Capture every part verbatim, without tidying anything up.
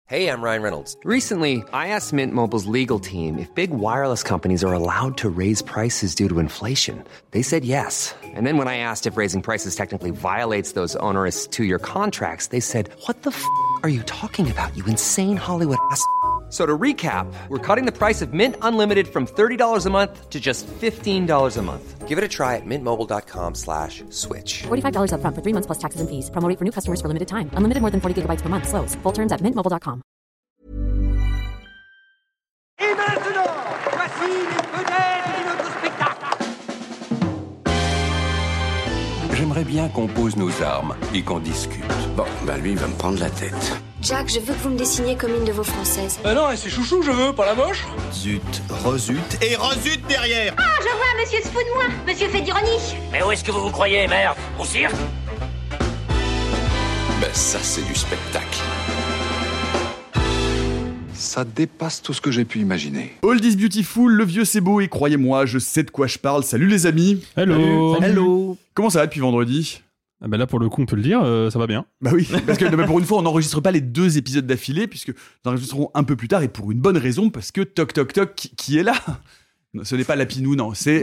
Hey, I'm Ryan Reynolds. Recently, I asked Mint Mobile's legal team if big wireless companies are allowed to raise prices due to inflation. They said yes. And then when I asked if raising prices technically violates those onerous two-year contracts, they said, what the f*** are you talking about, you insane Hollywood ass f- So to recap, we're cutting the price of Mint Unlimited from thirty dollars a month to just fifteen dollars a month. Give it a try at mintmobile.com slash switch. forty-five dollars up front for three months plus taxes and fees. Promo rate for new customers for limited time. Unlimited more than forty gigabytes per month. Slows full terms at mint mobile dot com. Et maintenant, voici les vedettes de notre spectacle. J'aimerais bien qu'on pose nos armes et qu'on discute. Bon, bah lui, il va me prendre la tête. Jack, je veux que vous me dessiniez comme une de vos françaises. Euh non, c'est chouchou, je veux, pas la moche. Zut, rezut et rezut derrière. Ah, je vois, monsieur se fout de moi. Monsieur fait d'ironie. Mais où est-ce que vous vous croyez, merde? Au cirque? Ben ça, c'est du spectacle. Ça dépasse tout ce que j'ai pu imaginer. Old is beautiful, le vieux c'est beau et croyez-moi, je sais de quoi je parle. Salut les amis. Hello. Salut. Hello. Comment ça va depuis vendredi? Ah bah là pour le coup on peut le dire, euh, ça va bien. Bah oui, parce que bah pour une fois on n'enregistre pas les deux épisodes d'affilée puisque nous enregistrerons un peu plus tard et pour une bonne raison parce que toc toc toc qui, qui est là? Ce n'est pas Lapinou, non, c'est...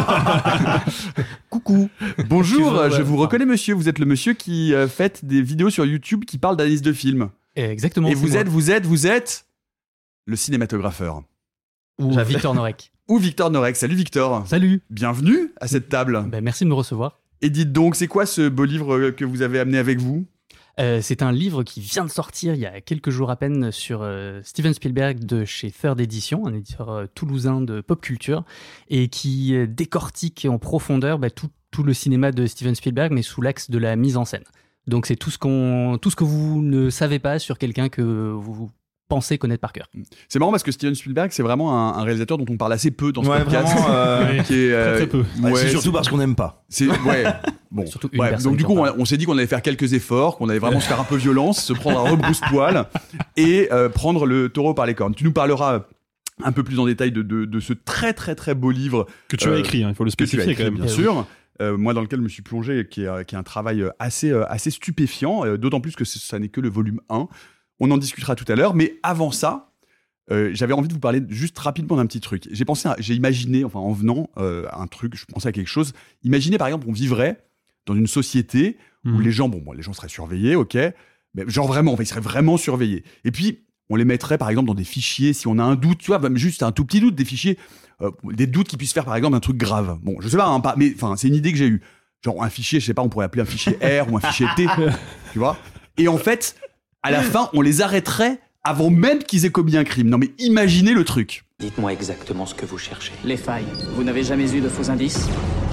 Coucou. Bonjour, vois, ouais. Je vous reconnais monsieur, vous êtes le monsieur qui euh, fait des vidéos sur YouTube qui parlent d'analyse de films. Exactement. Et vous moi. êtes, vous êtes, vous êtes le cinématographeur. Ou Victor Norek. Ou Victor Norek. Salut Victor. Salut. Bienvenue à cette table. Ben, merci de me recevoir. Et dites donc, c'est quoi ce beau livre que vous avez amené avec vous ? euh, C'est un livre qui vient de sortir il y a quelques jours à peine sur euh, Steven Spielberg de chez Third Edition, un éditeur euh, toulousain de pop culture, et qui euh, décortique en profondeur bah, tout, tout le cinéma de Steven Spielberg, mais sous l'axe de la mise en scène. Donc c'est tout ce, qu'on, tout ce que vous ne savez pas sur quelqu'un que vous pensez connaître par cœur. C'est marrant parce que Steven Spielberg, c'est vraiment un, un réalisateur dont on parle assez peu dans ce ouais, podcast. Vraiment, euh, qui est, euh, très, très peu. Ouais, ouais, c'est surtout c'est... parce qu'on n'aime pas. C'est, ouais, bon. Surtout une ouais, personne donc du coup, on, parle. on s'est dit qu'on allait faire quelques efforts, qu'on allait vraiment se faire un peu violence, se prendre un rebrousse-poil et euh, prendre le taureau par les cornes. Tu nous parleras un peu plus en détail de, de, de ce très très très beau livre que tu as euh, écrit, hein, il faut le spécifier écrit, quand même. Bien sûr. Euh, moi, dans lequel je me suis plongé, qui est, qui est un travail assez, euh, assez stupéfiant, euh, d'autant plus que ça n'est que le volume un. On en discutera tout à l'heure, mais avant ça, euh, j'avais envie de vous parler juste rapidement d'un petit truc. J'ai pensé, à, j'ai imaginé, enfin en venant, euh, un truc, je pensais à quelque chose. Imaginez par exemple, on vivrait dans une société mmh. où les gens, bon, bon, les gens seraient surveillés, ok, mais genre vraiment, enfin, ils seraient vraiment surveillés. Et puis, on les mettrait par exemple dans des fichiers, si on a un doute, tu vois, même juste un tout petit doute, des fichiers, euh, des doutes qui puissent faire par exemple un truc grave. Bon, je sais pas, hein, pas mais enfin, c'est une idée que j'ai eue. Genre un fichier, je sais pas, on pourrait appeler un fichier R ou un fichier T, tu vois. Et en fait, à la fin, on les arrêterait avant même qu'ils aient commis un crime. Non mais imaginez le truc. Dites-moi exactement ce que vous cherchez. Les failles. Vous n'avez jamais eu de faux indices ?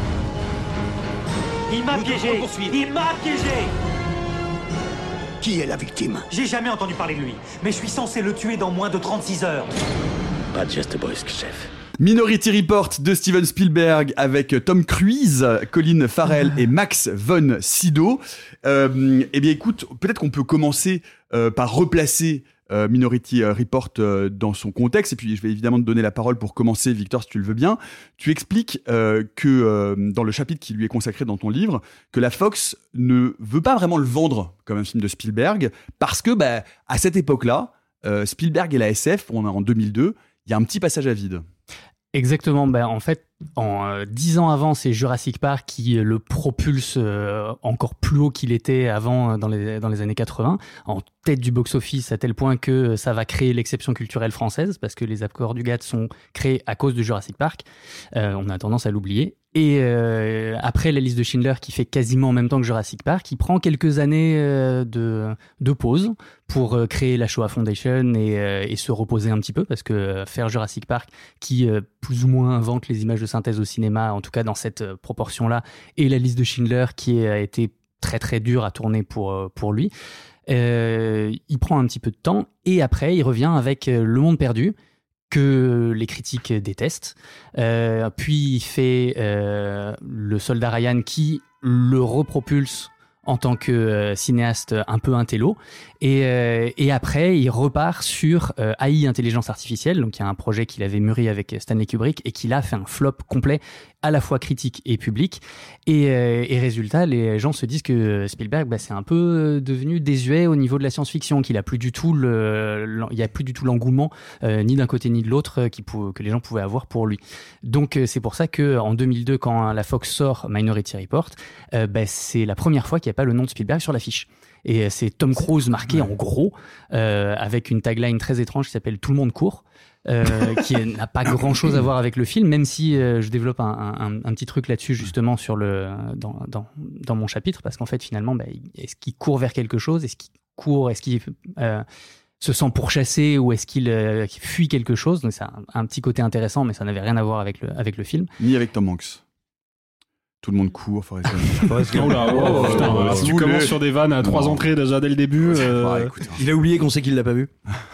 Il m'a piégé. Il m'a piégé. Qui est la victime ? J'ai jamais entendu parler de lui, mais je suis censé le tuer dans moins de trente-six heures. Pas just brusque, chef. Minority Report de Steven Spielberg avec Tom Cruise, Colin Farrell et Max von Sydow. Euh, eh bien, écoute, peut-être qu'on peut commencer euh, par replacer euh, Minority Report euh, dans son contexte. Et puis, je vais évidemment te donner la parole pour commencer, Victor, si tu le veux bien. Tu expliques euh, que euh, dans le chapitre qui lui est consacré dans ton livre, que la Fox ne veut pas vraiment le vendre comme un film de Spielberg parce que, bah, à cette époque-là, euh, Spielberg et la S F, on est en deux mille deux, il y a un petit passage à vide. Exactement. Ben, en fait, en euh, dix ans avant, c'est Jurassic Park qui le propulse euh, encore plus haut qu'il était avant euh, dans les dans les années quatre-vingts, en tête du box-office à tel point que ça va créer l'exception culturelle française parce que les accords du G A T sont créés à cause de Jurassic Park. Euh, on a tendance à l'oublier. Et euh, après la liste de Schindler qui fait quasiment en même temps que Jurassic Park, il prend quelques années euh, de, de pause pour euh, créer la Shoah Foundation et, euh, et se reposer un petit peu parce que euh, faire Jurassic Park qui euh, plus ou moins invente les images de synthèse au cinéma, en tout cas dans cette euh, proportion-là, et la liste de Schindler qui a été très très dure à tourner pour, euh, pour lui, euh, il prend un petit peu de temps et après il revient avec euh, Le Monde Perdu, que les critiques détestent. Euh, puis il fait euh, Le Soldat Ryan qui le repropulse en tant que euh, cinéaste un peu intello. Et, euh, et après, il repart sur euh, A I, Intelligence Artificielle. Donc il y a un projet qu'il avait mûri avec Stanley Kubrick et qui là fait un flop complet à la fois critique et public. Et, euh, et résultat, les gens se disent que Spielberg, bah, c'est un peu devenu désuet au niveau de la science-fiction, qu'il a plus du tout le, il y a plus du tout l'engouement euh, ni d'un côté ni de l'autre euh, qui pou- que les gens pouvaient avoir pour lui. Donc euh, c'est pour ça que en deux mille deux, quand la Fox sort Minority Report, euh, bah, c'est la première fois qu'il n'y a pas le nom de Spielberg sur l'affiche. Et c'est Tom Cruise marqué en gros, euh, avec une tagline très étrange qui s'appelle « Tout le monde court ». Euh, qui n'a pas grand chose à voir avec le film, même si euh, je développe un, un, un petit truc là-dessus justement sur le, dans, dans, dans mon chapitre, parce qu'en fait finalement, bah, est-ce qu'il court vers quelque chose, est-ce qu'il court, est-ce qu'il euh, se sent pourchassé ou est-ce qu'il euh, fuit quelque chose. Donc c'est un, un petit côté intéressant, mais ça n'avait rien à voir avec le, avec le film. Ni avec Tom Hanks. Tout le monde court, Forrest Gump. Oh là, oh, oh, putain, oh, si tu voulez. commences sur des vannes à trois Non. entrées déjà dès le début. Euh... Bah, écoute, il a oublié qu'on sait qu'il l'a pas vu.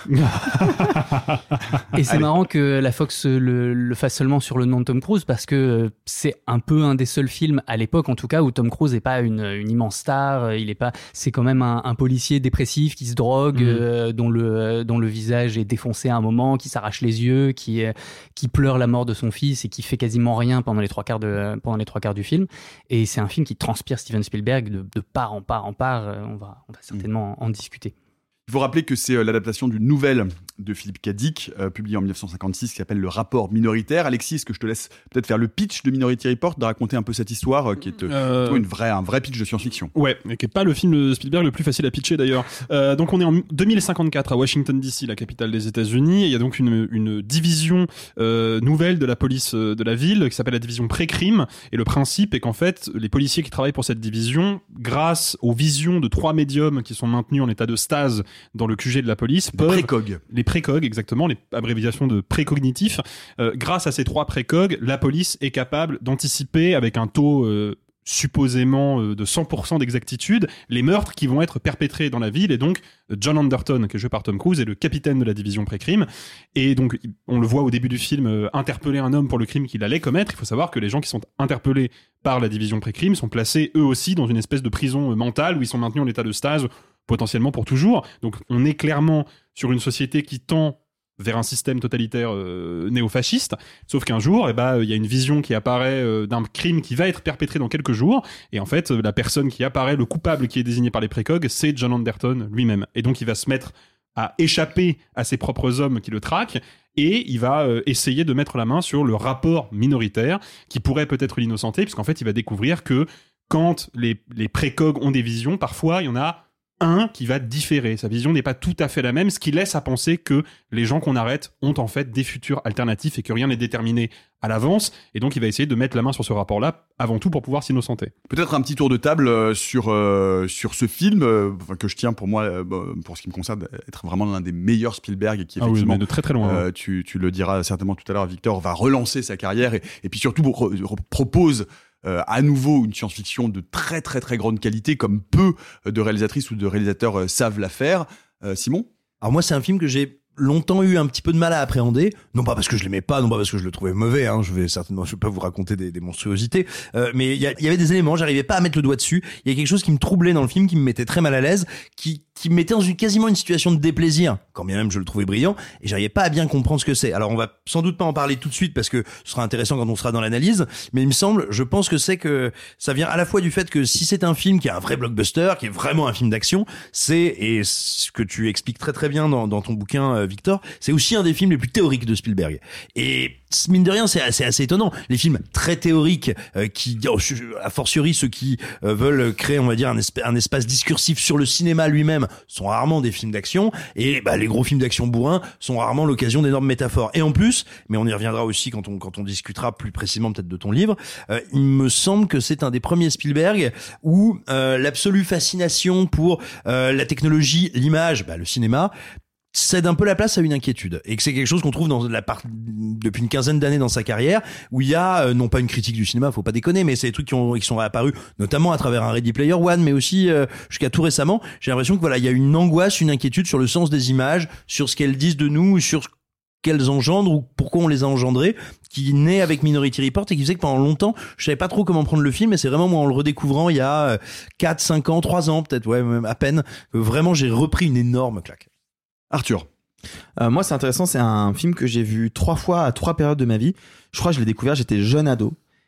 Et c'est Allez. marrant que la Fox le, le fasse seulement sur le nom de Tom Cruise, parce que c'est un peu un des seuls films, à l'époque en tout cas, où Tom Cruise n'est pas une, une immense star. Il est pas, c'est quand même un, un policier dépressif qui se drogue, mmh. euh, dont, le, dont le visage est défoncé à un moment, qui s'arrache les yeux, qui, qui pleure la mort de son fils et qui fait quasiment rien pendant les trois quarts, de, pendant les trois quarts du film. Et c'est un film qui transpire Steven Spielberg de, de part en part en part. On va, on va certainement en, en discuter. Il faut rappeler que c'est euh, l'adaptation d'une nouvelle de Philip K. Dick, euh, publiée en dix-neuf cent cinquante-six, qui s'appelle Le Rapport minoritaire. Alexis, est-ce que je te laisse peut-être faire le pitch de Minority Report, de raconter un peu cette histoire, euh, qui est euh, euh... une vraie, un vrai pitch de science-fiction. Ouais, et qui n'est pas le film de Spielberg le plus facile à pitcher d'ailleurs. Euh, donc on est en deux mille cinquante-quatre à Washington D C, la capitale des États-Unis. Et il y a donc une, une division euh, nouvelle de la police euh, de la ville, qui s'appelle la division pré-crime. Et le principe est qu'en fait, les policiers qui travaillent pour cette division, grâce aux visions de trois médiums qui sont maintenus en état de stase dans le Q G de la police, les peuvent... précogs. Les précogs, exactement, les abréviations de précognitifs. Euh, grâce à ces trois précogs, la police est capable d'anticiper avec un taux euh, supposément euh, de cent pour cent d'exactitude les meurtres qui vont être perpétrés dans la ville. Et donc, John Anderton, qui est joué par Tom Cruise, est le capitaine de la division pré-crime. Et donc, on le voit au début du film euh, interpeller un homme pour le crime qu'il allait commettre. Il faut savoir que les gens qui sont interpellés par la division pré-crime sont placés eux aussi dans une espèce de prison euh, mentale où ils sont maintenus en état de stase potentiellement pour toujours. Donc on est clairement sur une société qui tend vers un système totalitaire euh, néofasciste, sauf qu'un jour, eh ben, il y a une vision qui apparaît euh, d'un crime qui va être perpétré dans quelques jours, et en fait, la personne qui apparaît, le coupable qui est désigné par les précogs, c'est John Anderton lui-même. Et donc il va se mettre à échapper à ses propres hommes qui le traquent, et il va euh, essayer de mettre la main sur le rapport minoritaire, qui pourrait peut-être l'innocenter, puisqu'en fait, il va découvrir que quand les, les précogs ont des visions, parfois, il y en a un qui va différer. Sa vision n'est pas tout à fait la même, ce qui laisse à penser que les gens qu'on arrête ont en fait des futurs alternatifs et que rien n'est déterminé à l'avance. Et donc, il va essayer de mettre la main sur ce rapport-là avant tout pour pouvoir s'innocenter. Peut-être un petit tour de table euh, sur, euh, sur ce film, euh, que je tiens pour moi, euh, pour ce qui me concerne, être vraiment l'un des meilleurs Spielberg, qui effectivement, ah oui, de très très loin. Euh, tu, tu le diras certainement tout à l'heure, Victor, va relancer sa carrière et, et puis surtout re, re, propose Euh, à nouveau une science-fiction de très très très grande qualité, comme peu de réalisatrices ou de réalisateurs euh, savent la faire. Euh, Simon ? Alors moi, c'est un film que j'ai longtemps eu un petit peu de mal à appréhender, non pas parce que je l'aimais pas, non pas parce que je le trouvais mauvais, hein, je vais certainement, je vais pas vous raconter des, des monstruosités, euh, mais il y, y avait des éléments, j'arrivais pas à mettre le doigt dessus, il y a quelque chose qui me troublait dans le film, qui me mettait très mal à l'aise, qui, qui me mettait dans une, quasiment une situation de déplaisir, quand bien même je le trouvais brillant, et j'arrivais pas à bien comprendre ce que c'est. Alors on va sans doute pas en parler tout de suite, parce que ce sera intéressant quand on sera dans l'analyse, mais il me semble, je pense que c'est que ça vient à la fois du fait que si c'est un film qui est un vrai blockbuster, qui est vraiment un film d'action, c'est, et ce que tu expliques très très bien dans, dans ton bouquin, euh, Victor, c'est aussi un des films les plus théoriques de Spielberg. Et mine de rien, c'est assez, assez étonnant. Les films très théoriques, euh, qui, a fortiori ceux qui euh, veulent créer, on va dire, un, esp- un espace discursif sur le cinéma lui-même, sont rarement des films d'action. Et bah, les gros films d'action bourrins sont rarement l'occasion d'énormes métaphores. Et en plus, mais on y reviendra aussi quand on quand on discutera plus précisément peut-être de ton livre, euh, il me semble que c'est un des premiers Spielberg où euh, l'absolue fascination pour euh, la technologie, l'image, bah, le cinéma, cède un peu la place à une inquiétude, et que c'est quelque chose qu'on trouve dans la part depuis une quinzaine d'années dans sa carrière, où il y a euh, non pas une critique du cinéma, faut pas déconner, mais c'est des trucs qui, ont, qui sont réapparus notamment à travers un Ready Player One, mais aussi euh, jusqu'à tout récemment. J'ai l'impression que voilà, il y a une angoisse, une inquiétude sur le sens des images, sur ce qu'elles disent de nous, sur ce qu'elles engendrent ou pourquoi on les a engendrées, qui naît avec Minority Report et qui faisait que pendant longtemps je savais pas trop comment prendre le film, et c'est vraiment moi en le redécouvrant il y a quatre, cinq ans, trois ans peut-être, ouais, même à peine, que vraiment j'ai repris une énorme claque. Arthur. Euh, moi, c'est intéressant. C'est un film que j'ai vu trois fois à trois périodes de ma vie. Je crois que je l'ai découvert, j'étais jeune ado.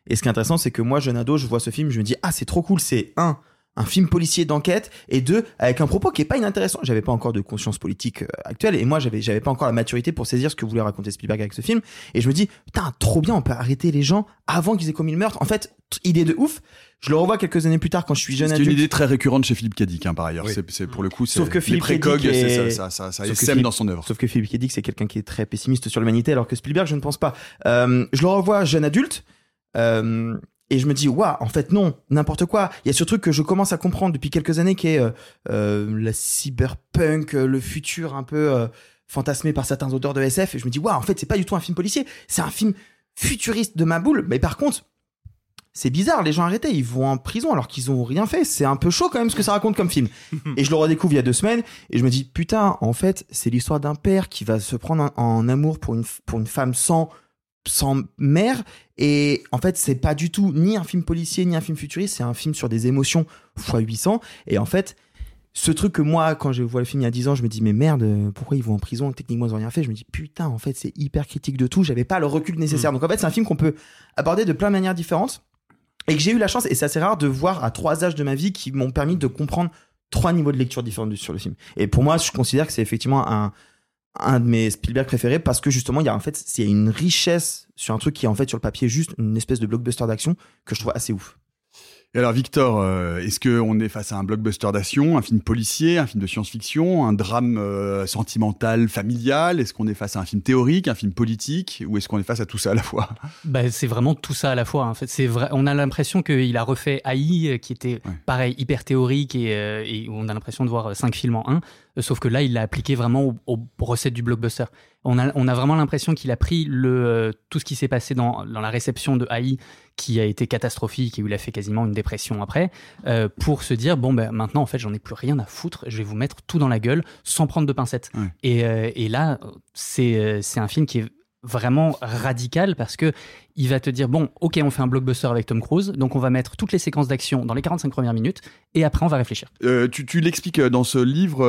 Et ce qui est intéressant, c'est que moi, jeune ado, je vois ce film, je me dis, ah, c'est trop cool, c'est un, un film policier d'enquête, et deux, avec un propos qui est pas inintéressant. J'avais pas encore de conscience politique euh, actuelle, et moi, j'avais, j'avais pas encore la maturité pour saisir ce que voulait raconter Spielberg avec ce film. Et je me dis, putain, trop bien, on peut arrêter les gens avant qu'ils aient commis le meurtre. En fait, idée de ouf. Je le revois quelques années plus tard quand je suis jeune c'est adulte. C'est une idée très récurrente chez Philippe K. Dick, hein, par ailleurs. Oui. C'est, c'est pour le coup, c'est sauf que les précogs, est... ça, ça, ça, ça essaime dans son œuvre. Sauf que Philippe K. Dick, c'est quelqu'un qui est très pessimiste sur l'humanité, alors que Spielberg, je ne pense pas. Euh, je le revois jeune adulte, euh, et je me dis, waouh, en fait, non, n'importe quoi. Il y a ce truc que je commence à comprendre depuis quelques années, qui est euh, euh, la cyberpunk, le futur un peu euh, fantasmé par certains auteurs de S F. Et je me dis, waouh, en fait, c'est pas du tout un film policier, c'est un film futuriste de ma boule. Mais par contre, c'est bizarre, les gens arrêtés, ils vont en prison alors qu'ils ont rien fait. C'est un peu chaud quand même ce que ça raconte comme film. Et je le redécouvre il y a deux semaines et je me dis, putain, en fait, c'est l'histoire d'un père qui va se prendre en, en amour pour une, pour une femme sans, sans mère. Et en fait, c'est pas du tout ni un film policier, ni un film futuriste, c'est un film sur des émotions fois huit cents. Et en fait, ce truc que moi, quand je vois le film il y a dix ans, je me dis, mais merde, pourquoi ils vont en prison? Techniquement, ils ont rien fait. Je me dis, putain, en fait, c'est hyper critique de tout. J'avais pas le recul nécessaire. Donc en fait, c'est un film qu'on peut aborder de plein de manières différentes. Et que j'ai eu la chance, et c'est assez rare, de voir à trois âges de ma vie qui m'ont permis de comprendre trois niveaux de lecture différents sur le film. Et pour moi, je considère que c'est effectivement un, un de mes Spielberg préférés parce que justement, il y a en fait, c'est une richesse sur un truc qui est en fait sur le papier juste une espèce de blockbuster d'action que je trouve assez ouf. Et alors Victor, euh, est-ce qu'on est face à un blockbuster d'action, un film policier, un film de science-fiction, un drame euh, sentimental, familial? Est-ce qu'on est face à un film théorique, un film politique, ou est-ce qu'on est face à tout ça à la fois? Bah, c'est vraiment tout ça à la fois. En fait, c'est vrai. On a l'impression qu'il a refait A I, qui était ouais. pareil hyper théorique et, euh, et on a l'impression de voir cinq films en un. Sauf que là, il l'a appliqué vraiment aux, aux recettes du blockbuster. On a, on a vraiment l'impression qu'il a pris le, tout ce qui s'est passé dans, dans la réception de A I, qui a été catastrophique et où il a fait quasiment une dépression après, euh, pour se dire, bon, ben, maintenant, en fait, j'en ai plus rien à foutre, je vais vous mettre tout dans la gueule sans prendre de pincettes. Ouais. Et, euh, et là, c'est, c'est un film qui est vraiment radical parce que il va te dire, bon, ok, on fait un blockbuster avec Tom Cruise, donc on va mettre toutes les séquences d'action dans les quarante-cinq premières minutes et après on va réfléchir. Euh, tu, tu l'expliques dans ce livre,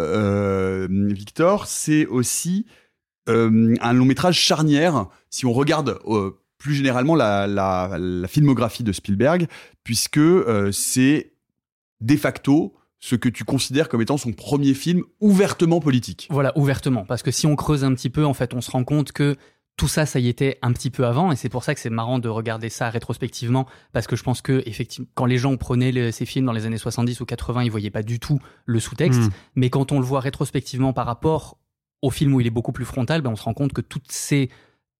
euh, euh, Victor, c'est aussi euh, un long métrage charnière si on regarde euh, plus généralement la, la, la filmographie de Spielberg, puisque euh, c'est de facto ce que tu considères comme étant son premier film ouvertement politique. Voilà, ouvertement. Parce que si on creuse un petit peu, en fait, on se rend compte que tout ça, ça y était un petit peu avant. Et c'est pour ça que c'est marrant de regarder ça rétrospectivement. Parce que je pense que, effectivement, quand les gens prenaient les, ces films dans les années soixante-dix ou quatre-vingts, ils voyaient pas du tout le sous-texte. Mmh. Mais quand on le voit rétrospectivement par rapport au film où il est beaucoup plus frontal, ben on se rend compte que toutes ces...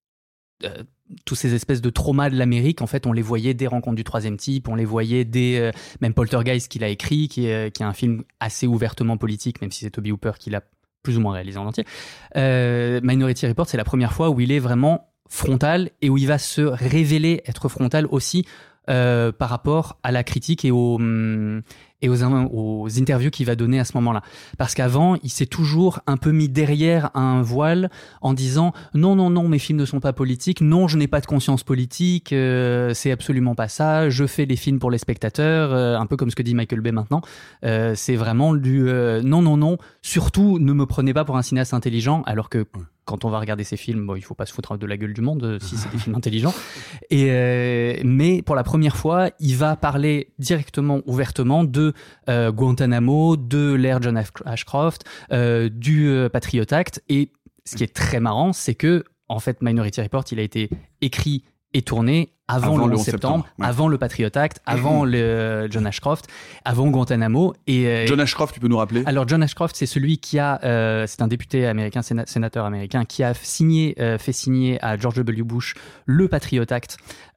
Euh, tous ces espèces de traumas de l'Amérique, en fait, on les voyait dès Rencontre du troisième type, on les voyait dès euh, même Poltergeist qu'il a écrit, qui est, qui est un film assez ouvertement politique, même si c'est Toby Hooper qui l'a plus ou moins réalisé en entier. Euh, Minority Report, c'est la première fois où il est vraiment frontal et où il va se révéler être frontal aussi euh, par rapport à la critique et aux, hum, et aux, aux interviews qu'il va donner à ce moment-là. Parce qu'avant, il s'est toujours un peu mis derrière un voile en disant « Non, non, non, mes films ne sont pas politiques. Non, je n'ai pas de conscience politique. Euh, c'est absolument pas ça. Je fais les films pour les spectateurs. Euh, » Un peu comme ce que dit Michael Bay maintenant. Euh, c'est vraiment du euh, « Non, non, non. Surtout, ne me prenez pas pour un cinéaste intelligent. » Alors que quand on va regarder ces films, bon, il faut pas se foutre de la gueule du monde euh, si c'est des films intelligents. Et, euh, mais pour la première fois, il va parler directement, ouvertement de euh, Guantanamo, de l'ère John Ashcroft, euh, du euh, Patriot Act. Et ce qui est très marrant, c'est que en fait, Minority Report, il a été écrit et tourné avant, avant le onze septembre, septembre ouais. avant le Patriot Act, avant mmh. le John Ashcroft, avant Guantanamo. Et, euh, John Ashcroft, tu peux nous rappeler? Alors John Ashcroft, c'est celui qui a, euh, c'est un député américain, séna- sénateur américain, qui a signé, euh, fait signer à George W. Bush le Patriot Act,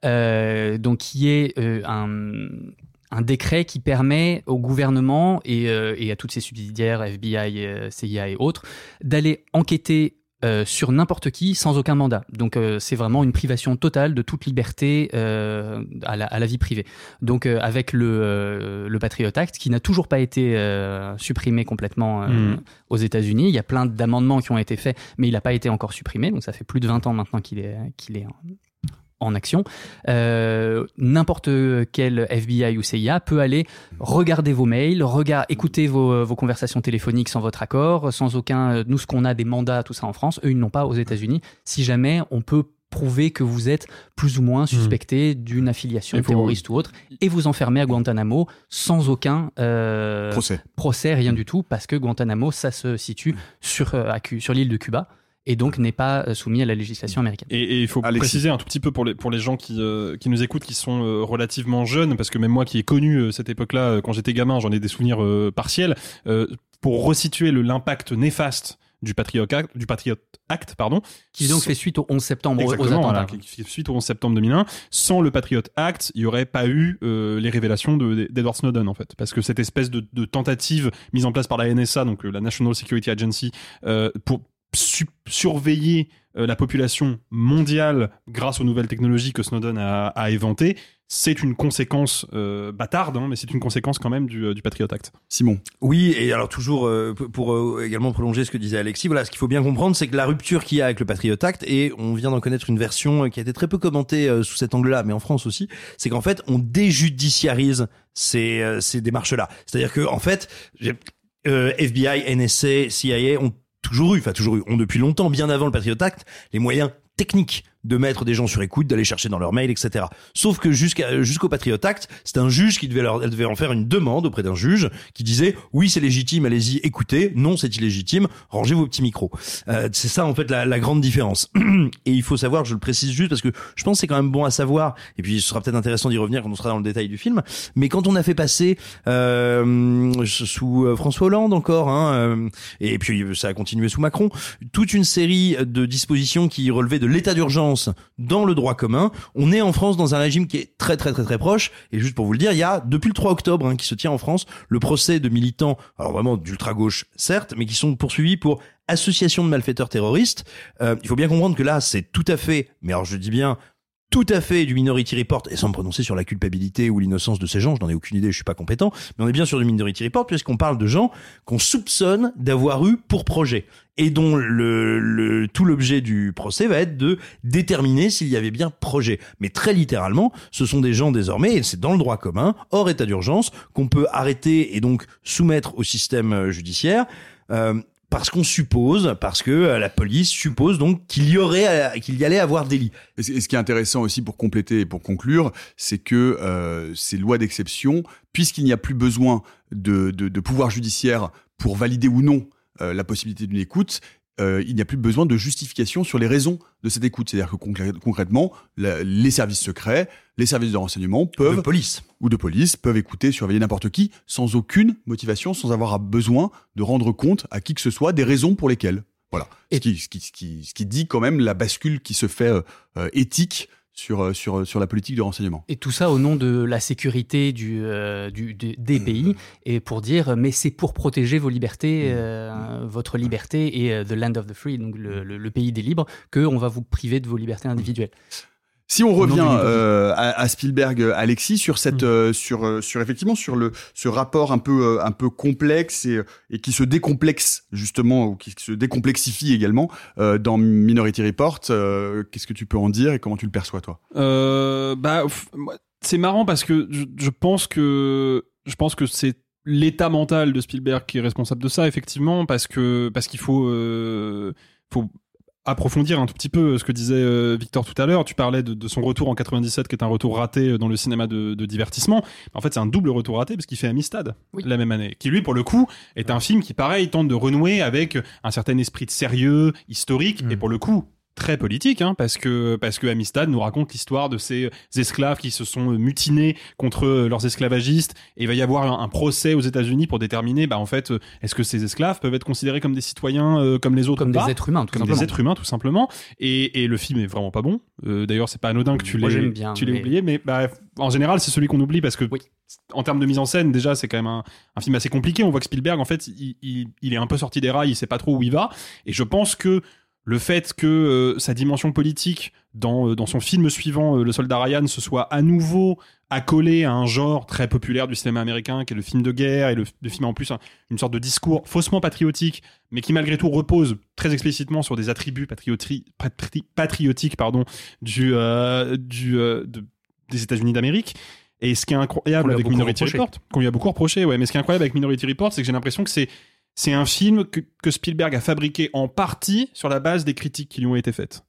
euh, donc qui est euh, un un décret qui permet au gouvernement et, euh, et à toutes ses subsidiaires, F B I, euh, C I A et autres, d'aller enquêter Euh, sur n'importe qui sans aucun mandat. Donc euh, c'est vraiment une privation totale de toute liberté euh, à, la, à la vie privée. Donc euh, avec le, euh, le Patriot Act qui n'a toujours pas été euh, supprimé complètement euh, mmh. aux États-Unis, il y a plein d'amendements qui ont été faits, mais il n'a pas été encore supprimé. Donc ça fait plus de vingt ans maintenant qu'il est, qu'il est en action. Euh, n'importe quel F B I ou C I A peut aller regarder vos mails, regard, écouter vos, vos conversations téléphoniques sans votre accord, sans aucun... Nous, ce qu'on a des mandats, tout ça en France, eux, ils n'ont pas aux États-Unis. Si jamais on peut prouver que vous êtes plus ou moins suspecté mmh. d'une affiliation faut... terroriste ou autre, et vous enfermer à Guantanamo sans aucun euh, procès. procès, rien du tout, parce que Guantanamo, ça se situe sur, euh, sur l'île de Cuba, et donc n'est pas soumis à la législation américaine. Et il faut Alexis. préciser un tout petit peu pour les, pour les gens qui, euh, qui nous écoutent, qui sont euh, relativement jeunes, parce que même moi qui ai connu euh, cette époque-là, euh, quand j'étais gamin, j'en ai des souvenirs euh, partiels, euh, pour resituer le, l'impact néfaste du Patriot Act, du Patriot Act, pardon. Qui donc fait suite au onze septembre, aux attentats. Voilà, qui fait suite au onze septembre deux mille un. Sans le Patriot Act, il n'y aurait pas eu euh, les révélations de, d'Edward Snowden, en fait. Parce que cette espèce de, de tentative mise en place par la N S A, donc la National Security Agency, euh, pour su- surveiller euh, la population mondiale grâce aux nouvelles technologies que Snowden a, a éventées, c'est une conséquence euh, bâtarde, hein, mais c'est une conséquence quand même du, du Patriot Act. Simon. Oui, et alors toujours euh, pour euh, également prolonger ce que disait Alexis, voilà, ce qu'il faut bien comprendre, c'est que la rupture qu'il y a avec le Patriot Act, et on vient d'en connaître une version qui a été très peu commentée euh, sous cet angle-là, mais en France aussi, c'est qu'en fait, on déjudiciarise ces, euh, ces démarches-là. C'est-à-dire que en fait, euh, F B I, N S A, C I A ont toujours eu, enfin toujours eu, ont depuis longtemps, bien avant le Patriot Act, les moyens techniques de mettre des gens sur écoute, d'aller chercher dans leur mail, et cetera. Sauf que jusqu'à, jusqu'au Patriot Act, c'est un juge qui devait leur, devait en faire une demande auprès d'un juge qui disait oui c'est légitime, allez-y, écoutez, non c'est illégitime, rangez vos petits micros. Euh, c'est ça en fait la, la grande différence. Et il faut savoir, je le précise juste parce que je pense que c'est quand même bon à savoir, et puis ce sera peut-être intéressant d'y revenir quand on sera dans le détail du film, mais quand on a fait passer euh, sous François Hollande encore, hein, euh, et puis ça a continué sous Macron, toute une série de dispositions qui relevaient de l'état d'urgence dans le droit commun, on est en France dans un régime qui est très très très très proche, et juste pour vous le dire, il y a depuis le trois octobre hein, qui se tient en France le procès de militants, alors vraiment d'ultra-gauche certes, mais qui sont poursuivis pour association de malfaiteurs terroristes. Euh, il faut bien comprendre que là c'est tout à fait, mais alors je dis bien tout à fait du Minority Report, et sans me prononcer sur la culpabilité ou l'innocence de ces gens, je n'en ai aucune idée, je suis pas compétent, mais on est bien sur du Minority Report puisqu'on parle de gens qu'on soupçonne d'avoir eu pour projet, et dont le, le tout l'objet du procès va être de déterminer s'il y avait bien projet. Mais très littéralement, ce sont des gens désormais, et c'est dans le droit commun, hors état d'urgence, qu'on peut arrêter et donc soumettre au système judiciaire, euh, parce qu'on suppose, parce que la police suppose donc qu'il y aurait, qu'il y allait avoir délit. Et ce qui est intéressant aussi pour compléter et pour conclure, c'est que euh, ces lois d'exception, puisqu'il n'y a plus besoin de, de, de pouvoir judiciaire pour valider ou non euh, la possibilité d'une écoute, euh, il n'y a plus besoin de justification sur les raisons de cette écoute. C'est-à-dire que concré- concrètement, la, les services secrets, les services de renseignement peuvent... De police. Ou de police peuvent écouter, surveiller n'importe qui, sans aucune motivation, sans avoir besoin de rendre compte à qui que ce soit des raisons pour lesquelles. Voilà. Et ce qui, ce qui, ce qui, ce qui dit quand même la bascule qui se fait euh, éthique sur, sur, sur la politique de renseignement. Et tout ça au nom de la sécurité du, euh, du, du, des pays, et pour dire, mais c'est pour protéger vos libertés, euh, votre liberté et euh, the land of the free, donc le, le, le pays des libres, qu'on va vous priver de vos libertés individuelles. Si on revient euh, à, à Spielberg, Alexis, sur cette, mmh. euh, sur, sur effectivement sur le ce rapport un peu euh, un peu complexe et, et qui se décomplexe justement, ou qui se décomplexifie également euh, dans Minority Report, euh, qu'est-ce que tu peux en dire et comment tu le perçois toi ? euh, Bah, c'est marrant parce que je, je pense que je pense que c'est l'état mental de Spielberg qui est responsable de ça, effectivement, parce que parce qu'il faut euh, faut approfondir un tout petit peu ce que disait euh, Victor tout à l'heure. Tu parlais de, de son retour en quatre-vingt-dix-sept, qui est un retour raté dans le cinéma de, de divertissement. En fait, c'est un double retour raté parce qu'il fait Amistad oui. la même année, qui lui, pour le coup, est un film qui, pareil, tente de renouer avec un certain esprit de sérieux, historique, mmh. et pour le coup, très politique, hein, parce que parce que Amistad nous raconte l'histoire de ces esclaves qui se sont mutinés contre leurs esclavagistes, et il va y avoir un, un procès aux États-Unis pour déterminer, bah en fait, est-ce que ces esclaves peuvent être considérés comme des citoyens euh, comme les autres, comme ou des pas êtres humains, tout comme simplement. des êtres humains, tout simplement. Et, et le film est vraiment pas bon. Euh, d'ailleurs, c'est pas anodin que tu Moi, l'aies, j'aime bien, tu l'aies mais... oublié, mais bah, en général, c'est celui qu'on oublie parce que oui. en termes de mise en scène, déjà, c'est quand même un, un film assez compliqué. On voit que Spielberg, en fait, il, il, il est un peu sorti des rails, il sait pas trop où il va, et je pense que le fait que euh, sa dimension politique dans, euh, dans son film suivant, euh, Le Soldat Ryan, se soit à nouveau accolé à un genre très populaire du cinéma américain, qui est le film de guerre, et le, le film a en plus un, une sorte de discours faussement patriotique, mais qui malgré tout repose très explicitement sur des attributs patrioti- patri- patriotiques pardon, du, euh, du, euh, de, des États-Unis d'Amérique. Et ce qui est incroyable avec Minority reproché. Report, qu'on lui a beaucoup reproché, ouais, mais ce qui est incroyable avec Minority Report, c'est que j'ai l'impression que c'est C'est un film que, que Spielberg a fabriqué en partie sur la base des critiques qui lui ont été faites.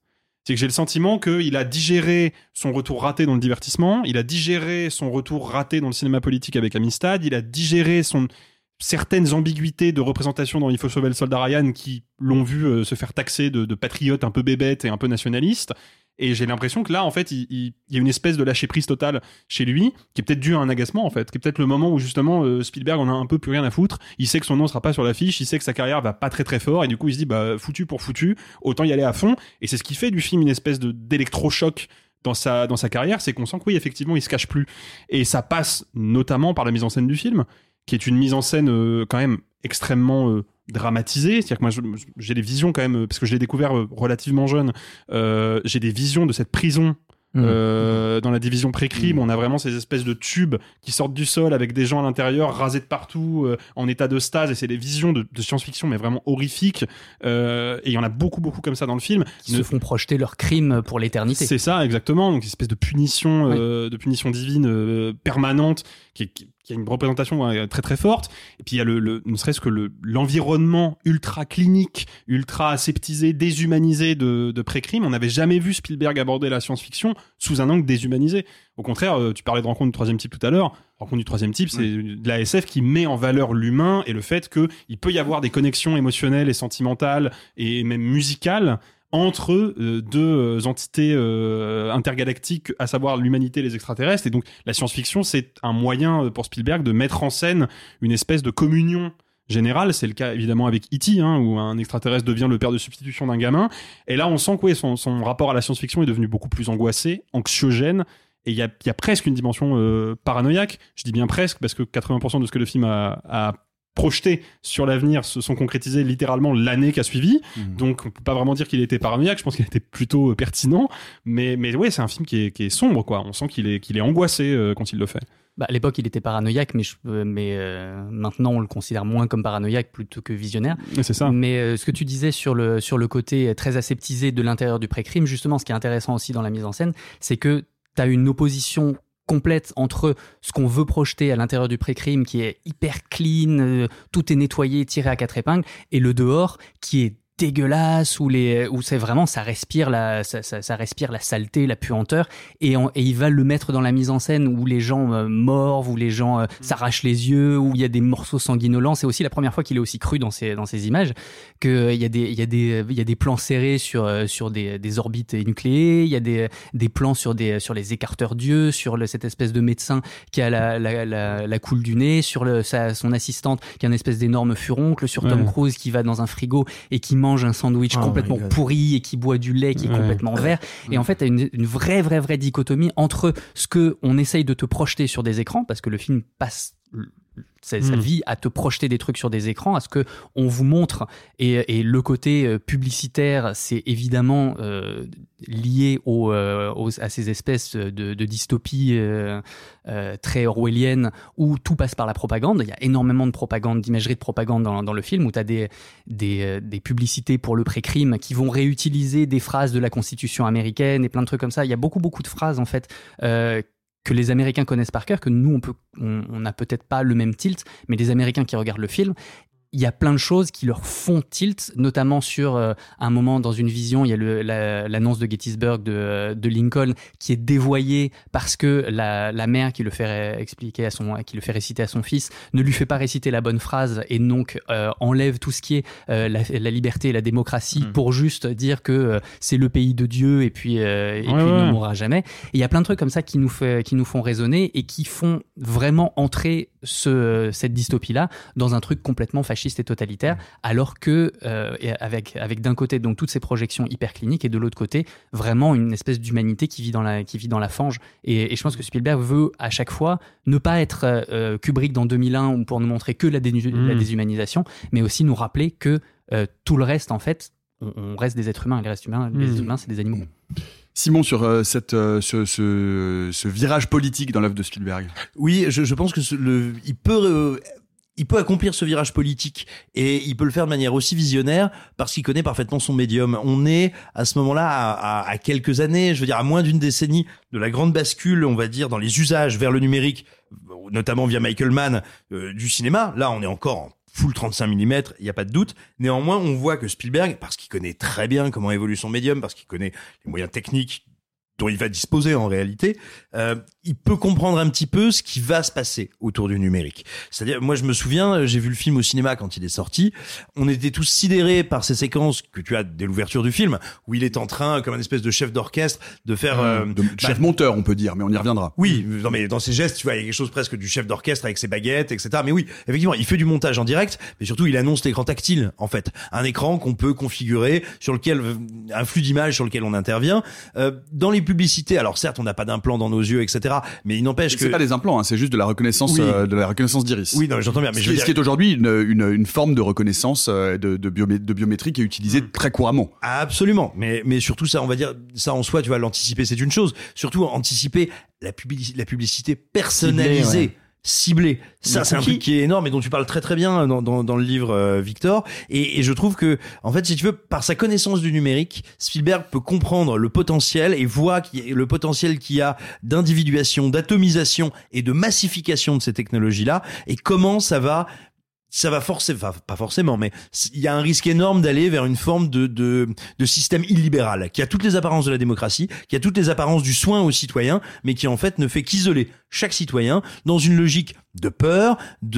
C'est que j'ai le sentiment qu'il a digéré son retour raté dans le divertissement, il a digéré son retour raté dans le cinéma politique avec Amistad, il a digéré son... certaines ambiguïtés de représentation dans Il faut sauver le soldat Ryan qui l'ont vu euh, se faire taxer de, de patriote un peu bébête et un peu nationaliste. Et j'ai l'impression que là, en fait, il, il, il y a une espèce de lâcher-prise totale chez lui, qui est peut-être dû à un agacement, en fait, qui est peut-être le moment où, justement, euh, Spielberg en a un peu plus rien à foutre. Il sait que son nom sera pas sur l'affiche, il sait que sa carrière va pas très très fort, et du coup, il se dit, bah, foutu pour foutu, autant y aller à fond. Et c'est ce qui fait du film une espèce de, d'électrochoc dans sa, dans sa carrière, c'est qu'on sent que oui, effectivement, il se cache plus. Et ça passe notamment par la mise en scène du film, qui est une mise en scène euh, quand même extrêmement euh, dramatisée. C'est-à-dire que moi, je, j'ai des visions quand même, parce que je l'ai découvert euh, relativement jeune, euh, j'ai des visions de cette prison Mmh. Euh, dans la division pré-crime, mmh. on a vraiment ces espèces de tubes qui sortent du sol avec des gens à l'intérieur rasés de partout, euh, en état de stase, et c'est des visions de, de science-fiction mais vraiment horrifiques. Euh, et il y en a beaucoup beaucoup comme ça dans le film. Qui ne... se font projeter leurs crimes pour l'éternité. C'est ça, exactement. Donc une espèce de punition, euh, oui. de punition divine euh, permanente qui, qui, qui a une représentation euh, très très forte. Et puis il y a le, le ne serait-ce que le, l'environnement ultra clinique, ultra aseptisé, déshumanisé de, de pré-crime. On n'avait jamais vu Spielberg aborder la science-fiction sous un angle déshumanisé. Au contraire, euh, tu parlais de Rencontre du troisième type tout à l'heure. Rencontre du troisième type, c'est oui. de la S F qui met en valeur l'humain et le fait qu'il peut y avoir des connexions émotionnelles et sentimentales et même musicales entre euh, deux entités euh, intergalactiques, à savoir l'humanité et les extraterrestres. Et donc la science-fiction, c'est un moyen pour Spielberg de mettre en scène une espèce de communion général. C'est le cas évidemment avec E T, hein, où un extraterrestre devient le père de substitution d'un gamin. Et là, on sent que oui, son, son rapport à la science-fiction est devenu beaucoup plus angoissé, anxiogène. Et il y a, y a presque une dimension euh, paranoïaque. Je dis bien presque parce que quatre-vingts pour cent de ce que le film a, a projeté sur l'avenir se sont concrétisés littéralement l'année qui a suivi. Mmh. Donc on peut pas vraiment dire qu'il était paranoïaque. Je pense qu'il était plutôt euh, pertinent. Mais mais ouais, c'est un film qui est qui est sombre, quoi. On sent qu'il est qu'il est angoissé euh, quand il le fait. Bah, à l'époque, il était paranoïaque, mais, je, mais euh, maintenant, on le considère moins comme paranoïaque plutôt que visionnaire. Mais c'est ça. Mais euh, ce que tu disais sur le, sur le côté très aseptisé de l'intérieur du pré-crime, justement, ce qui est intéressant aussi dans la mise en scène, c'est que tu as une opposition complète entre ce qu'on veut projeter à l'intérieur du pré-crime, qui est hyper clean, euh, tout est nettoyé, tiré à quatre épingles, et le dehors, qui est dégueulasse, où les où c'est vraiment ça respire la ça, ça, ça respire la saleté, la puanteur, et, en, et il va le mettre dans la mise en scène où les gens euh, morvent, où les gens euh, s'arrachent les yeux, où il y a des morceaux sanguinolents. C'est aussi la première fois qu'il est aussi cru dans ces dans ces images, que euh, il y a des il y a des il y a des plans serrés sur euh, sur des des orbites nucléées, il y a des des plans sur des sur les écarteurs d'yeux, sur le, cette espèce de médecin qui a la la la, la coule du nez, sur le sa son assistante qui a une espèce d'énorme furoncle, sur Tom ouais. Cruise qui va dans un frigo et qui mange un sandwich oh complètement pourri et qui boit du lait qui est ouais. complètement vert. Et en fait, t'as une, une vraie, vraie, vraie dichotomie entre ce que on essaye de te projeter sur des écrans, parce que le film passe sa, sa vie à te projeter des trucs sur des écrans, à ce que on vous montre, et, et le côté publicitaire, c'est évidemment euh, lié au, euh, aux, à ces espèces de, de dystopies euh, euh, très orwelliennes où tout passe par la propagande. Il y a énormément de propagande, d'imagerie de propagande dans, dans le film, où tu as des, des, des publicités pour le pré-crime qui vont réutiliser des phrases de la Constitution américaine et plein de trucs comme ça. Il y a beaucoup, beaucoup de phrases, en fait, euh, que les Américains connaissent par cœur, que nous, on peut, on, on n'a peut-être pas le même tilt, mais les Américains qui regardent le film, il y a plein de choses qui leur font tilt, notamment sur euh, un moment dans une vision, il y a le, la, l'annonce de Gettysburg de, de Lincoln qui est dévoyée parce que la, la mère qui le fait expliquer à son, qui le fait réciter à son fils ne lui fait pas réciter la bonne phrase et donc euh, enlève tout ce qui est euh, la, la liberté et la démocratie mmh. pour juste dire que euh, c'est le pays de Dieu et puis euh, et ouais, puis ouais. il ne mourra jamais. Et il y a plein de trucs comme ça qui nous fait, qui nous font résonner et qui font vraiment entrer ce, cette dystopie-là dans un truc complètement fasciste et totalitaire, alors que euh, avec avec d'un côté donc toutes ces projections hyper cliniques et de l'autre côté vraiment une espèce d'humanité qui vit dans la qui vit dans la fange. Et, et je pense que Spielberg veut à chaque fois ne pas être euh, Kubrick dans deux mille un ou pour nous montrer que la, dé- mmh. la déshumanisation, mais aussi nous rappeler que euh, tout le reste en fait, on, on reste des êtres humains, les restes humains, mmh. les humains c'est des animaux. Simon, sur euh, cette, euh, ce, ce, ce virage politique dans l'œuvre de Spielberg. Oui, je, je pense que ce, le, il peut, euh, il peut accomplir ce virage politique et il peut le faire de manière aussi visionnaire parce qu'il connaît parfaitement son médium. On est à ce moment-là à, à, à quelques années, je veux dire à moins d'une décennie de la grande bascule, on va dire, dans les usages vers le numérique, notamment via Michael Mann euh, du cinéma. Là, on est encore en full trente-cinq millimètres, il y a pas de doute. Néanmoins, on voit que Spielberg, parce qu'il connaît très bien comment évolue son médium, parce qu'il connaît les moyens techniques dont il va disposer en réalité, euh, il peut comprendre un petit peu ce qui va se passer autour du numérique. C'est-à-dire, moi je me souviens, j'ai vu le film au cinéma quand il est sorti, on était tous sidérés par ces séquences que tu as dès l'ouverture du film, où il est en train, comme un espèce de chef d'orchestre, de faire... Euh, de, chef bah, monteur, on peut dire, mais on y reviendra. Oui, non mais dans ses gestes, tu vois, il y a quelque chose presque du chef d'orchestre avec ses baguettes, et cetera. Mais oui, effectivement, il fait du montage en direct, mais surtout il annonce l'écran tactile, en fait. Un écran qu'on peut configurer, sur lequel, un flux d'images sur lequel on intervient. Euh, dans les publicités, alors certes, on n'a pas d'implant dans nos yeux, et cetera. Mais il n'empêche que c'est pas des implants, hein, c'est juste de la reconnaissance, oui. euh, de la reconnaissance d'iris. Oui, non, j'entends bien. Mais ce, je veux qui, dire... ce qui est aujourd'hui une, une, une forme de reconnaissance euh, de, de, biomé- de biométrie qui est utilisée mmh. très couramment. Absolument. Mais, mais surtout ça, on va dire, ça en soi, tu vas l'anticiper, c'est une chose. Surtout anticiper la, publici- la publicité personnalisée. Ciblée, ouais. Ciblé. Ça, le c'est cookie. Un truc qui est énorme et dont tu parles très très bien dans, dans, dans le livre, euh, Victor. Et, et je trouve que, en fait, si tu veux, par sa connaissance du numérique, Spielberg peut comprendre le potentiel et voit qu'il y a le potentiel qu'il y a d'individuation, d'atomisation et de massification de ces technologies-là et comment ça va ça va forcer, enfin pas forcément, mais il y a un risque énorme d'aller vers une forme de, de de système illibéral qui a toutes les apparences de la démocratie, qui a toutes les apparences du soin aux citoyens, mais qui en fait ne fait qu'isoler chaque citoyen dans une logique de peur,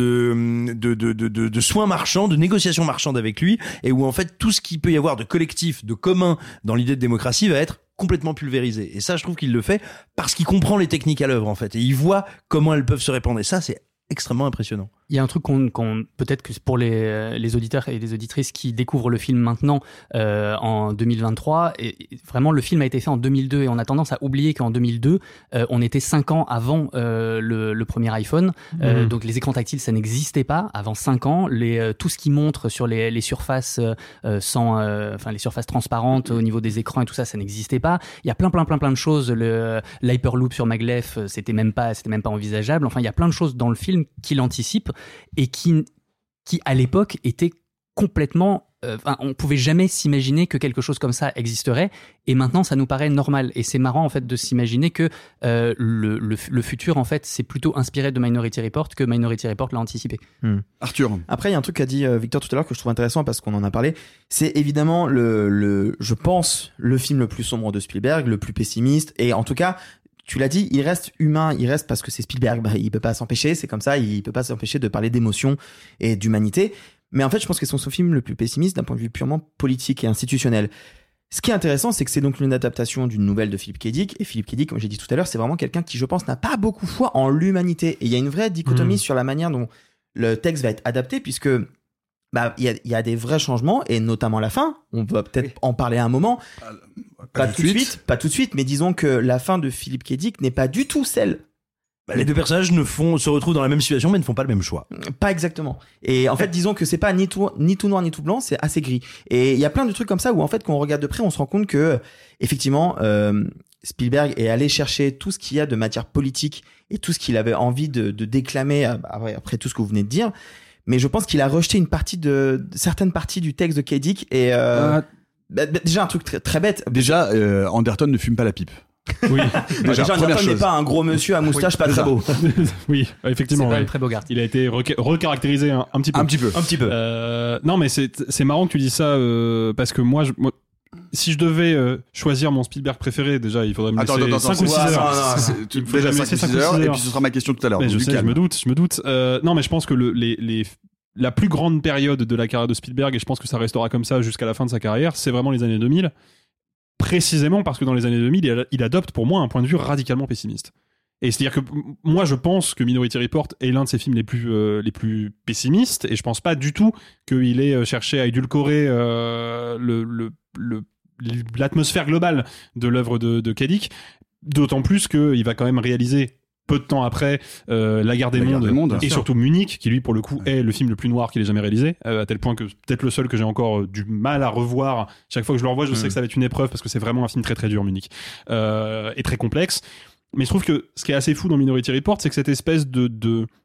de de de de de, de soins marchands, de négociations marchandes avec lui, et où en fait tout ce qu'il peut y avoir de collectif, de commun dans l'idée de démocratie va être complètement pulvérisé. Et ça, je trouve qu'il le fait parce qu'il comprend les techniques à l'œuvre en fait, et il voit comment elles peuvent se répandre. Et ça, c'est extrêmement impressionnant. Il y a un truc qu'on, qu'on peut-être que pour les, les auditeurs et les auditrices qui découvrent le film maintenant euh, en deux mille vingt-trois, et, et vraiment le film a été fait en deux mille deux et on a tendance à oublier qu'en deux mille deux euh, on était cinq ans avant euh, le, le premier iPhone, euh, mmh. donc les écrans tactiles ça n'existait pas avant cinq ans. Les, euh, tout ce qui montre sur les, les surfaces euh, sans, euh, enfin les surfaces transparentes au niveau des écrans et tout ça, ça n'existait pas. Il y a plein plein plein plein de choses. Le, l'hyperloop sur Maglev, c'était même pas, c'était même pas envisageable. Enfin il y a plein de choses dans le film qui l'anticipent et qui, qui à l'époque était complètement... Euh, on pouvait jamais s'imaginer que quelque chose comme ça existerait et maintenant ça nous paraît normal et c'est marrant en fait de s'imaginer que euh, le, le, le futur en fait c'est plutôt inspiré de Minority Report que Minority Report l'a anticipé. Hmm. Arthur. Après il y a un truc qu'a dit euh, Victor tout à l'heure que je trouve intéressant parce qu'on en a parlé, c'est évidemment le, le, je pense le film le plus sombre de Spielberg, le plus pessimiste et en tout cas tu l'as dit, il reste humain, il reste parce que c'est Spielberg, bah, il peut pas s'empêcher, c'est comme ça, il peut pas s'empêcher de parler d'émotion et d'humanité. Mais en fait, je pense que c'est son film le plus pessimiste d'un point de vue purement politique et institutionnel. Ce qui est intéressant, c'est que c'est donc une adaptation d'une nouvelle de Philip K. Dick. Et Philip K. Dick, comme j'ai dit tout à l'heure, c'est vraiment quelqu'un qui, je pense, n'a pas beaucoup foi en l'humanité. Et il y a une vraie dichotomie mmh. sur la manière dont le texte va être adapté, puisque bah, il y a, y a des vrais changements, et notamment la fin. On va peut-être oui. en parler un moment. Euh, Pas, pas tout de suite. suite, pas tout de suite, mais disons que la fin de Philip K. Dick n'est pas du tout celle. Bah, les deux personnages ne font, se retrouvent dans la même situation, mais ne font pas le même choix. Pas exactement. Et en fait, disons que c'est pas ni tout, ni tout noir ni tout blanc, c'est assez gris. Et il y a plein de trucs comme ça où en fait, quand on regarde de près, on se rend compte que effectivement, euh, Spielberg est allé chercher tout ce qu'il y a de matière politique et tout ce qu'il avait envie de, de déclamer après, après tout ce que vous venez de dire. Mais je pense qu'il a rejeté une partie de, de certaines parties du texte de K. Dick et euh, euh... Bah, déjà un truc très, très bête. Déjà, euh, Anderton ne fume pas la pipe. Oui. Déjà, déjà Anderton n'est pas un gros monsieur à moustache oui, pas très beau. Oui, effectivement. C'est ouais. pas très beau gars. Il a été reca- recaractérisé un, un petit peu. Un petit peu. Un petit peu. Euh, non, mais c'est c'est marrant que tu dis ça euh, parce que moi, je, moi, si je devais euh, choisir mon Spielberg préféré, déjà, il faudrait me attends, laisser attends, cinq ou six heures. Non, non, tu me déjà cinq ou six heures, et puis ce sera ma question tout à l'heure. Mais je sais, calme. je me doute, je me doute. Euh, non, mais je pense que le, les, les la plus grande période de la carrière de Spielberg, et je pense que ça restera comme ça jusqu'à la fin de sa carrière, c'est vraiment les années deux mille, précisément parce que dans les années deux mille, il adopte pour moi un point de vue radicalement pessimiste. Et c'est-à-dire que moi, je pense que Minority Report est l'un de ses films les plus, euh, les plus pessimistes, et je pense pas du tout qu'il ait cherché à édulcorer euh, le, le, le, l'atmosphère globale de l'œuvre de, de K. Dick, d'autant plus qu'il va quand même réaliser peu de temps après euh, La Guerre des La Mondes, Guerre des Mondes et surtout Munich, qui lui pour le coup est le film le plus noir qu'il ait jamais réalisé, euh, à tel point que peut-être le seul que j'ai encore euh, du mal à revoir. Chaque fois que je le revois, je mmh. sais que ça va être une épreuve parce que c'est vraiment un film très très dur, Munich, euh, et très complexe. Mais je trouve que ce qui est assez fou dans Minority Report, c'est que cette espèce de, de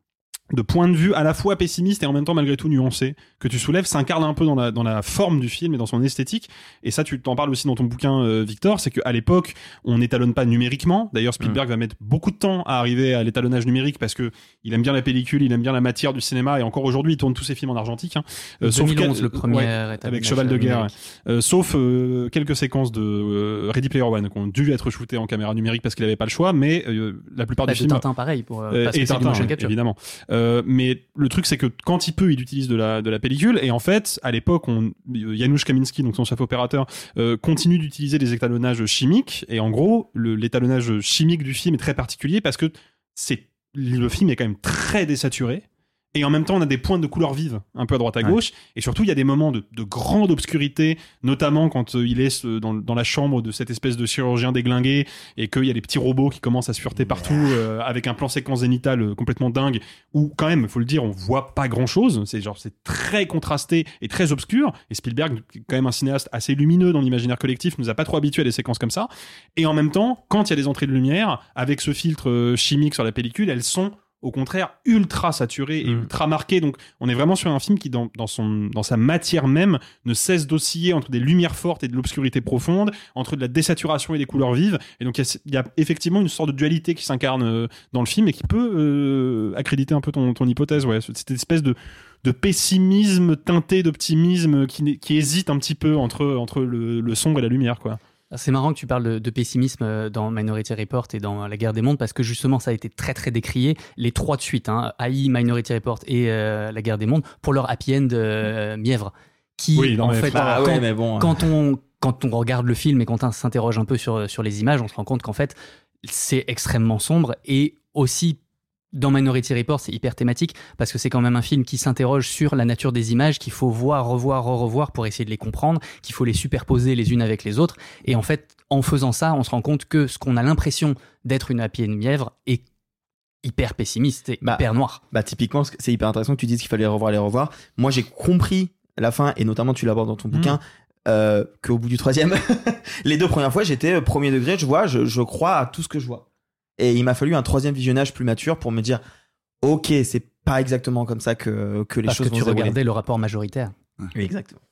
de point de vue à la fois pessimiste et en même temps malgré tout nuancé que tu soulèves s'incarne un peu dans la dans la forme du film et dans son esthétique. Et ça, tu t'en parles aussi dans ton bouquin, euh, Victor, c'est qu'à l'époque, on n'étalonne pas numériquement. D'ailleurs, Spielberg mmh. va mettre beaucoup de temps à arriver à l'étalonnage numérique parce que il aime bien la pellicule, il aime bien la matière du cinéma, et encore aujourd'hui, il tourne tous ses films en argentique. Hein. Euh, deux mille onze, sauf le premier ouais, avec Cheval de guerre, ouais. euh, sauf euh, quelques séquences de euh, Ready Player One qui ont dû être shootées en caméra numérique parce qu'il avait pas le choix, mais euh, la plupart bah, du film. Tintin, pareil, pour euh, parce et que c'est Tintin, du motion capture. Évidemment. Euh, mais le truc, c'est que quand il peut, il utilise de la de la pellicule. Et en fait, à l'époque, on, Janusz Kaminski, donc son chef opérateur, euh, continue d'utiliser des étalonnages chimiques. Et en gros, le, l'étalonnage chimique du film est très particulier parce que c'est le film est quand même très désaturé. Et en même temps, on a des points de couleur vive, un peu à droite à gauche. Ouais. Et surtout, il y a des moments de, de grande obscurité, notamment quand euh, il est dans, dans la chambre de cette espèce de chirurgien déglingué et qu'il y a des petits robots qui commencent à se fureter partout, euh, avec un plan séquence zénithal euh, complètement dingue, où quand même, faut le dire, on voit pas grand-chose. C'est genre, c'est très contrasté et très obscur. Et Spielberg, quand même un cinéaste assez lumineux dans l'imaginaire collectif, nous a pas trop habitués à des séquences comme ça. Et en même temps, quand il y a des entrées de lumière, avec ce filtre euh, chimique sur la pellicule, elles sont au contraire ultra saturé et mmh. ultra marqué. Donc on est vraiment sur un film qui dans, dans, son, dans sa matière même ne cesse d'osciller entre des lumières fortes et de l'obscurité profonde, entre de la désaturation et des couleurs vives. Et donc il y, y a effectivement une sorte de dualité qui s'incarne euh, dans le film et qui peut euh, accréditer un peu ton, ton hypothèse. Ouais. Cette espèce de de pessimisme teinté d'optimisme qui, qui hésite un petit peu entre, entre le, le sombre et la lumière, quoi. C'est marrant que tu parles de, de pessimisme dans Minority Report et dans La Guerre des Mondes parce que justement ça a été très très décrié, les trois de suite, hein, A I, Minority Report et euh, La Guerre des Mondes, pour leur happy end euh, mièvre. Qui oui, non, en fait, bah, quand, ouais, mais bon, quand, on, quand on regarde le film et quand on s'interroge un peu sur, sur les images, on se rend compte qu'en fait c'est extrêmement sombre et aussi. Dans Minority Report, c'est hyper thématique parce que c'est quand même un film qui s'interroge sur la nature des images, qu'il faut voir, revoir, revoir pour essayer de les comprendre, qu'il faut les superposer les unes avec les autres. Et en fait, en faisant ça, on se rend compte que ce qu'on a l'impression d'être une happy end mièvre est hyper pessimiste et bah, hyper noir. Bah typiquement, c'est hyper intéressant que tu dises qu'il fallait les revoir, les revoir. Moi, j'ai compris la fin, et notamment tu l'abordes dans ton mmh. bouquin, euh, qu'au bout du troisième, les deux premières fois, j'étais premier degré, je vois, je, je crois à tout ce que je vois. Et il m'a fallu un troisième visionnage plus mature pour me dire ok, c'est pas exactement comme ça que, que les Parce choses que vont tu se dérouler. regardais le rapport majoritaire. Oui, exactement.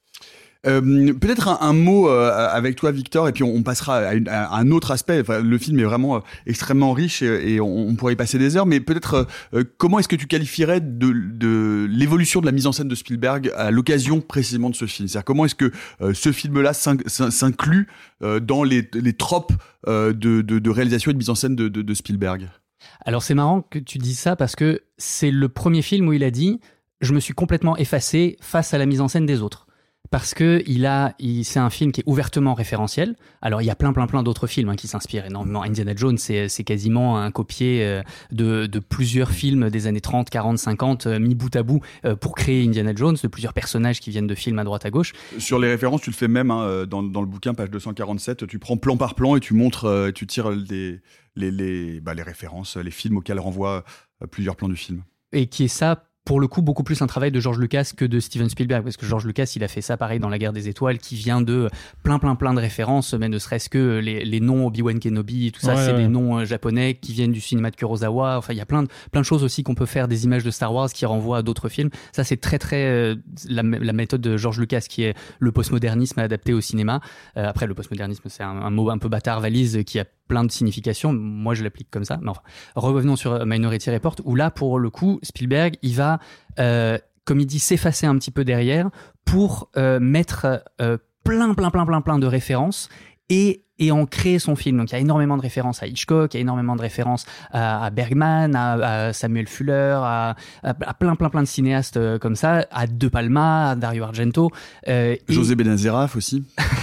Euh, peut-être un, un mot euh, avec toi, Victor, et puis on, on passera à, une, à un autre aspect. Enfin, le film est vraiment euh, extrêmement riche et, et on, on pourrait y passer des heures, mais peut-être euh, comment est-ce que tu qualifierais de, de l'évolution de la mise en scène de Spielberg à l'occasion précisément de ce film? C'est-à-dire comment est-ce que euh, ce film-là s'inclut euh, dans les, les tropes euh, de, de, de réalisation et de mise en scène de, de, de Spielberg? Alors c'est marrant que tu dises ça parce que c'est le premier film où il a dit « Je me suis complètement effacé face à la mise en scène des autres ». Parce que il a, il, c'est un film qui est ouvertement référentiel. Alors il y a plein, plein, plein d'autres films hein, qui s'inspirent énormément. Indiana Jones, c'est, c'est quasiment un copié euh, de, de plusieurs films des années trente, quarante, cinquante, euh, mis bout à bout euh, pour créer Indiana Jones, de plusieurs personnages qui viennent de films à droite à gauche. Sur les références, tu le fais même hein, dans, dans le bouquin, page deux cent quarante-sept. Tu prends plan par plan et tu montres, euh, tu tires les, les, les, bah, les références, les films auxquels renvoient euh, plusieurs plans du film. Et qui est ça. Pour le coup, beaucoup plus un travail de George Lucas que de Steven Spielberg, parce que George Lucas, il a fait ça pareil dans La Guerre des Étoiles, qui vient de plein, plein, plein de références, mais ne serait-ce que les, les noms Obi-Wan Kenobi et tout ça, ouais, c'est ouais. des noms japonais qui viennent du cinéma de Kurosawa. Enfin, il y a plein de, plein de choses aussi qu'on peut faire, des images de Star Wars qui renvoient à d'autres films. Ça, c'est très, très euh, la, la méthode de George Lucas, qui est le postmodernisme adapté au cinéma. Euh, après, le postmodernisme, c'est un, un mot un peu bâtard valise qui a plein de significations. Moi, je l'applique comme ça. Mais enfin, revenons sur Minority Report, où là, pour le coup, Spielberg, il va, euh, comme il dit, s'effacer un petit peu derrière pour euh, mettre euh, plein, plein, plein, plein, plein de références et, et en créer son film. Donc, il y a énormément de références à Hitchcock, il y a énormément de références à, à Bergman, à, à Samuel Fuller, à, à, à plein, plein, plein de cinéastes euh, comme ça, à De Palma, à Dario Argento. Euh, José et... Benazeraf aussi.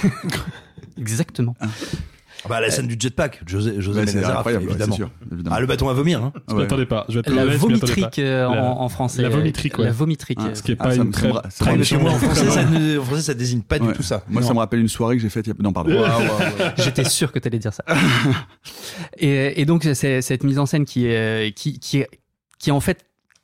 Exactement. Ah. Bah, la scène du jetpack, José, José ouais, Benazeraf, évidemment. Ouais, sûr, évidemment. Ah, le bâton à vomir, hein. Je m'attendais pas. Je la laisse, vomitrique euh, en, en français. La vomitrique, ouais. La vomitrique. Ah, ce qui est ah, pas ça une me, très... ça me, très ça moi, en français, ça ne, en français, ça désigne pas ouais. du tout ça. Moi, non. ça me rappelle une soirée que j'ai faite il y a... Non, pardon. Wow, wow, wow. J'étais sûr que t'allais dire ça. et, et donc, c'est cette mise en scène qui est, qui, qui est, qui est en fait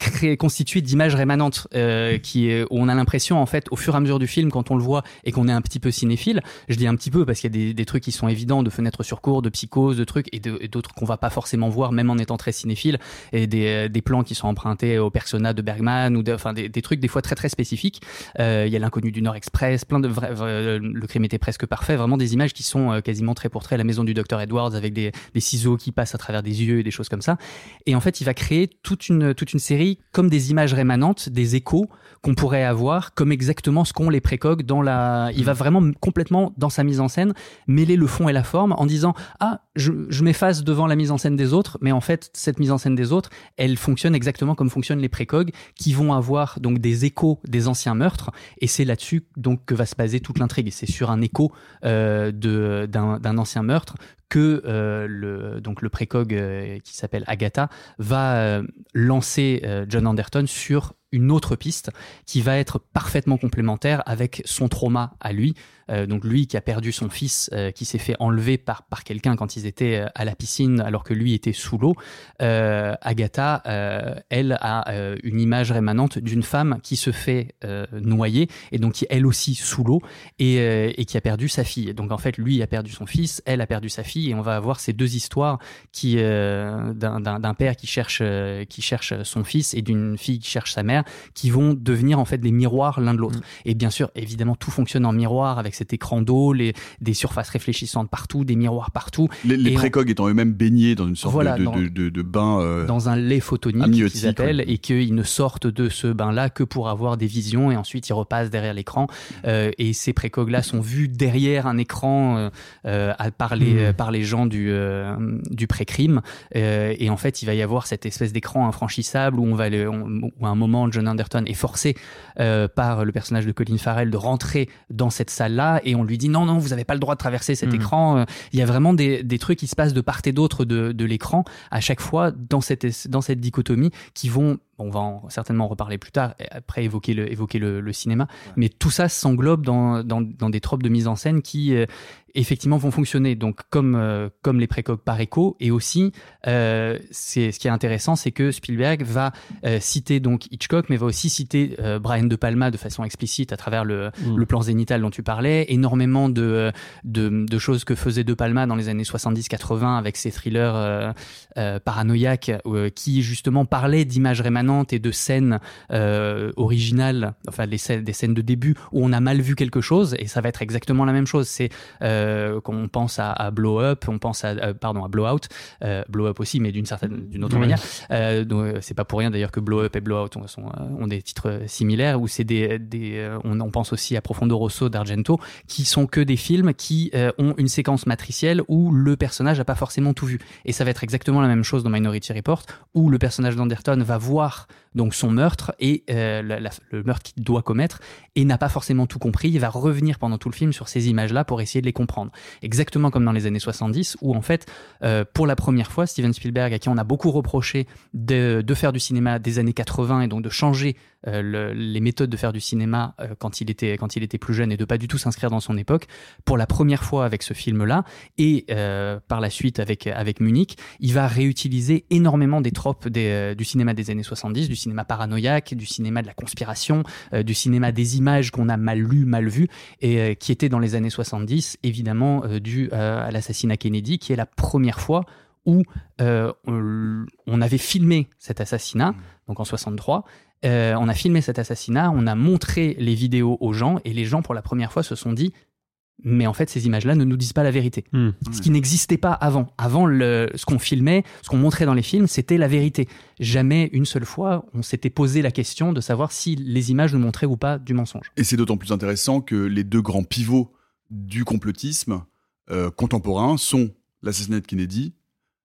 créé, constitué d'images rémanentes, euh, qui est, où on a l'impression, en fait, au fur et à mesure du film, quand on le voit et qu'on est un petit peu cinéphile, je dis un petit peu parce qu'il y a des, des trucs qui sont évidents, de fenêtres sur cour, de psychose, de trucs, et, de, et d'autres qu'on va pas forcément voir, même en étant très cinéphile, et des, des plans qui sont empruntés au persona de Bergman, ou de, enfin des, des trucs des fois très très spécifiques. Euh, il y a l'Inconnu du Nord Express, plein de vrais, vrais, le crime était presque parfait, vraiment des images qui sont euh, quasiment trait pour trait, la maison du docteur Edwards avec des, des ciseaux qui passent à travers des yeux et des choses comme ça. Et en fait, il va créer toute une, toute une série comme des images rémanentes, des échos qu'on pourrait avoir, comme exactement ce qu'ont les précogs dans la... Il va vraiment complètement, dans sa mise en scène, mêler le fond et la forme en disant « Ah, je, je m'efface devant la mise en scène des autres, mais en fait, cette mise en scène des autres, elle fonctionne exactement comme fonctionnent les précogs, qui vont avoir donc des échos des anciens meurtres, et c'est là-dessus donc que va se baser toute l'intrigue. Et c'est sur un écho euh, de, d'un, d'un ancien meurtre que euh, le, donc le précog euh, qui s'appelle Agatha va euh, lancer euh, John Anderton sur une autre piste qui va être parfaitement complémentaire avec son trauma à lui. Euh, donc lui qui a perdu son fils, euh, qui s'est fait enlever par, par quelqu'un quand ils étaient à la piscine alors que lui était sous l'eau. Euh, Agatha, euh, elle a euh, une image rémanente d'une femme qui se fait euh, noyer et donc qui est elle aussi sous l'eau et, euh, et qui a perdu sa fille. Donc en fait lui a perdu son fils, elle a perdu sa fille et on va avoir ces deux histoires qui, euh, d'un, d'un, d'un père qui cherche, euh, qui cherche son fils et d'une fille qui cherche sa mère, qui vont devenir en fait des miroirs l'un de l'autre. Mmh. Et bien sûr, évidemment, tout fonctionne en miroir avec cet écran d'eau, les, des surfaces réfléchissantes partout, des miroirs partout. Les, les précogs on... étant eux-mêmes baignés dans une sorte voilà, de, dans, de, de, de bain... Euh, dans un lait photonique, amniotique, qu'ils appellent, ouais. Et qu'ils ne sortent de ce bain-là que pour avoir des visions, et ensuite ils repassent derrière l'écran. Euh, et ces précogs-là sont vus derrière un écran euh, euh, par, les, mmh. par les gens du, euh, du pré-crime. Euh, et en fait, il va y avoir cette espèce d'écran infranchissable où, on va le, on, où à un moment, John Anderton est forcé euh, par le personnage de Colin Farrell de rentrer dans cette salle-là, et on lui dit non, non, vous n'avez pas le droit de traverser cet mmh. écran. Il y a vraiment des, des trucs qui se passent de part et d'autre de, de l'écran, à chaque fois dans cette, dans cette dichotomie, qui vont... On va en, certainement en reparler plus tard, après évoquer le, évoquer le, le cinéma. Ouais. Mais tout ça s'englobe dans, dans, dans des tropes de mise en scène qui, euh, effectivement, vont fonctionner. Donc, comme, euh, comme les précogs par écho. Et aussi, euh, c'est, ce qui est intéressant, c'est que Spielberg va euh, citer donc Hitchcock, mais va aussi citer euh, Brian De Palma de façon explicite à travers le, mmh. le plan zénital dont tu parlais. Énormément de, de, de choses que faisait De Palma dans les années soixante-dix quatre-vingts avec ses thrillers euh, euh, paranoïaques euh, qui, justement, parlaient d'images rémanentes et de scènes euh, originales, enfin les scènes, des scènes de début où on a mal vu quelque chose, et ça va être exactement la même chose. C'est euh, quand on pense à, à Blow Up, on pense à euh, pardon à Blow Out, euh, Blow Up aussi, mais d'une certaine, d'une autre oui. manière. Euh, donc, c'est pas pour rien d'ailleurs que Blow Up et Blow Out ont, sont, ont des titres similaires. Où c'est des, des euh, on, on pense aussi à Profondo Rosso d'Argento, qui sont que des films qui euh, ont une séquence matricielle où le personnage a pas forcément tout vu. Et ça va être exactement la même chose dans Minority Report, où le personnage d'Anderton va voir donc son meurtre et euh, la, la, le meurtre qu'il doit commettre et n'a pas forcément tout compris. Il va revenir pendant tout le film sur ces images-là pour essayer de les comprendre. Exactement comme dans les années soixante-dix, où en fait, euh, pour la première fois, Steven Spielberg, à qui on a beaucoup reproché de, de faire du cinéma des années quatre-vingts et donc de changer euh, le, les méthodes de faire du cinéma euh, quand il était quand il était plus jeune et de pas du tout s'inscrire dans son époque, pour la première fois avec ce film-là et euh, par la suite avec avec Munich, il va réutiliser énormément des tropes des, euh, du cinéma des années soixante-dix, du cinéma paranoïaque, du cinéma de la conspiration, euh, du cinéma des images qu'on a mal lues, mal vues, et euh, qui était dans les années soixante-dix, évidemment euh, dû euh, à l'assassinat Kennedy, qui est la première fois où euh, on, on avait filmé cet assassinat, donc en soixante-trois. Euh, on a filmé cet assassinat, on a montré les vidéos aux gens, et les gens, pour la première fois, se sont dit mais en fait, ces images-là ne nous disent pas la vérité. Mmh. Ce qui n'existait pas avant. Avant, le, ce qu'on filmait, ce qu'on montrait dans les films, c'était la vérité. Jamais une seule fois, on s'était posé la question de savoir si les images nous montraient ou pas du mensonge. Et c'est d'autant plus intéressant que les deux grands pivots du complotisme euh, contemporain sont l'assassinat de Kennedy,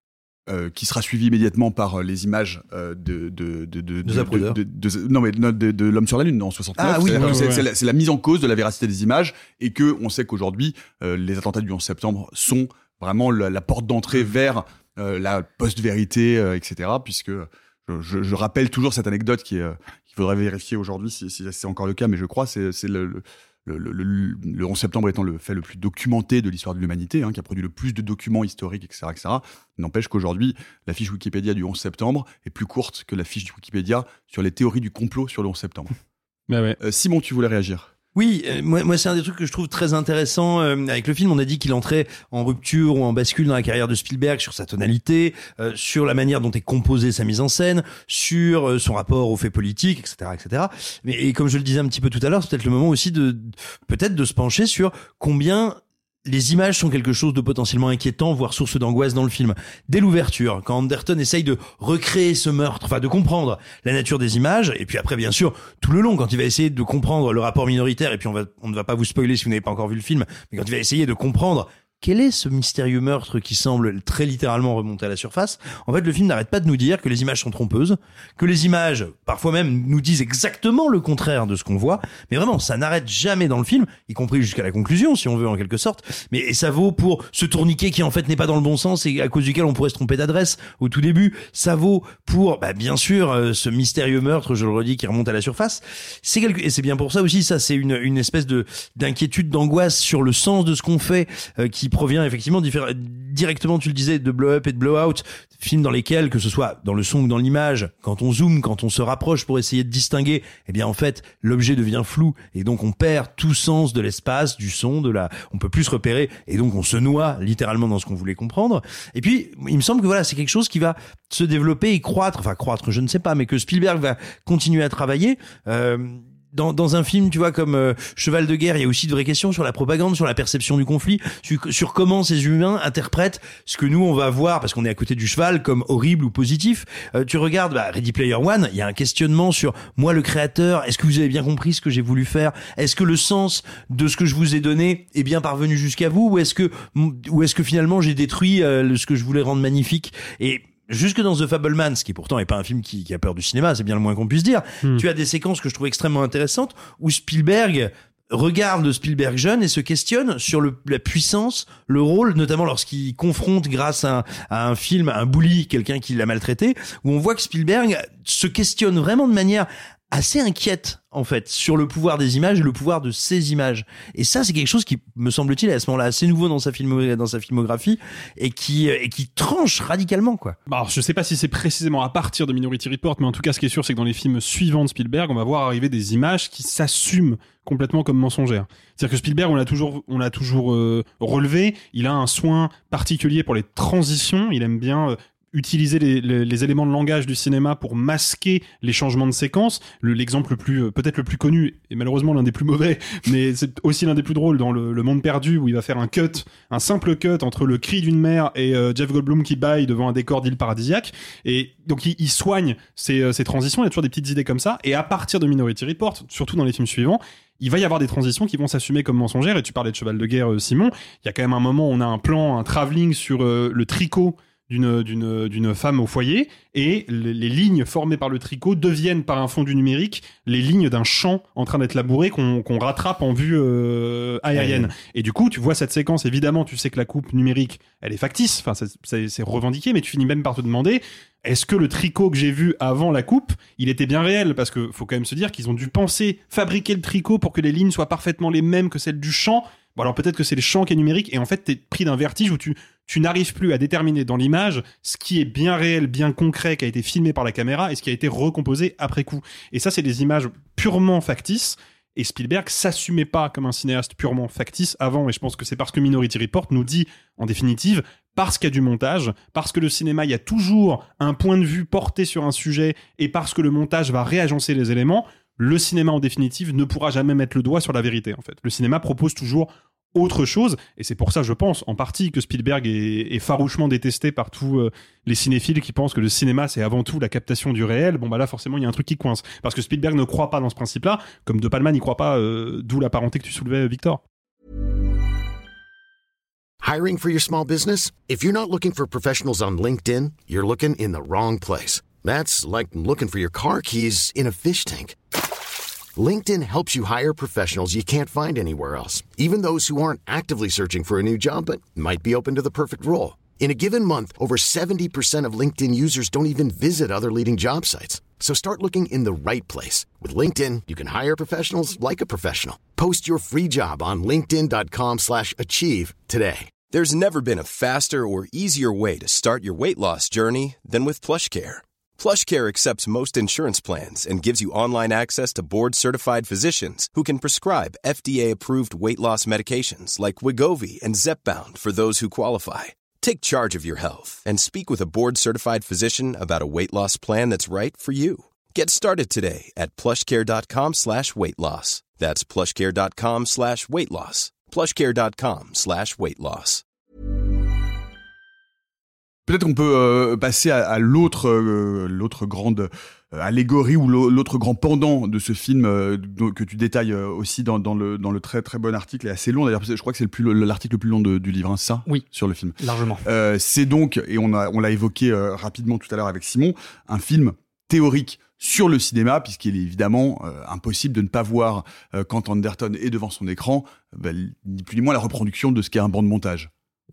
Euh, qui sera suivi immédiatement par euh, les images euh, de, de, de, de, de, de, de, de, non mais de, de, de l'homme sur la lune en soixante-neuf. Ah, oui, c'est, ouais, c'est, ouais. c'est, la, c'est la mise en cause de la véracité des images, et que on sait qu'aujourd'hui euh, les attentats du onze septembre sont vraiment la, la porte d'entrée vers euh, la post-vérité, euh, et cetera. Puisque je, je, je rappelle toujours cette anecdote qui est, euh, qu'il faudrait vérifier aujourd'hui si, si c'est encore le cas, mais je crois c'est, c'est le, le le, le, le, le onze septembre étant le fait le plus documenté de l'histoire de l'humanité, hein, qui a produit le plus de documents historiques, et cetera, et cetera. N'empêche qu'aujourd'hui, la fiche Wikipédia du onze septembre est plus courte que la fiche du Wikipédia sur les théories du complot sur le onze septembre. Bah ouais. euh, Simon, tu voulais réagir ? Oui, euh, moi, moi c'est un des trucs que je trouve très intéressant euh, avec le film. On a dit qu'il entrait en rupture ou en bascule dans la carrière de Spielberg sur sa tonalité, euh, sur la manière dont est composée sa mise en scène, sur euh, son rapport aux faits politiques, et cetera, et cetera. Mais et comme je le disais un petit peu tout à l'heure, c'est peut-être le moment aussi de peut-être de se pencher sur combien les images sont quelque chose de potentiellement inquiétant, voire source d'angoisse dans le film. Dès l'ouverture, quand Anderton essaye de recréer ce meurtre, enfin de comprendre la nature des images, et puis après bien sûr tout le long quand il va essayer de comprendre le rapport minoritaire, et puis on va on ne va pas vous spoiler si vous n'avez pas encore vu le film, mais quand il va essayer de comprendre quel est ce mystérieux meurtre qui semble très littéralement remonter à la surface, en fait le film n'arrête pas de nous dire que les images sont trompeuses, que les images parfois même nous disent exactement le contraire de ce qu'on voit, mais vraiment ça n'arrête jamais dans le film, y compris jusqu'à la conclusion si on veut en quelque sorte, mais et ça vaut pour ce tourniquet qui en fait n'est pas dans le bon sens et à cause duquel on pourrait se tromper d'adresse au tout début, ça vaut pour bah, bien sûr euh, ce mystérieux meurtre, je le redis, qui remonte à la surface, c'est quelque... et c'est bien pour ça aussi, ça c'est une, une espèce de d'inquiétude, d'angoisse sur le sens de ce qu'on fait euh, qui provient effectivement diffé- directement, tu le disais, de Blow Up et de Blow Out, films dans lesquels, que ce soit dans le son ou dans l'image, quand on zoome, quand on se rapproche pour essayer de distinguer, eh bien en fait l'objet devient flou et donc on perd tout sens de l'espace, du son, de la, on peut plus se repérer et donc on se noie littéralement dans ce qu'on voulait comprendre. Et puis il me semble que voilà, c'est quelque chose qui va se développer et croître, enfin croître, je ne sais pas, mais que Spielberg va continuer à travailler. Euh, Dans, dans un film, tu vois, comme euh, Cheval de guerre, il y a aussi de vraies questions sur la propagande, sur la perception du conflit, sur, sur comment ces humains interprètent ce que nous, on va voir, parce qu'on est à côté du cheval, comme horrible ou positif. Euh, tu regardes bah, Ready Player One, il y a un questionnement sur moi, le créateur, est-ce que vous avez bien compris ce que j'ai voulu faire ? Est-ce que le sens de ce que je vous ai donné est bien parvenu jusqu'à vous ? Ou est-ce que, ou est-ce que finalement j'ai détruit euh, ce que je voulais rendre magnifique ? Et jusque dans The Fabelmans, ce qui pourtant est pas un film qui, qui a peur du cinéma, c'est bien le moins qu'on puisse dire, hmm. tu as des séquences que je trouve extrêmement intéressantes où Spielberg regarde le Spielberg jeune et se questionne sur le, la puissance, le rôle, notamment lorsqu'il confronte grâce à un, à un film, un bully, quelqu'un qui l'a maltraité, où on voit que Spielberg se questionne vraiment de manière assez inquiète en fait sur le pouvoir des images et le pouvoir de ces images, et ça c'est quelque chose qui me semble-t-il à ce moment-là assez nouveau dans sa filmo- dans sa filmographie et qui et qui tranche radicalement quoi. Bah alors je sais pas si c'est précisément à partir de Minority Report, mais en tout cas ce qui est sûr c'est que dans les films suivants de Spielberg on va voir arriver des images qui s'assument complètement comme mensongères. C'est-à-dire que Spielberg on l'a toujours on l'a toujours euh, relevé, il a un soin particulier pour les transitions, il aime bien euh, utiliser les, les, les éléments de langage du cinéma pour masquer les changements de séquence. Le, l'exemple le plus, peut-être le plus connu, et malheureusement l'un des plus mauvais, mais c'est aussi l'un des plus drôles dans le, le Monde perdu, où il va faire un cut, un simple cut entre le cri d'une mère et euh, Jeff Goldblum qui baille devant un décor d'île paradisiaque. Et donc il, il soigne ces, ces transitions, il y a toujours des petites idées comme ça, et à partir de Minority Report, surtout dans les films suivants, il va y avoir des transitions qui vont s'assumer comme mensongères. Et tu parlais de Cheval de guerre, Simon, il y a quand même un moment où on a un plan, un travelling sur euh, le tricot d'une d'une d'une femme au foyer, et les, les lignes formées par le tricot deviennent par un fondu numérique les lignes d'un champ en train d'être labouré qu'on qu'on rattrape en vue euh, aérienne. Ouais. Et du coup, tu vois cette séquence, évidemment, tu sais que la coupe numérique, elle est factice, enfin c'est, c'est, c'est revendiqué, mais tu finis même par te demander est-ce que le tricot que j'ai vu avant la coupe, il était bien réel ? Parce que faut quand même se dire qu'ils ont dû penser fabriquer le tricot pour que les lignes soient parfaitement les mêmes que celles du champ. Bon, alors peut-être que c'est le champ qui est numérique, et en fait t'es pris d'un vertige où tu tu n'arrives plus à déterminer dans l'image ce qui est bien réel, bien concret, qui a été filmé par la caméra et ce qui a été recomposé après coup. Et ça, c'est des images purement factices. Et Spielberg s'assumait pas comme un cinéaste purement factice avant. Et je pense que c'est parce que Minority Report nous dit, en définitive, parce qu'il y a du montage, parce que le cinéma, il y a toujours un point de vue porté sur un sujet, et parce que le montage va réagencer les éléments, le cinéma, en définitive, ne pourra jamais mettre le doigt sur la vérité, en fait. Le cinéma propose toujours autre chose, et c'est pour ça, je pense, en partie, que Spielberg est, est farouchement détesté par tous euh, les cinéphiles qui pensent que le cinéma, c'est avant tout la captation du réel. Bon, bah là, forcément, il y a un truc qui coince. Parce que Spielberg ne croit pas dans ce principe-là, comme De Palma n'y croit pas, euh, d'où la parenté que tu soulevais, Victor. Hiring for your small business? If you're not looking for professionals on LinkedIn, you're looking in the wrong place. That's like looking for your car keys in a fish tank. LinkedIn helps you hire professionals you can't find anywhere else, even those who aren't actively searching for a new job but might be open to the perfect role. In a given month, over seventy percent of LinkedIn users don't even visit other leading job sites. So start looking in the right place. With LinkedIn, you can hire professionals like a professional. Post your free job on linkedin.com slash achieve today. There's never been a faster or easier way to start your weight loss journey than with PlushCare. PlushCare accepts most insurance plans and gives you online access to board-certified physicians who can prescribe F D A-approved weight loss medications like Wegovy and Zepbound for those who qualify. Take charge of your health and speak with a board-certified physician about a weight loss plan that's right for you. Get started today at plushcare.com slash weight loss. That's plushcare.com slash weight loss. plushcare.com slash weight loss. Peut-être qu'on peut euh, passer à, à l'autre, euh, l'autre grande euh, allégorie ou l'autre grand pendant de ce film euh, que tu détailles euh, aussi dans, dans, le, dans le très très bon article et assez long. D'ailleurs, je crois que c'est le plus, l'article le plus long de, du livre, hein, ça, oui, sur le film. Largement. Euh, c'est donc, et on, a, on l'a évoqué euh, rapidement tout à l'heure avec Simon, un film théorique sur le cinéma, puisqu'il est évidemment euh, impossible de ne pas voir euh, quand Anderton est devant son écran, bah, ni plus ni moins la reproduction de ce qu'est un banc de montage.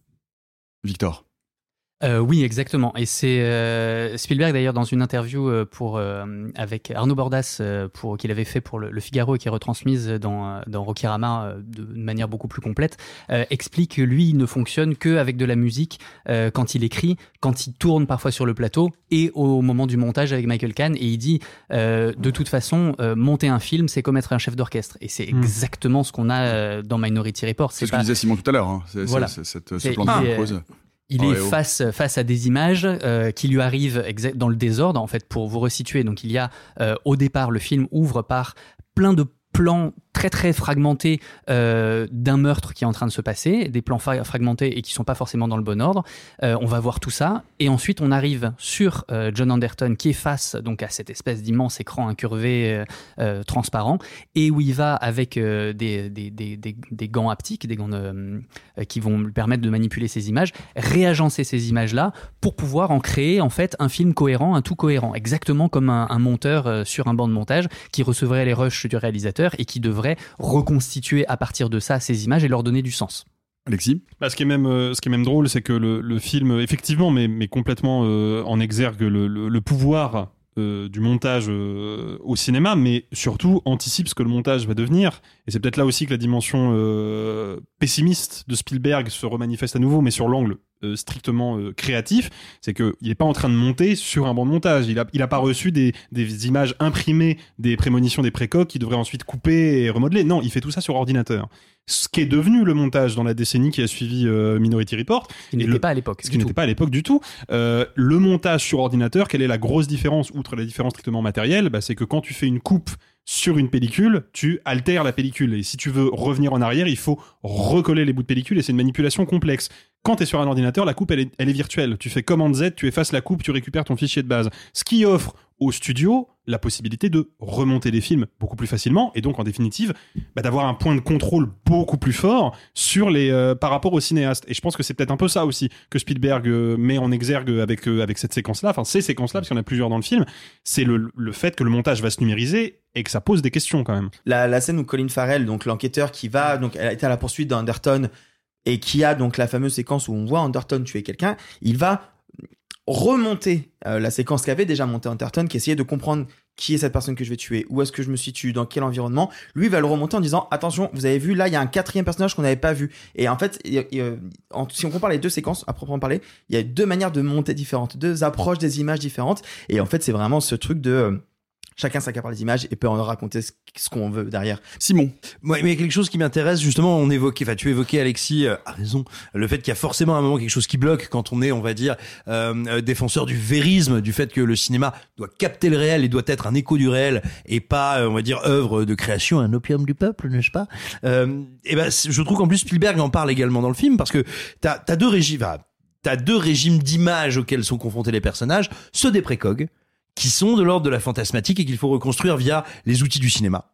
Victor. Euh, oui, exactement. Et c'est euh, Spielberg d'ailleurs dans une interview euh, pour euh, avec Arnaud Bordas euh, pour qu'il avait fait pour le, le Figaro et qui est retransmise dans dans Rokirama euh, de, de manière beaucoup plus complète, euh, explique que lui il ne fonctionne que avec de la musique euh, quand il écrit, quand il tourne parfois sur le plateau et au moment du montage avec Michael Kahn. Et il dit euh, de toute façon euh, monter un film c'est comme être un chef d'orchestre et c'est mmh. exactement ce qu'on a euh, dans Minority Report. C'est, c'est ce pas... que disait Simon tout à l'heure. Hein. C'est, voilà. c'est, c'est, c'est, ce plan de ah, pause. Il oh, est oh. face face à des images euh, qui lui arrivent exa- dans le désordre. En fait, pour vous resituer, donc il y a euh, au départ le film ouvre par plein de plans très très fragmentés euh, d'un meurtre qui est en train de se passer, des plans fa- fragmentés et qui sont pas forcément dans le bon ordre. Euh, on va voir tout ça et ensuite on arrive sur euh, John Anderton qui est face donc à cette espèce d'immense écran incurvé euh, euh, transparent et où il va avec euh, des, des, des, des, des gants haptiques, des gants de, euh, qui vont lui permettre de manipuler ces images, réagencer ces images-là pour pouvoir en créer en fait un film cohérent, un tout cohérent, exactement comme un, un monteur euh, sur un banc de montage qui recevrait les rushs du réalisateur et qui devrait reconstituer à partir de ça ces images et leur donner du sens. Alexis ? Bah, ce qui est même, euh, ce qui est même drôle, c'est que le, le film, effectivement, mais, mais complètement euh, en exergue le, le, le pouvoir euh, du montage euh, au cinéma, mais surtout anticipe ce que le montage va devenir. Et c'est peut-être là aussi que la dimension euh, pessimiste de Spielberg se remanifeste à nouveau, mais sur l'angle euh, strictement euh, créatif, c'est qu'il n'est pas en train de monter sur un banc de montage. Il n'a il a pas reçu des, des images imprimées, des prémonitions, des précoques qu'il devrait ensuite couper et remodeler. Non, il fait tout ça sur ordinateur. Ce qui est devenu le montage dans la décennie qui a suivi euh, Minority Report. Ce qui n'était le, pas à l'époque. Ce qui n'était pas à l'époque du tout. Euh, le montage sur ordinateur, quelle est la grosse différence, outre la différence strictement matérielle, bah, c'est que quand tu fais une coupe sur une pellicule, tu altères la pellicule. Et si tu veux revenir en arrière, il faut recoller les bouts de pellicule et c'est une manipulation complexe. Quand tu es sur un ordinateur, la coupe, elle est, elle est virtuelle. Tu fais commande Z, tu effaces la coupe, tu récupères ton fichier de base. Ce qui offre au studio la possibilité de remonter les films beaucoup plus facilement et donc en définitive bah, d'avoir un point de contrôle beaucoup plus fort sur les, euh, par rapport aux cinéastes. Et je pense que c'est peut-être un peu ça aussi que Spielberg euh, met en exergue avec, euh, avec cette séquence-là, enfin ces séquences-là, parce qu'il y en a plusieurs dans le film, c'est le, le fait que le montage va se numériser et que ça pose des questions quand même. La, la scène où Colin Farrell, donc l'enquêteur qui va, donc elle a été à la poursuite d'Anderton et qui a donc la fameuse séquence où on voit Anderton tuer quelqu'un, il va remonter euh, la séquence qu'avait déjà montée Anderton, qui essayait de comprendre qui est cette personne que je vais tuer, où est-ce que je me situe, dans quel environnement. Lui va le remonter en disant attention, vous avez vu là, il y a un quatrième personnage qu'on n'avait pas vu. Et en fait, y a, y a, en, si on compare les deux séquences à proprement parler, il y a deux manières de monter différentes, deux approches des images différentes. Et en fait, c'est vraiment ce truc de euh, chacun s'accapare les images et peut en raconter ce, ce qu'on veut derrière. Simon. Ouais, mais il y a quelque chose qui m'intéresse, justement, on évoquait, enfin, tu évoquais, Alexis, euh, a raison, le fait qu'il y a forcément à un moment quelque chose qui bloque quand on est, on va dire, euh, défenseur du vérisme, du fait que le cinéma doit capter le réel et doit être un écho du réel et pas, euh, on va dire, œuvre de création, un opium du peuple, n'est-ce pas? Euh, et ben, je trouve qu'en plus, Spielberg en parle également dans le film parce que t'as, t'as deux régimes, enfin, t'as deux régimes d'images auxquels sont confrontés les personnages, ceux des précogs, qui sont de l'ordre de la fantasmatique et qu'il faut reconstruire via les outils du cinéma.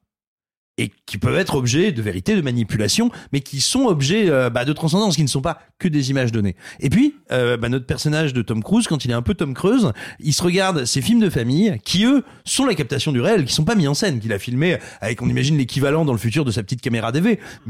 Et qui peuvent être objets de vérité, de manipulation, mais qui sont objets euh, bah, de transcendance, qui ne sont pas que des images données. Et puis, euh, bah, notre personnage de Tom Cruise, quand il est un peu Tom Cruise, il se regarde ces films de famille qui, eux, sont la captation du réel, qui sont pas mis en scène, qu'il a filmé avec, on imagine, l'équivalent dans le futur de sa petite caméra D V, mais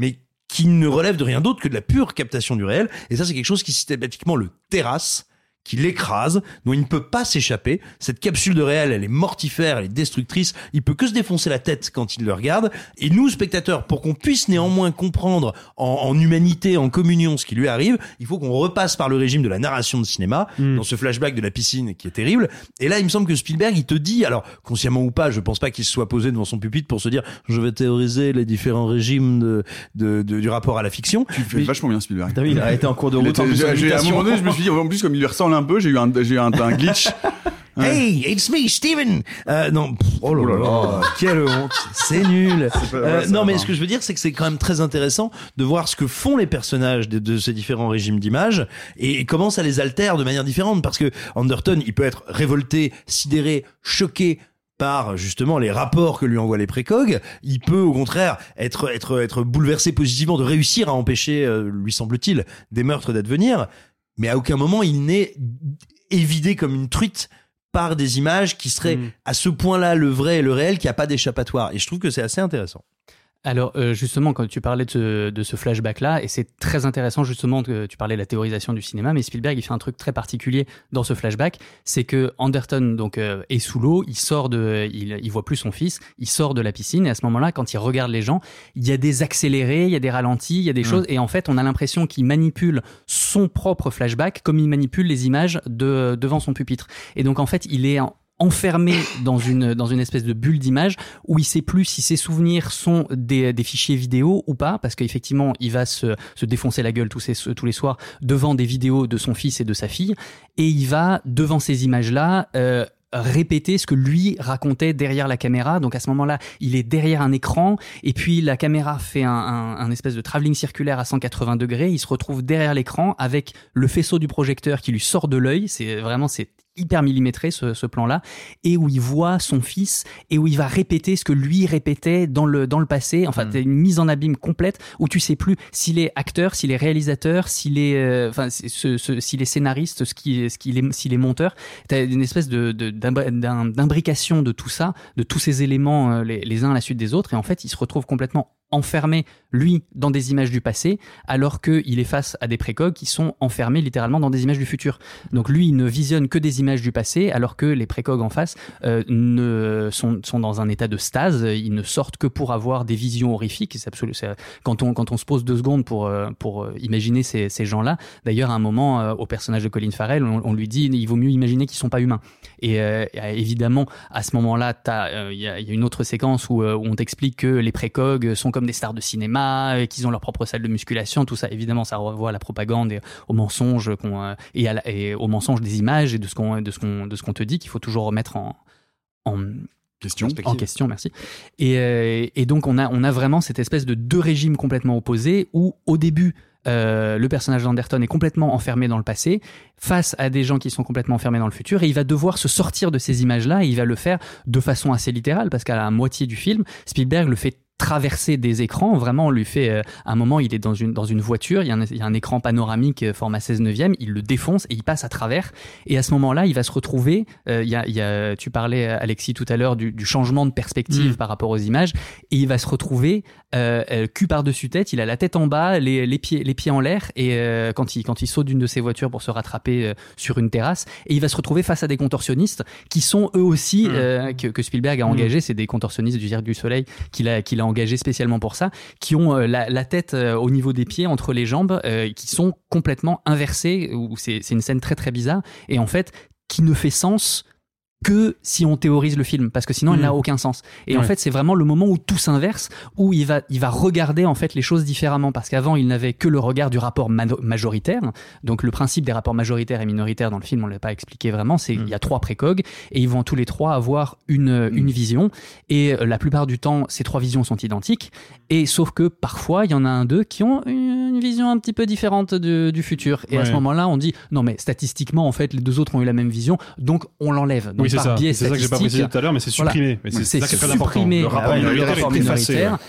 qui ne relève de rien d'autre que de la pure captation du réel. Et ça, c'est quelque chose qui systématiquement le terrasse, qui l'écrase, dont il ne peut pas s'échapper. Cette capsule de réel, elle est mortifère, elle est destructrice. Il peut que se défoncer la tête quand il le regarde. Et nous, spectateurs, pour qu'on puisse néanmoins comprendre en, en humanité, en communion, ce qui lui arrive, il faut qu'on repasse par le régime de la narration de cinéma, mmh. dans ce flashback de la piscine qui est terrible. Et là, il me semble que Spielberg, il te dit, alors consciemment ou pas, je pense pas qu'il se soit posé devant son pupitre pour se dire, je vais théoriser les différents régimes de, de, de du rapport à la fiction. Tu fais Mais... vachement bien Spielberg. T'as vu, il a été en cours de route. Était, j'ai, j'ai, à un moment donné, je me suis dit, en plus, comme il lui ressemble un peu, j'ai eu un, j'ai eu un, un glitch. Ouais. Hey, it's me, Steven. Euh, non, pff, oh là là, quelle honte, c'est nul. C'est pas, ouais, euh, non, mais ce que je veux dire, c'est que c'est quand même très intéressant de voir ce que font les personnages de, de ces différents régimes d'images et, et comment ça les altère de manière différente. Parce que Anderton, il peut être révolté, sidéré, choqué par justement les rapports que lui envoient les précogs. Il peut au contraire être être être bouleversé positivement, de réussir à empêcher, euh, lui semble-t-il, des meurtres d'advenir. Mais à aucun moment il n'est évidé comme une truite par des images qui seraient mmh. à ce point-là le vrai et le réel, qui a pas d'échappatoire. Et je trouve que c'est assez intéressant. Alors euh, justement, quand tu parlais de ce, de ce flashback-là, et c'est très intéressant justement que tu parlais de la théorisation du cinéma, mais Spielberg il fait un truc très particulier dans ce flashback, c'est que Anderton donc euh, est sous l'eau, il sort de, il, il voit plus son fils, il sort de la piscine, et à ce moment-là, quand il regarde les gens, il y a des accélérés, il y a des ralentis, il y a des mmh. choses, et en fait, on a l'impression qu'il manipule son propre flashback comme il manipule les images de devant son pupitre. Et donc en fait, il est en enfermé dans une dans une espèce de bulle d'image où il sait plus si ses souvenirs sont des des fichiers vidéo ou pas, parce qu'effectivement il va se se défoncer la gueule tous ces tous les soirs devant des vidéos de son fils et de sa fille, et il va devant ces images là euh, répéter ce que lui racontait derrière la caméra. Donc à ce moment-là, il est derrière un écran, et puis la caméra fait un, un, un espèce de travelling circulaire à cent quatre-vingts degrés. Il se retrouve derrière l'écran avec le faisceau du projecteur qui lui sort de l'œil. C'est vraiment, c'est hyper millimétré ce, ce plan-là, et où il voit son fils et où il va répéter ce que lui répétait dans le dans le passé. Enfin, mmh. t'as une mise en abîme complète où tu sais plus s'il est acteur, s'il est réalisateur, s'il est euh, enfin ce, ce, s'il est scénariste, ce qui ce qu'il est s'il est monteur. T'as une espèce de, de d'imbrication de tout ça, de tous ces éléments euh, les, les uns à la suite des autres, et en fait, il se retrouve complètement enfermé, lui, dans des images du passé, alors qu'il est face à des précogs qui sont enfermés littéralement dans des images du futur. Donc lui, il ne visionne que des images du passé, alors que les précogs en face euh, ne sont, sont dans un état de stase. Ils ne sortent que pour avoir des visions horrifiques. C'est absolu, c'est, quand, on, quand on se pose deux secondes pour, pour imaginer ces, ces gens-là, d'ailleurs, à un moment, euh, au personnage de Colin Farrell, on, on lui dit il vaut mieux imaginer qu'ils ne sont pas humains. Et euh, évidemment, à ce moment-là, il euh, y, y a une autre séquence où, où on t'explique que les précogs sont comme des stars de cinéma, qu'ils ont leur propre salle de musculation, tout ça. Évidemment, ça renvoie à la propagande et aux mensonges qu'on, et, à la, et aux mensonges des images et de ce qu'on, de ce qu'on, de ce qu'on te dit, qu'il faut toujours remettre en, en question. En question, merci. Et, et donc, on a, on a vraiment cette espèce de deux régimes complètement opposés où, au début, Euh, le personnage d'Anderton est complètement enfermé dans le passé face à des gens qui sont complètement enfermés dans le futur, et il va devoir se sortir de ces images-là, et il va le faire de façon assez littérale, parce qu'à la moitié du film, Spielberg le fait traverser des écrans. Vraiment, on lui fait euh, à un moment, il est dans une dans une voiture, il y a un, il y a un écran panoramique euh, format seize neuvième, il le défonce et il passe à travers, et à ce moment-là, il va se retrouver euh, il y a il y a tu parlais Alexis tout à l'heure du, du changement de perspective mmh. par rapport aux images, et il va se retrouver euh, euh, cul par-dessus tête, il a la tête en bas, les les pieds les pieds en l'air, et euh, quand il quand il saute d'une de ses voitures pour se rattraper euh, sur une terrasse, et il va se retrouver face à des contorsionnistes qui sont eux aussi mmh. euh, que, que Spielberg a engagé, mmh. c'est des contorsionnistes du Cirque du Soleil qu'il a qu'il a engagé spécialement pour ça, qui ont euh, la, la tête euh, au niveau des pieds, entre les jambes, euh, qui sont complètement inversées, où c'est, c'est une scène très très bizarre, et en fait qui ne fait sens que si on théorise le film, parce que sinon, mmh. elle n'a aucun sens. Et ouais. en fait, c'est vraiment le moment où tout s'inverse, où il va, il va regarder en fait les choses différemment, parce qu'avant, il n'avait que le regard du rapport ma- majoritaire. Donc, le principe des rapports majoritaires et minoritaires dans le film, on ne l'a pas expliqué vraiment. C'est mmh. il y a trois précogs et ils vont tous les trois avoir une mmh. une vision. Et euh, la plupart du temps, ces trois visions sont identiques. Et sauf que parfois, il y en a un d'eux qui ont une vision un petit peu différente de, du futur. Et ouais. à ce moment-là, on dit non, mais statistiquement, en fait, les deux autres ont eu la même vision, donc on l'enlève. Donc, oui, c'est par ça. biais c'est ça que j'ai pas précisé tout à l'heure, mais c'est supprimé. Voilà. Mais c'est, c'est ça qui est très supprimé. important. Le rapport Ah ouais, minoritaire est effacé.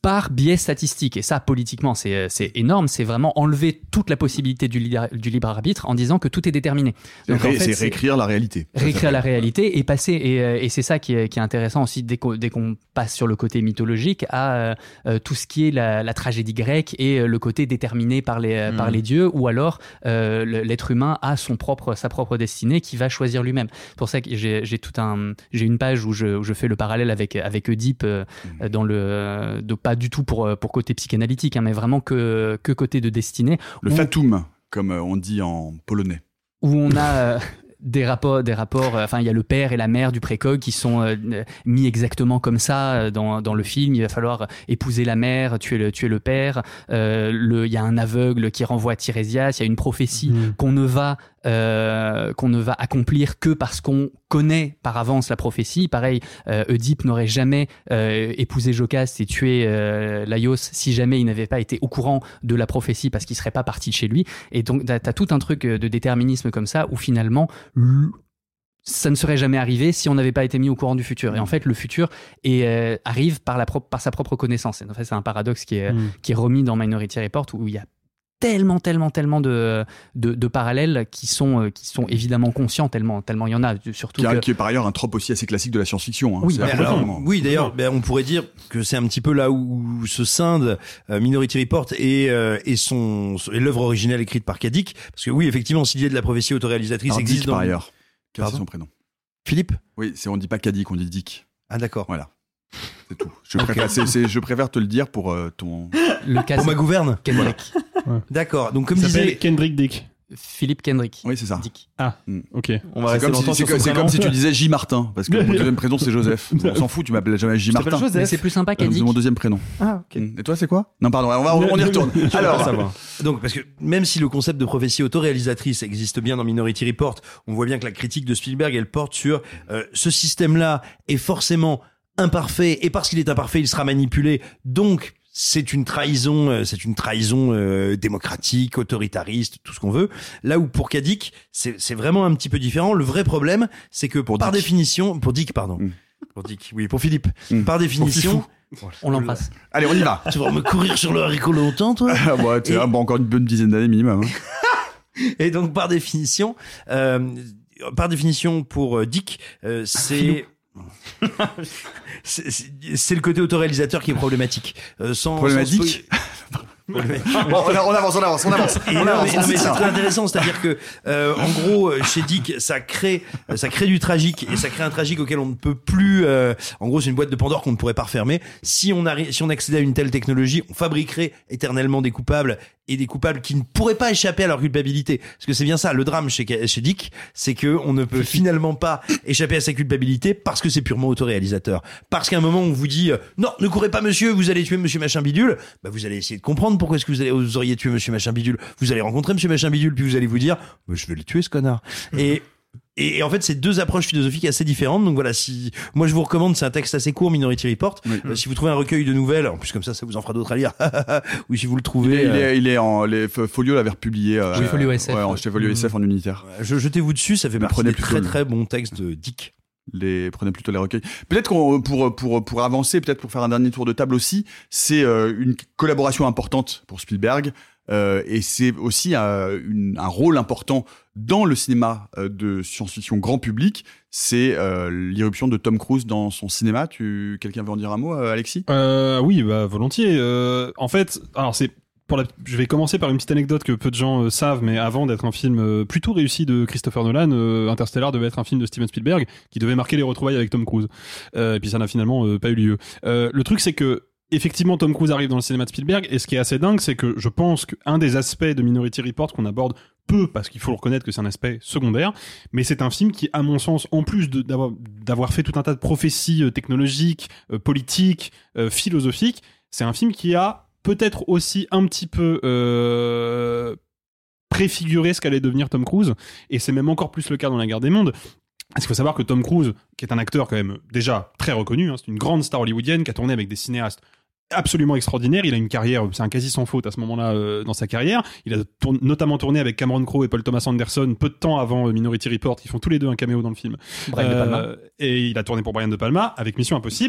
par biais statistique. Et ça, politiquement, c'est, c'est énorme. C'est vraiment enlever toute la possibilité du, li- du libre arbitre en disant que tout est déterminé. Donc, en ré- fait, c'est c'est réécrire la réalité. Réécrire la réalité et passer. Et, et c'est ça qui est, qui est intéressant aussi dès qu'on, dès qu'on passe sur le côté mythologique à euh, tout ce qui est la, la tragédie grecque et euh, le côté déterminé par les, mmh. par les dieux, ou alors euh, l'être humain a son propre, sa propre destinée qui va choisir lui-même. C'est pour ça que j'ai, j'ai, tout un, j'ai une page où je, où je fais le parallèle avec, avec Oedipe euh, mmh. dans le, de pas du tout pour, pour côté psychanalytique, hein, mais vraiment que, que côté de destinée. Le où, fatum, comme on dit en polonais. Où on a euh, des rapports, des rapports. Enfin, il y a le père et la mère du précoq qui sont euh, mis exactement comme ça euh, dans, dans le film. Il va falloir épouser la mère, tuer le, tuer le père. Euh, le, il y a un aveugle qui renvoie à Tirésias. Il y a une prophétie mmh. qu'on ne va Euh, qu'on ne va accomplir que parce qu'on connaît par avance la prophétie. Pareil, euh, Oedipe n'aurait jamais euh, épousé Jocaste et tué euh, Laios si jamais il n'avait pas été au courant de la prophétie, parce qu'il serait pas parti de chez lui. Et donc t'as, t'as tout un truc de déterminisme comme ça où finalement ça ne serait jamais arrivé si on n'avait pas été mis au courant du futur. Et en fait, le futur est, euh, arrive par, la propre, par sa propre connaissance. Et en fait, c'est un paradoxe qui est, mmh. qui est remis dans Minority Report, où il y a tellement, tellement, tellement de, de, de parallèles qui sont, qui sont évidemment conscients, tellement, tellement il y en a. Surtout qui, a, que... qui est par ailleurs un trope aussi assez classique de la science-fiction. Hein. Oui, mais alors, oui, d'ailleurs, ben, on pourrait dire que c'est un petit peu là où se scinde euh, Minority Report et, euh, et, son, et l'œuvre originale écrite par K. Dick. Parce que oui, effectivement, si l'idée de la prophétie autoréalisatrice alors, existe Dick, dans... par ailleurs. Quel est son prénom? Philippe? Oui, c'est, on dit pas K. Dick, on dit Dick. Ah d'accord. Voilà. C'est tout. Je, okay. préfère, c'est, c'est, je préfère te le dire pour euh, ton... Le cas pour ma gouverne. Kendrick. Ouais. D'accord. Donc comme ça disait Kendrick Dick. Philippe Kendrick. Oui, c'est ça. Dick. Ah, ok. On va c'est rester comme, longtemps si, sur c'est, son c'est comme si tu disais J. Martin, parce que mon deuxième prénom c'est Joseph. On s'en fout, tu m'appelles jamais J. Martin. Joseph. Mais c'est plus sympa qu'Adic. C'est mon deuxième prénom. Ah, ok. Et toi, c'est quoi? Non, pardon, on, va, on, on y retourne. Alors, ça va. Donc, parce que même si le concept de prophétie autoréalisatrice existe bien dans Minority Report, on voit bien que la critique de Spielberg, elle porte sur euh, ce système-là est forcément imparfait, et parce qu'il est imparfait, il sera manipulé. Donc, c'est une trahison, c'est une trahison euh, démocratique, autoritariste, tout ce qu'on veut. Là où pour K. Dick, c'est, c'est vraiment un petit peu différent. Le vrai problème, c'est que pour par Dick. définition, pour Dick, pardon, mm. pour Dick, oui, pour Philippe, mm. par définition, on l'embrasse. Allez, on y va. Tu vas me courir sur le haricot longtemps, toi? Ah bah, tu as bon, encore une bonne dizaine d'années minimum. Hein. Et donc, par définition, euh, par définition, pour Dick, euh, c'est c'est, c'est, c'est le côté autoréalisateur qui est problématique. Euh, sans, problématique sans... Bon, on avance, on avance, on avance. Et on non, avance, mais, non, mais c'est très intéressant, c'est-à-dire que, euh, en gros, chez Dick, ça crée, ça crée du tragique, et ça crée un tragique auquel on ne peut plus. Euh, en gros, c'est une boîte de Pandore qu'on ne pourrait pas refermer. Si on arrive, si on accédait à une telle technologie, on fabriquerait éternellement des coupables, et des coupables qui ne pourraient pas échapper à leur culpabilité. Parce que c'est bien ça, le drame chez, chez Dick, c'est que on ne peut finalement pas échapper à sa culpabilité parce que c'est purement autoréalisateur. Parce qu'à un moment, on vous dit, euh, non, ne courez pas, monsieur, vous allez tuer monsieur machin bidule. Bah, vous allez essayer de comprendre pourquoi est-ce que vous allez, vous auriez tué monsieur machin bidule. Vous allez rencontrer monsieur machin bidule, puis vous allez vous dire, bah, je vais le tuer, ce connard. et, Et en fait, c'est deux approches philosophiques assez différentes. Donc voilà, si moi je vous recommande, c'est un texte assez court, Minority Report. Oui. Euh, si vous trouvez un recueil de nouvelles, en plus comme ça, ça vous en fera d'autres à lire. Ou si vous le trouvez, il est, Euh... Il est en les Folio l'avait republié. Euh, oui, Folio S F. Ouais, chez Folio S F en unitaire. Je, jetez-vous dessus, ça fait partie des très très bons textes de Dick. Les prenez plutôt les recueils. Peut-être qu'on pour pour pour avancer, peut-être pour faire un dernier tour de table aussi, c'est euh, une collaboration importante pour Spielberg. Euh, et c'est aussi euh, une, un rôle important dans le cinéma euh, de science-fiction grand public. C'est euh, l'irruption de Tom Cruise dans son cinéma. Tu, quelqu'un veut en dire un mot, euh, Alexis ? euh, Oui, bah volontiers. Euh, en fait, alors c'est pour la, je vais commencer par une petite anecdote que peu de gens euh, savent, mais avant d'être un film euh, plutôt réussi de Christopher Nolan, euh, Interstellar devait être un film de Steven Spielberg qui devait marquer les retrouvailles avec Tom Cruise. Euh, et puis ça n'a finalement euh, pas eu lieu. Euh, le truc, c'est que effectivement, Tom Cruise arrive dans le cinéma de Spielberg, et ce qui est assez dingue, c'est que je pense qu'un des aspects de Minority Report qu'on aborde peu, parce qu'il faut le reconnaître que c'est un aspect secondaire, mais c'est un film qui, à mon sens, en plus de, d'avoir, d'avoir fait tout un tas de prophéties euh, technologiques, euh, politiques, euh, philosophiques, c'est un film qui a peut-être aussi un petit peu euh, préfiguré ce qu'allait devenir Tom Cruise, et c'est même encore plus le cas dans La Guerre des Mondes. Parce qu'il faut savoir que Tom Cruise, qui est un acteur quand même déjà très reconnu, hein, c'est une grande star hollywoodienne qui a tourné avec des cinéastes absolument extraordinaire. Il a une carrière, c'est un quasi sans faute à ce moment-là euh, dans sa carrière. Il a tourne, notamment tourné avec Cameron Crowe et Paul Thomas Anderson peu de temps avant euh, Minority Report, qui font tous les deux un caméo dans le film. Brian euh, De Palma. Et il a tourné pour Brian De Palma avec Mission Impossible.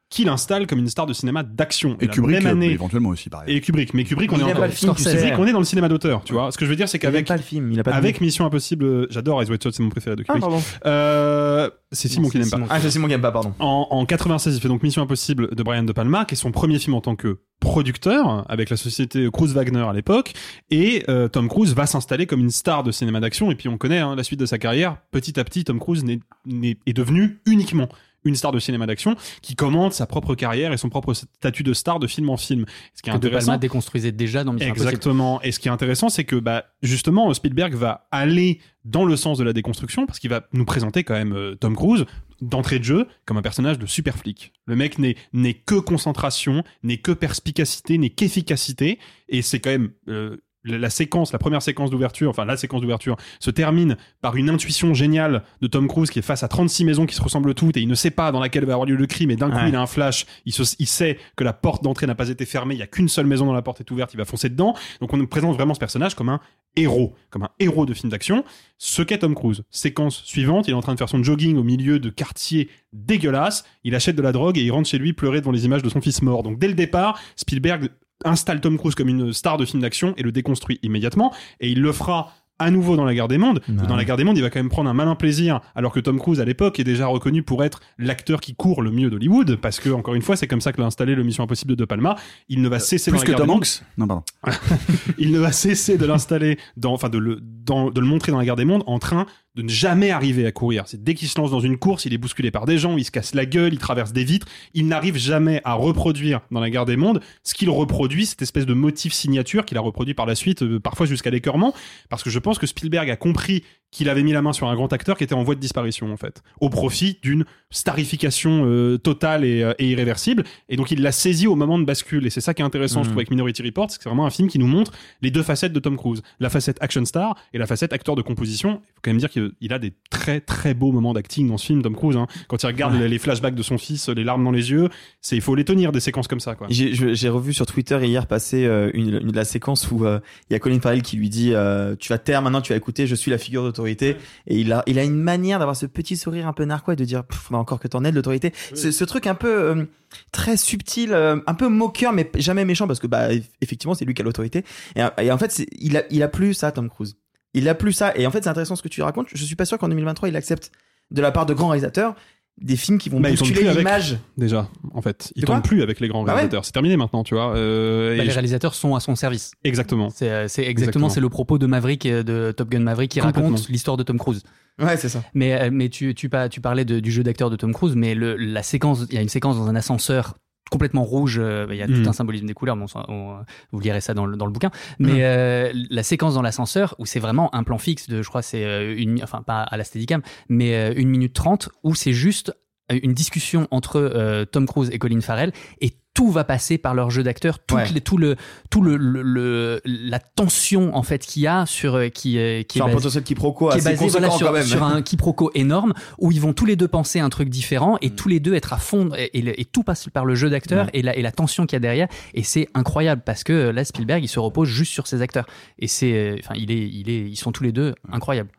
qui l'installe comme une star de cinéma d'action. Et la Kubrick, même année, euh, éventuellement aussi, pareil. Et Kubrick, mais Kubrick, on Il est aime encore. pas le film, tu sais. Kubrick, on est dans le cinéma d'auteur, tu vois. Ce que je veux dire, c'est Il aime qu'avec pas le film, il a pas de avec goût. Mission Impossible, j'adore Eyes Wide Shut, c'est mon préféré de Ah, Kubrick. pardon. Euh, c'est Simon qui n'aime pas. Ah, c'est Simon qui aime pas, pardon. En, en quatre-vingt-seize, il fait donc Mission Impossible de Brian De Palma, qui est son premier film en tant que producteur avec la société Cruise Wagner à l'époque, et euh, Tom Cruise va s'installer comme une star de cinéma d'action. Et puis on connaît hein, la suite de sa carrière. Petit à petit, Tom Cruise n'est, n'est, est devenu uniquement une star de cinéma d'action qui commande sa propre carrière et son propre statut de star de film en film. Ce qui est que De intéressant. Palma déconstruisait déjà dans Mission Impossible. Exactement. Et ce qui est intéressant, c'est que bah justement Spielberg va aller dans le sens de la déconstruction parce qu'il va nous présenter quand même euh, Tom Cruise d'entrée de jeu comme un personnage de super flic. Le mec n'est n'est que concentration, n'est que perspicacité, n'est qu'efficacité, et c'est quand même euh, la, la séquence, la première séquence d'ouverture, enfin la séquence d'ouverture se termine par une intuition géniale de Tom Cruise qui est face à trente-six maisons qui se ressemblent toutes et il ne sait pas dans laquelle va avoir lieu le crime, et d'un coup Ouais. il a un flash, il, se, il sait que la porte d'entrée n'a pas été fermée, il y a qu'une seule maison dont la porte est ouverte, il va foncer dedans. Donc on nous présente vraiment ce personnage comme un héros, comme un héros de film d'action. Ce qu'est Tom Cruise. Séquence suivante, il est en train de faire son jogging au milieu de quartiers dégueulasses, il achète de la drogue et il rentre chez lui pleurer devant les images de son fils mort. Donc dès le départ, Spielberg installe Tom Cruise comme une star de film d'action et le déconstruit immédiatement, et il le fera à nouveau dans La Guerre des Mondes. Ouais. Dans La Guerre des Mondes, il va quand même prendre un malin plaisir, alors que Tom Cruise à l'époque est déjà reconnu pour être l'acteur qui court le mieux d'Hollywood, parce que encore une fois, c'est comme ça que l'a installé le Mission Impossible de De Palma. Il ne va cesser Plus dans La que Guerre Tom des Mondes. Hanks Non, pardon. Il ne va cesser de l'installer dans, enfin de le, dans, de le montrer dans La Guerre des Mondes en train de ne jamais arriver à courir. C'est dès qu'il se lance dans une course, il est bousculé par des gens, il se casse la gueule, il traverse des vitres. Il n'arrive jamais à reproduire dans La Guerre des Mondes ce qu'il reproduit, cette espèce de motif signature qu'il a reproduit par la suite, euh, parfois jusqu'à l'écœurement, parce que je pense que Spielberg a compris qu'il avait mis la main sur un grand acteur qui était en voie de disparition en fait, au profit d'une starification euh, totale et, euh, et irréversible, et donc il l'a saisi au moment de bascule. Et c'est ça qui est intéressant, Mmh. je trouve, avec Minority Report, c'est que c'est vraiment un film qui nous montre les deux facettes de Tom Cruise, la facette action star et la facette acteur de composition. Il faut quand même dire qu'il a des très très beaux moments d'acting dans ce film, Tom Cruise, hein. Quand il regarde Ouais. les, les flashbacks de son fils, les larmes dans les yeux, c'est, il faut les tenir, des séquences comme ça, quoi. J'ai, je- j'ai revu sur Twitter hier passer euh, une, une de la séquence où euh, il y a Colin Farrell qui lui dit euh, tu vas te taire maintenant, tu vas écouter, je suis la figure d'autorité. Et il a, il a une manière d'avoir ce petit sourire un peu narquois et de dire pff, bah encore que t'en aies de l'autorité. Ce, ce truc un peu euh, très subtil, euh, un peu moqueur mais jamais méchant parce que bah eff- effectivement c'est lui qui a l'autorité. Et, et en fait c'est, il a, il a plus ça, Tom Cruise. Il a plus ça. Et en fait c'est intéressant ce que tu racontes. Je suis pas sûr qu'en deux mille vingt-trois il accepte de la part de grands réalisateurs des films qui vont Bah, ils tournent bousculer plus avec- l'image. Déjà, en fait, ils De quoi tournent plus avec les grands Bah ouais. réalisateurs. C'est terminé maintenant, tu vois. Euh, Bah, et les je- réalisateurs sont à son service. Exactement. C'est, euh, c'est exactement, Exactement. c'est le propos de Maverick et de Top Gun Maverick qui Complètement. raconte l'histoire de Tom Cruise. Ouais, c'est ça. Mais, euh, mais tu, tu, pa- tu parlais de- du jeu d'acteur de Tom Cruise, mais le, la séquence, il y a une séquence dans un ascenseur complètement rouge, euh, il y a Mm. tout un symbolisme des couleurs, bon, ça, on- vous lirez ça dans le, dans le bouquin, mais Mm. euh, la séquence dans l'ascenseur où c'est vraiment un plan fixe de, je crois, c'est euh, une, mi- enfin pas à la Steadicam, mais euh, une minute trente où c'est juste une discussion entre euh, Tom Cruise et Colin Farrell et tout va passer par leur jeu d'acteur, tout, Ouais. les, tout le, tout le, le, le- la tension en fait qu'il y a sur euh, qui, euh, qui Sur est un basée- potentiel quiproquo qui est assez basé conséquent voilà, sur, quand même. sur un quiproquo énorme où ils vont tous les deux penser un truc différent et tous les deux être à fond et, et le- et tout passe par le jeu d'acteur Ouais. et, la, et la tension qu'il y a derrière, et c'est incroyable parce que là Spielberg il se repose juste sur ses acteurs et c'est euh, enfin il est il est ils sont tous les deux incroyables.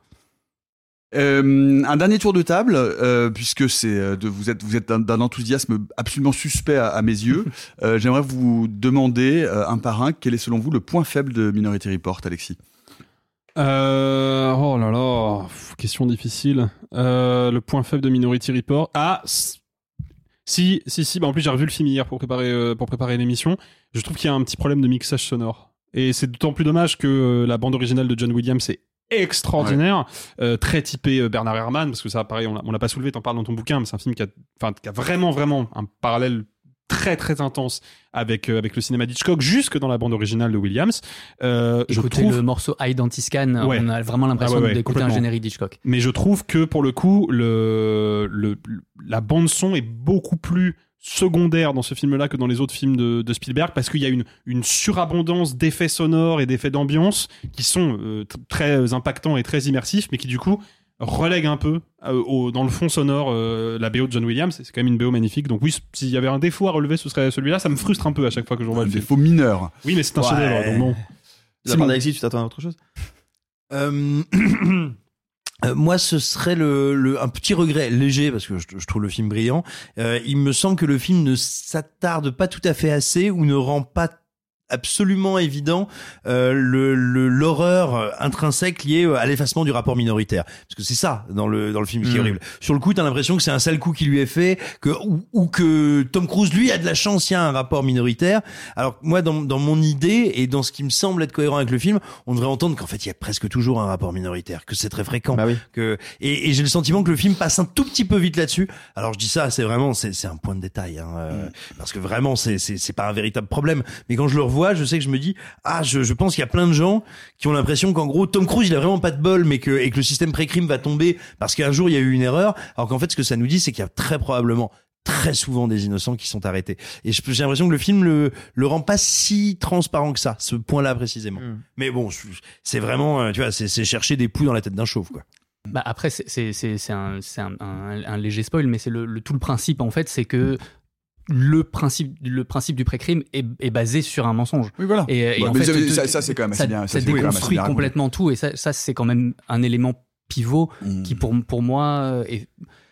Euh, un dernier tour de table, euh, puisque c'est euh, de, vous êtes vous êtes d'un, d'un enthousiasme absolument suspect à, à mes yeux. Euh, j'aimerais vous demander euh, un par un quel est selon vous le point faible de Minority Report, Alexis. Euh, oh là là, pff, question difficile. Euh, le point faible de Minority Report. Ah, s- si, si, si. Bah en plus, j'ai revu le film hier pour préparer, euh, pour préparer l'émission. Je trouve qu'il y a un petit problème de mixage sonore. Et c'est d'autant plus dommage que euh, la bande originale de John Williams est extraordinaire, euh, très typé euh, Bernard Herrmann, parce que ça, pareil, on l'a, on l'a pas soulevé, t'en parles dans ton bouquin, mais c'est un film qui a, enfin, qui a vraiment, vraiment un parallèle très très intense avec euh, avec le cinéma d'Hitchcock, jusque dans la bande originale de Williams. Euh, je Écoutez trouve le morceau Hide Anti-Scan, Ouais. on a vraiment l'impression Ah ouais, ouais, d'écouter un complètement. générique d'Hitchcock. Mais je trouve que pour le coup, le, le, la bande son est beaucoup plus secondaire dans ce film-là que dans les autres films de, de Spielberg, parce qu'il y a une, une surabondance d'effets sonores et d'effets d'ambiance qui sont euh, t- très impactants et très immersifs, mais qui du coup relèguent un peu euh, au, dans le fond sonore euh, la B O de John Williams. C'est quand même une B O magnifique. Donc oui, s'il y avait un défaut à relever, ce serait celui-là. Ça me frustre un peu à chaque fois que je revois Un le film. défaut mineur. Oui, mais c'est un Ouais. chef-d'œuvre. Donc bon. De la part d'Alexis, tu t'attends à autre chose? Euh... Euh, moi, ce serait le, le un petit regret léger parce que je, je trouve le film brillant. Euh, il me semble que le film ne s'attarde pas tout à fait assez ou ne rend pas absolument évident euh, le, le l'horreur intrinsèque liée à l'effacement du rapport minoritaire, parce que c'est ça dans le dans le film qui est horrible. Sur le coup, t'as l'impression que c'est un sale coup qui lui est fait, que ou, ou que Tom Cruise lui a de la chance, il y a un rapport minoritaire. Alors moi, dans dans mon idée et dans ce qui me semble être cohérent avec le film, on devrait entendre qu'en fait il y a presque toujours un rapport minoritaire, que c'est très fréquent, bah oui. que et, et j'ai le sentiment que le film passe un tout petit peu vite là-dessus. Alors je dis ça, c'est vraiment c'est c'est un point de détail, hein, euh, mm. parce que vraiment c'est c'est c'est pas un véritable problème. Mais quand je le revois, je sais que je me dis ah je, je pense qu'il y a plein de gens qui ont l'impression qu'en gros Tom Cruise il a vraiment pas de bol, mais que et que le système pré-crime va tomber parce qu'un jour il y a eu une erreur, alors qu'en fait ce que ça nous dit c'est qu'il y a très probablement très souvent des innocents qui sont arrêtés, et j'ai l'impression que le film le le rend pas si transparent que ça, ce point-là précisément. Mm. Mais bon, c'est vraiment tu vois c'est c'est chercher des poux dans la tête d'un chauve quoi. Bah après c'est c'est c'est c'est un c'est un, un, un léger spoil, mais c'est le, le tout le principe en fait, c'est que le principe, le principe du pré-crime est, est basé sur un mensonge. Oui, voilà. Et, et bah, en mais fait, ça, ça, c'est quand même assez ça, bien. Ça, ça déconstruit bien complètement tout, et ça, ça, c'est quand même un élément pivot mmh. qui, pour, pour moi, est...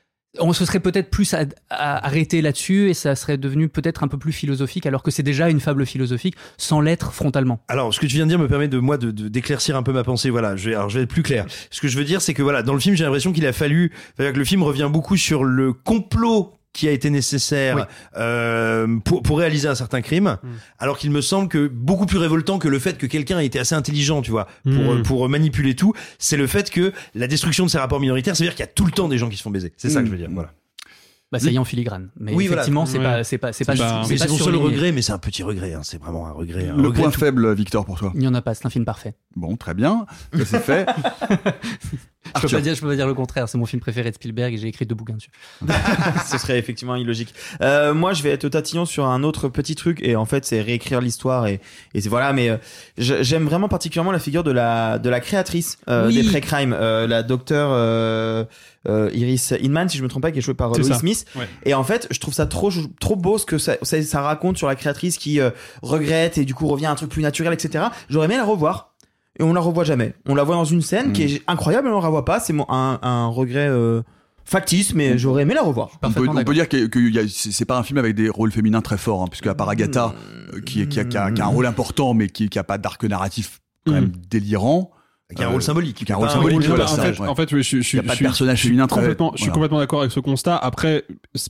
on se serait peut-être plus à, à arrêter là-dessus, et ça serait devenu peut-être un peu plus philosophique, alors que c'est déjà une fable philosophique, sans l'être frontalement. Alors, ce que tu viens de dire me permet de moi de, de d'éclaircir un peu ma pensée. Voilà, je vais, alors je vais être plus clair. Ce que je veux dire, c'est que voilà, dans le film, j'ai l'impression qu'il a fallu, que le film revient beaucoup sur le complot qui a été nécessaire oui. euh, pour pour réaliser un certain crime, mmh. alors qu'il me semble que beaucoup plus révoltant que le fait que quelqu'un ait été assez intelligent, tu vois, pour mmh. pour manipuler tout, c'est le fait que la destruction de ces rapports minoritaires, c'est-à-dire qu'il y a tout le temps des gens qui se font baiser. C'est mmh. ça que je veux dire. Voilà. Bah ça y est en filigrane, mais oui, effectivement voilà. c'est, ouais. pas, c'est pas c'est c'est pas pas, c'est c'est pas mon seul regret, mais c'est un petit regret, hein. C'est vraiment un regret. Un le regret point tout. faible, Victor, pour toi. Il n'y en a pas, c'est un film parfait. Bon, très bien, ça c'est fait. Je peux pas dire, je peux pas dire le contraire. C'est mon film préféré de Spielberg et j'ai écrit deux bouquins dessus. Ce serait effectivement illogique. Euh, moi, je vais être tatillon sur un autre petit truc, et en fait, c'est réécrire l'histoire et, et c'est voilà. Mais euh, j'aime vraiment particulièrement la figure de la de la créatrice euh, oui. des pré-crimes, euh, la docteure euh, euh, Iris Inman, si je me trompe pas, qui est jouée par Louis Smith. Ouais. Et en fait, je trouve ça trop trop beau ce que ça ça, ça raconte sur la créatrice qui euh, regrette et du coup revient à un truc plus naturel, et cetera. J'aurais aimé la revoir. Et on la revoit jamais. On la voit dans une scène mmh. qui est incroyable, mais on la revoit pas. C'est mon, un, un regret euh, factice, mais j'aurais aimé la revoir. On peut, on peut dire que, que y a, c'est pas un film avec des rôles féminins très forts, hein, puisque à part Agatha, mmh. euh, qui, qui, a, qui, a, qui a un rôle important, mais qui, qui a pas d'arc narratif quand même mmh. délirant. Qui a un rôle symbolique. Qui a un rôle symbolique. En fait, en fait, je suis, je suis, il y a pas de personnage féminin très. Complètement, je suis complètement d'accord avec ce constat. Après,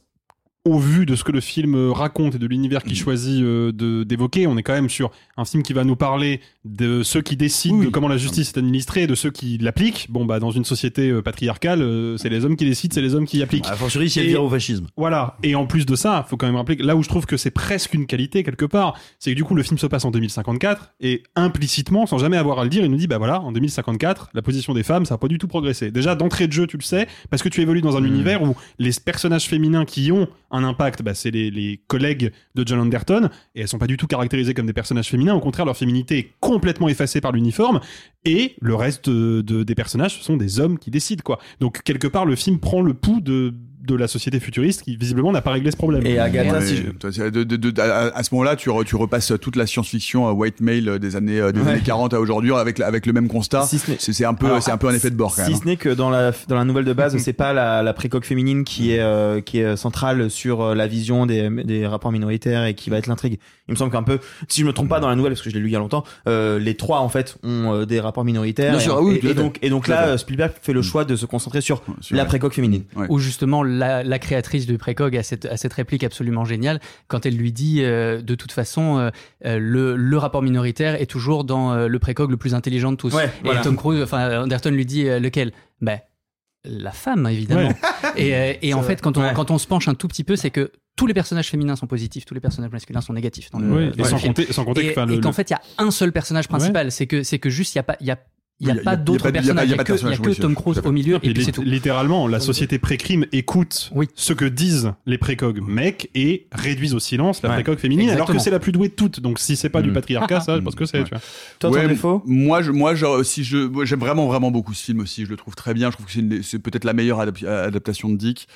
au vu de ce que le film raconte et de l'univers qu'il mmh. choisit euh, de, d'évoquer, on est quand même sur un film qui va nous parler de ceux qui décident oui. de comment la justice est administrée et de ceux qui l'appliquent. Bon, bah, dans une société euh, patriarcale, euh, c'est les hommes qui décident, c'est les hommes qui appliquent. A fortiori, si elle vire au fascisme. Voilà. Et en plus de ça, faut quand même rappeler que là où je trouve que c'est presque une qualité quelque part, c'est que du coup, le film se passe en deux mille cinquante-quatre et implicitement, sans jamais avoir à le dire, il nous dit, bah voilà, en deux mille cinquante-quatre, la position des femmes, ça a pas du tout progressé. Déjà, d'entrée de jeu, tu le sais, parce que tu évolues dans un mmh. univers où les personnages féminins qui ont un impact, bah, c'est les, les collègues de John Anderton, et elles sont pas du tout caractérisées comme des personnages féminins. Au contraire, leur féminité est complètement effacée par l'uniforme, et le reste de, de, des personnages, ce sont des hommes qui décident, quoi. Donc, quelque part, le film prend le pouls de, de la société futuriste qui, visiblement, n'a pas réglé ce problème. Et Agatha, ouais, si je... de, de, de, à, à ce moment-là, tu, re, tu repasses toute la science-fiction uh, white male des années, uh, des ouais. années quarante à aujourd'hui avec, avec le même constat. Si c'est, c'est, un peu, Alors, c'est un peu un effet de bord, quand si même. Si ce n'est que dans la, dans la nouvelle de base, c'est pas la, la précoque féminine qui est, euh, qui est centrale sur euh, la vision des, des rapports minoritaires et qui va être l'intrigue. Il me semble qu'un peu, si je me trompe pas dans la nouvelle, parce que je l'ai lu il y a longtemps, euh, les trois, en fait, ont euh, des rapports minoritaires. Bien et, sûr, et, oui, et, et donc, et donc là, Spielberg fait le choix de se concentrer sur, sur la précoque féminine. Ouais. Où justement, la, la créatrice de Précoque a cette, a cette réplique absolument géniale quand elle lui dit, euh, de toute façon, euh, le, le rapport minoritaire est toujours dans euh, le Précoque le plus intelligent de tous. Ouais, et voilà. Tom Cruise, enfin, Anderton lui dit euh, lequel? Ben, la femme, évidemment. Ouais. Et, euh, et en fait, quand on, ouais. quand on se penche un tout petit peu, c'est que tous les personnages féminins sont positifs, tous les personnages masculins sont négatifs dans le, oui, dans et le sans film. Compter, sans compter et, que, et le, qu'en fait, il y a un seul personnage principal. Ouais. C'est que, c'est que juste, il y a pas, il y a Il n'y a, oui, pas d'autres personnages, il n'y a, a, a, a que Tom Cruise au milieu, et, et puis c'est tout. Littéralement, la société pré-crime écoute oui. ce que disent les précogs mecs et réduisent au silence la ouais. précogue féminine, Exactement. alors que c'est la plus douée de toutes. Donc si c'est pas mmh. du patriarcat, ça, je pense que c'est. Ouais. Tu vois. Toi, ouais, ton défaut Moi, je, moi, je, si je, moi, j'aime vraiment, vraiment beaucoup ce film aussi. Je le trouve très bien. Je trouve que c'est, une, c'est peut-être la meilleure adap- adaptation de Dick.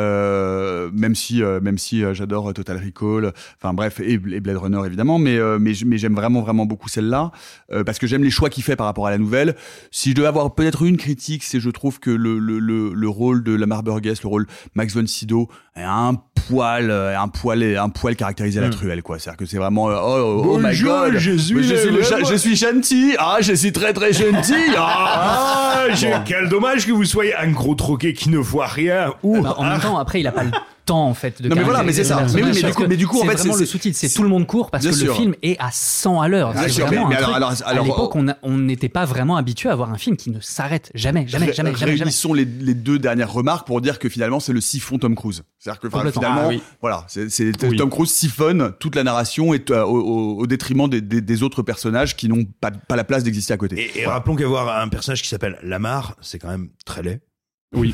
Euh, même si, euh, même si euh, j'adore Total Recall, enfin bref, et, et Blade Runner évidemment, mais, euh, mais, mais j'aime vraiment, vraiment beaucoup celle-là euh, parce que j'aime les choix qu'il fait par rapport à la nouvelle. si je devais avoir peut-être une critique, c'est je trouve que le, le, le, le rôle de Lamar Burgess, le rôle Max von Sydow, est un poil, un poil, un poil caractérisé à la truelle, quoi. C'est-à-dire que c'est vraiment, oh, oh, oh my god, je suis, je suis, le, je suis gentil, ah, je suis très très gentil, ah, ah bon. Quel dommage que vous soyez un gros troquet qui ne voit rien. Ou bah, en même temps, après, il a pas le temps en fait de non mais voilà mais c'est ça mais oui mais du coup mais du coup en fait c'est vraiment le sous-titre c'est tout le monde court parce que sûr. Le film est à cent à l'heure c'est sûr, vraiment mais, un mais truc, alors, alors, à l'époque on a, on n'était pas vraiment habitué à voir un film qui ne s'arrête jamais jamais jamais jamais réunissons les, les deux dernières remarques pour dire que finalement c'est le siphon Tom Cruise c'est-à-dire que enfin, finalement ah, oui. voilà c'est, c'est oui. Tom Cruise siphonne toute la narration et euh, au, au, au détriment des, des, des autres personnages qui n'ont pas, pas la place d'exister à côté et, et voilà. Rappelons qu'avoir un personnage qui s'appelle Lamar c'est quand même très laid oui.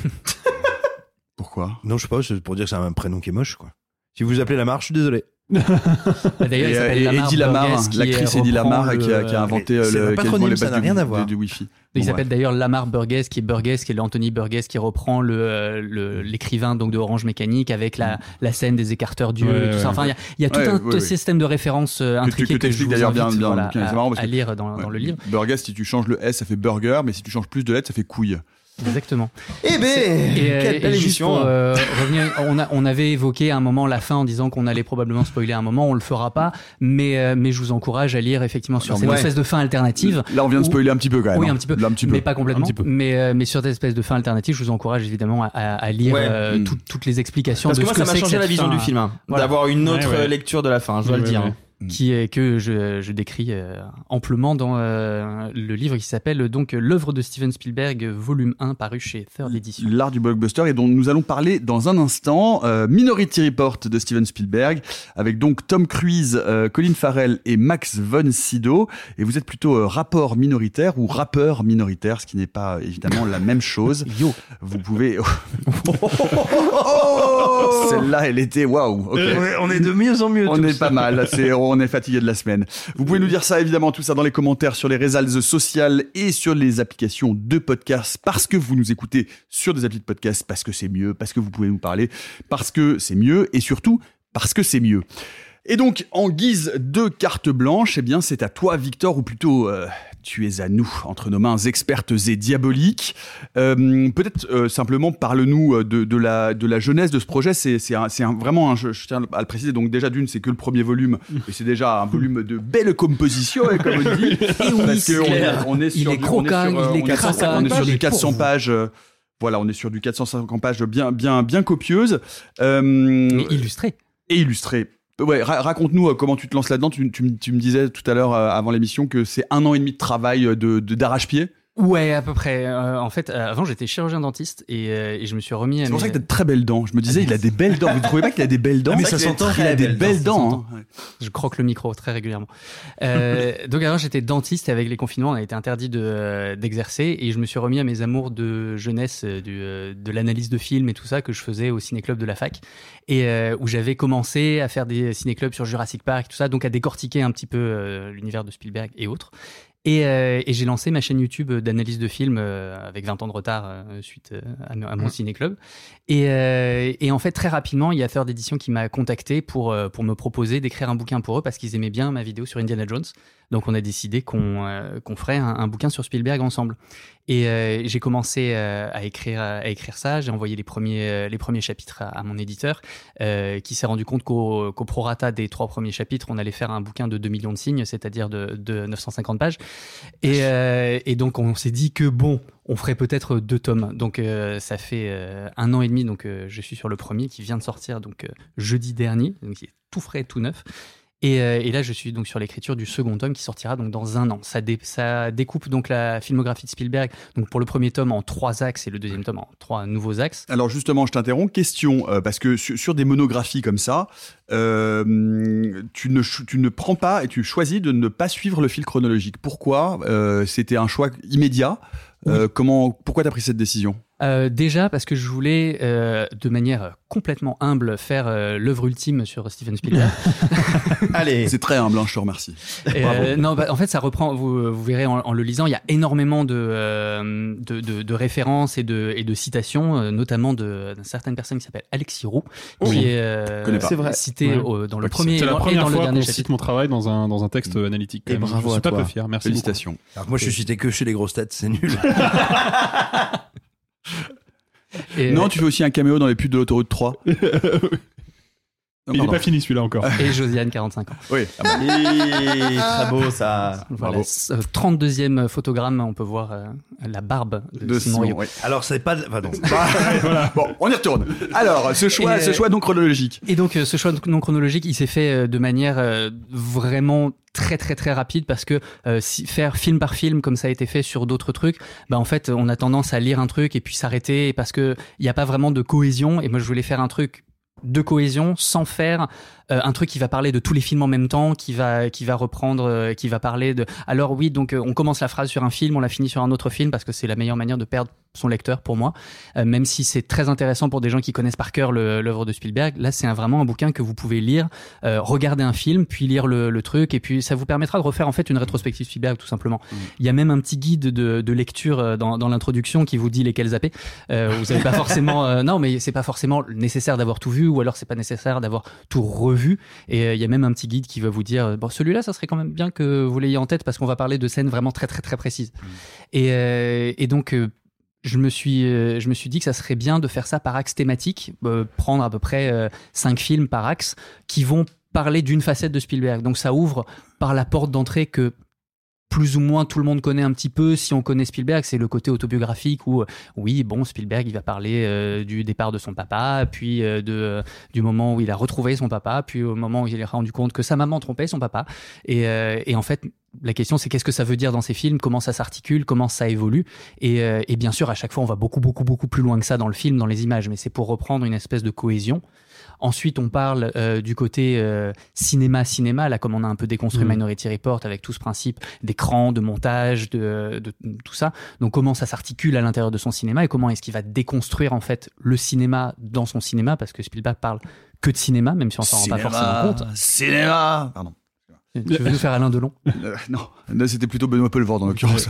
Pourquoi? Non, je sais pas, c'est pour dire que c'est un prénom qui est moche, quoi. Si vous vous appelez Lamar, je suis désolé. D'ailleurs, il s'appelle Lamar Eddie Lamar, Burgess, l'actrice Eddie Lamar qui a, qui a inventé le, le patronyme, ça n'a rien à voir. Du, du Wi-Fi. Il bon, s'appelle ouais. d'ailleurs Lamar Burgess, qui est Burgess, qui est l'Anthony Burgess, qui reprend le, le l'écrivain donc de Orange Mécanique avec la, la scène des écarteurs d'yeux ouais, et tout ouais, ça. Enfin, il y a, il y a tout ouais, un ouais, système de références euh, intriquées que, que, que je vous d'ailleurs invite bien, bien, voilà, bien, à, c'est marrant parce à que, lire dans, ouais, dans le livre. Burgess, si tu changes le S, ça fait burger, mais si tu changes plus de lettres, ça fait couille. Exactement. Eh ben, quelle belle émission. Pour, euh, revenir, on, a, on avait évoqué à un moment la fin en disant qu'on allait probablement spoiler un moment, on le fera pas, mais, euh, mais je vous encourage à lire effectivement sur cette ouais. espèce de fin alternative. Là, on vient de spoiler où, un petit peu quand même. Oui, un petit peu, Là, un petit peu. mais pas complètement. Mais, euh, mais sur cette espèce de fin alternative, je vous encourage évidemment à, à lire ouais. euh, mmh. tout, toutes les explications. Parce de que ce moi, que ça m'a changé la vision fin, du film, hein, voilà. D'avoir une autre ouais, ouais. lecture de la fin, je dois ouais, le dire. Ouais. Qui est que je, je décris euh, amplement dans euh, le livre qui s'appelle donc l'œuvre de Steven Spielberg volume un paru chez Third Edition. L'art du blockbuster et dont nous allons parler dans un instant. Euh, Minority Report de Steven Spielberg avec donc Tom Cruise, euh, Colin Farrell et Max von Sydow. Et vous êtes plutôt euh, rapport minoritaire ou rappeur minoritaire, ce qui n'est pas évidemment la même chose. Yo, vous pouvez. Oh, celle-là, elle était waouh. Okay. Euh, on est de mieux en mieux. On est pas mal. C'est on est fatigué de la semaine. Vous pouvez nous dire ça, évidemment, tout ça dans les commentaires sur les réseaux sociaux et sur les applications de podcast parce que vous nous écoutez sur des applis de podcast, parce que c'est mieux, parce que vous pouvez nous parler, parce que c'est mieux et surtout parce que c'est mieux. Et donc, en guise de carte blanche, eh bien, c'est à toi, Victor, ou plutôt, euh, tu es à nous, entre nos mains expertes et diaboliques. Euh, peut-être euh, simplement, parle-nous de, de, la, de la jeunesse de ce projet. C'est, c'est, un, c'est un, vraiment un jeu, je tiens à le préciser, donc déjà d'une, c'est que le premier volume, et c'est déjà un volume de belle composition, hein, comme on dit. Et oui, parce qu'on est, on est sur, il est croquant, on est sur, il est on est, on est sur du quatre cents pages. Euh, voilà, on est sur du quatre cent cinquante pages bien, bien, bien copieuse. Euh, et illustré. Et illustré. Ouais, ra- raconte-nous comment tu te lances là-dedans. Tu, tu, tu me disais tout à l'heure, euh, avant l'émission, que c'est un an et demi de travail de, de, d'arrache-pied. Ouais, à peu près. Euh, en fait, euh, avant, j'étais chirurgien dentiste et, euh, et je me suis remis à. C'est pour mes... ça que t'as de très belles dents. Je me disais, il a des belles dents. Vous ne trouvez pas qu'il a des belles dents? Ah, mais ça s'entend. Il a des belles dents. Hein. Je croque le micro très régulièrement. Euh, donc avant, j'étais dentiste et avec les confinements, on a été interdit de euh, d'exercer et je me suis remis à mes amours de jeunesse, euh, du, euh, de l'analyse de films et tout ça que je faisais au ciné-club de la fac et euh, où j'avais commencé à faire des ciné-clubs sur Jurassic Park et tout ça, donc à décortiquer un petit peu euh, l'univers de Spielberg et autres. Et, euh, et j'ai lancé ma chaîne YouTube d'analyse de films euh, avec vingt ans de retard euh, suite euh, à, à mon ciné-club. Et, euh, et en fait, très rapidement, il y a Third Edition qui m'a contacté pour, euh, pour me proposer d'écrire un bouquin pour eux parce qu'ils aimaient bien ma vidéo sur Indiana Jones. Donc on a décidé qu'on, euh, qu'on ferait un, un bouquin sur Spielberg ensemble. Et euh, j'ai commencé euh, à, écrire, à écrire ça. J'ai envoyé les premiers, euh, les premiers chapitres à, à mon éditeur euh, qui s'est rendu compte qu'au, qu'au prorata des trois premiers chapitres, on allait faire un bouquin de deux millions de signes, c'est-à-dire de, de neuf cent cinquante pages. Et, euh, et donc on s'est dit que bon, on ferait peut-être deux tomes. Donc euh, ça fait euh, un an et demi. Donc euh, je suis sur le premier qui vient de sortir donc euh, jeudi dernier. Donc il est tout frais, tout neuf. Et, euh, et là, je suis donc sur l'écriture du second tome qui sortira donc dans un an. Ça, dé, ça découpe donc la filmographie de Spielberg. Donc pour le premier tome en trois axes et le deuxième tome en trois nouveaux axes. Alors justement, je t'interromps. Question, euh, parce que sur, sur des monographies comme ça, euh, tu ne tu ne prends pas et tu choisis de ne pas suivre le fil chronologique. Pourquoi? euh, C'était un choix immédiat. Euh, oui. Comment, pourquoi t'as pris cette décision? Euh, déjà parce que je voulais, euh, de manière complètement humble, faire euh, l'œuvre ultime sur Steven Spielberg. Allez. C'est très humble, hein, je te remercie. Et, euh, non, bah, en fait, ça reprend. Vous, vous verrez en, en le lisant, il y a énormément de euh, de, de, de références et de et de citations, euh, notamment de d'une certaine personne qui s'appelle Alexis Roux, qui oui. est euh, C'est vrai. cité ouais. au, dans le premier C'est la et première dans le fois dernier qu'on cite chapitre. mon travail dans un dans un texte analytique. Et bravo je suis à pas toi. peu fier. Merci. Félicitations. Alors que moi, je suis cité que chez les grosses têtes, c'est nul. Et, Non, tu fais aussi un caméo dans les pubs de l'autoroute trois. Il Non, n'est pardon. pas fini celui-là encore. et Josiane, quarante-cinq ans. Oui. Ah bah. Et très beau ça. Voilà, Bravo. c- euh, trente-deuxième photogramme, on peut voir euh, la barbe de, De Simon Simon, Rio. oui. Alors, c'est pas. Enfin, non. Voilà. Bon, on y retourne. Alors, ce choix, Et, ce euh, choix non chronologique. Et donc euh, ce choix non chronologique, il s'est fait euh, de manière euh, vraiment très très très rapide parce que euh, si, faire film par film comme ça a été fait sur d'autres trucs, bah en fait on a tendance à lire un truc et puis s'arrêter parce que il y a pas vraiment de cohésion. Et moi je voulais faire un truc de cohésion sans faire euh, un truc qui va parler de tous les films en même temps, qui va qui va reprendre, euh, qui va parler de. Alors oui, donc euh, on commence la phrase sur un film, on la finit sur un autre film parce que c'est la meilleure manière de perdre son lecteur pour moi. Euh, même si c'est très intéressant pour des gens qui connaissent par cœur le- l'œuvre de Spielberg, là c'est un, vraiment un bouquin que vous pouvez lire, euh, regarder un film, puis lire le, le truc, et puis ça vous permettra de refaire en fait une rétrospective Spielberg tout simplement. Mmh. Il y a même un petit guide de, de lecture euh, dans, dans l'introduction qui vous dit lesquels zapper. Euh, vous avez pas forcément, euh, non mais c'est pas forcément nécessaire d'avoir tout vu, ou alors c'est pas nécessaire d'avoir tout revu. Et euh, il y a même un petit guide qui va vous dire bon celui-là ça serait quand même bien que vous l'ayez en tête parce qu'on va parler de scènes vraiment très très très précises. Mmh. Et, euh, et donc euh, je me suis euh, je me suis dit que ça serait bien de faire ça par axe thématique, euh, prendre à peu près euh, cinq films par axe qui vont parler d'une facette de Spielberg. Donc ça ouvre par la porte d'entrée que plus ou moins tout le monde connaît un petit peu. Si on connaît Spielberg, c'est le côté autobiographique où, euh, oui, bon, Spielberg, il va parler euh, du départ de son papa, puis euh, de, euh, du moment où il a retrouvé son papa, puis au moment où il s'est rendu compte que sa maman trompait son papa. Et, euh, et en fait, la question, c'est qu'est-ce que ça veut dire dans ces films, comment ça s'articule, comment ça évolue. Et, euh, et bien sûr, à chaque fois, on va beaucoup, beaucoup, beaucoup plus loin que ça dans le film, dans les images, mais c'est pour reprendre une espèce de cohésion. Ensuite, on parle euh, du côté euh, cinéma-cinéma, là, comme on a un peu déconstruit mmh. Minority Report avec tout ce principe d'écran, de montage, de, de, de tout ça. Donc, comment ça s'articule à l'intérieur de son cinéma et comment est-ce qu'il va déconstruire en fait le cinéma dans son cinéma, parce que Spielberg parle que de cinéma, même si on s'en rend pas forcément compte. Cinéma. Pardon. Tu veux nous faire Alain Delon? euh, Non, là c'était plutôt Benoît Poelvoorde en l'occurrence.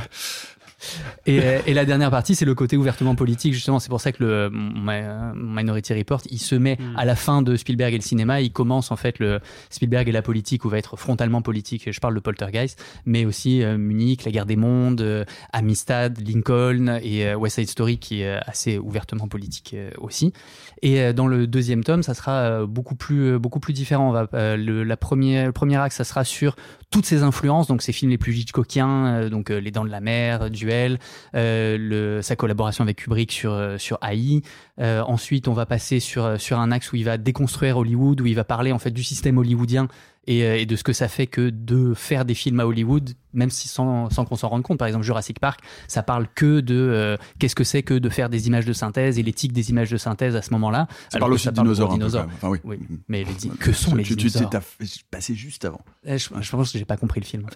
Et, et la dernière partie, c'est le côté ouvertement politique. Justement, c'est pour ça que le Minority Report, il se met mmh. à la fin de Spielberg et le cinéma. Il commence en fait le Spielberg et la politique, où va être frontalement politique. Je parle de Poltergeist, mais aussi euh, Munich, la guerre des mondes, euh, Amistad, Lincoln et euh, West Side Story, qui est assez ouvertement politique euh, aussi. Et euh, dans le deuxième tome, ça sera euh, beaucoup plus beaucoup plus différent. On va, euh, le, la première, le premier axe, ça sera sur toutes ces influences, donc ces films les plus Hitchcockiens, euh, donc euh, Les Dents de la Mer, Duel, euh, le, sa collaboration avec Kubrick sur euh, sur A I. Euh, ensuite, on va passer sur sur un axe où il va déconstruire Hollywood, où il va parler en fait du système hollywoodien et, euh, et de ce que ça fait que de faire des films à Hollywood, même si sans sans qu'on s'en rende compte. Par exemple, Jurassic Park, ça parle que de euh, qu'est-ce que c'est que de faire des images de synthèse et l'éthique des images de synthèse à ce moment-là. Ça parle aussi de dinosaures. dinosaures. Enfin, oui. oui. Mais les di- que sont les tu, dinosaures? Tu t'es passé juste avant. Je, je pense que j'ai pas compris le film.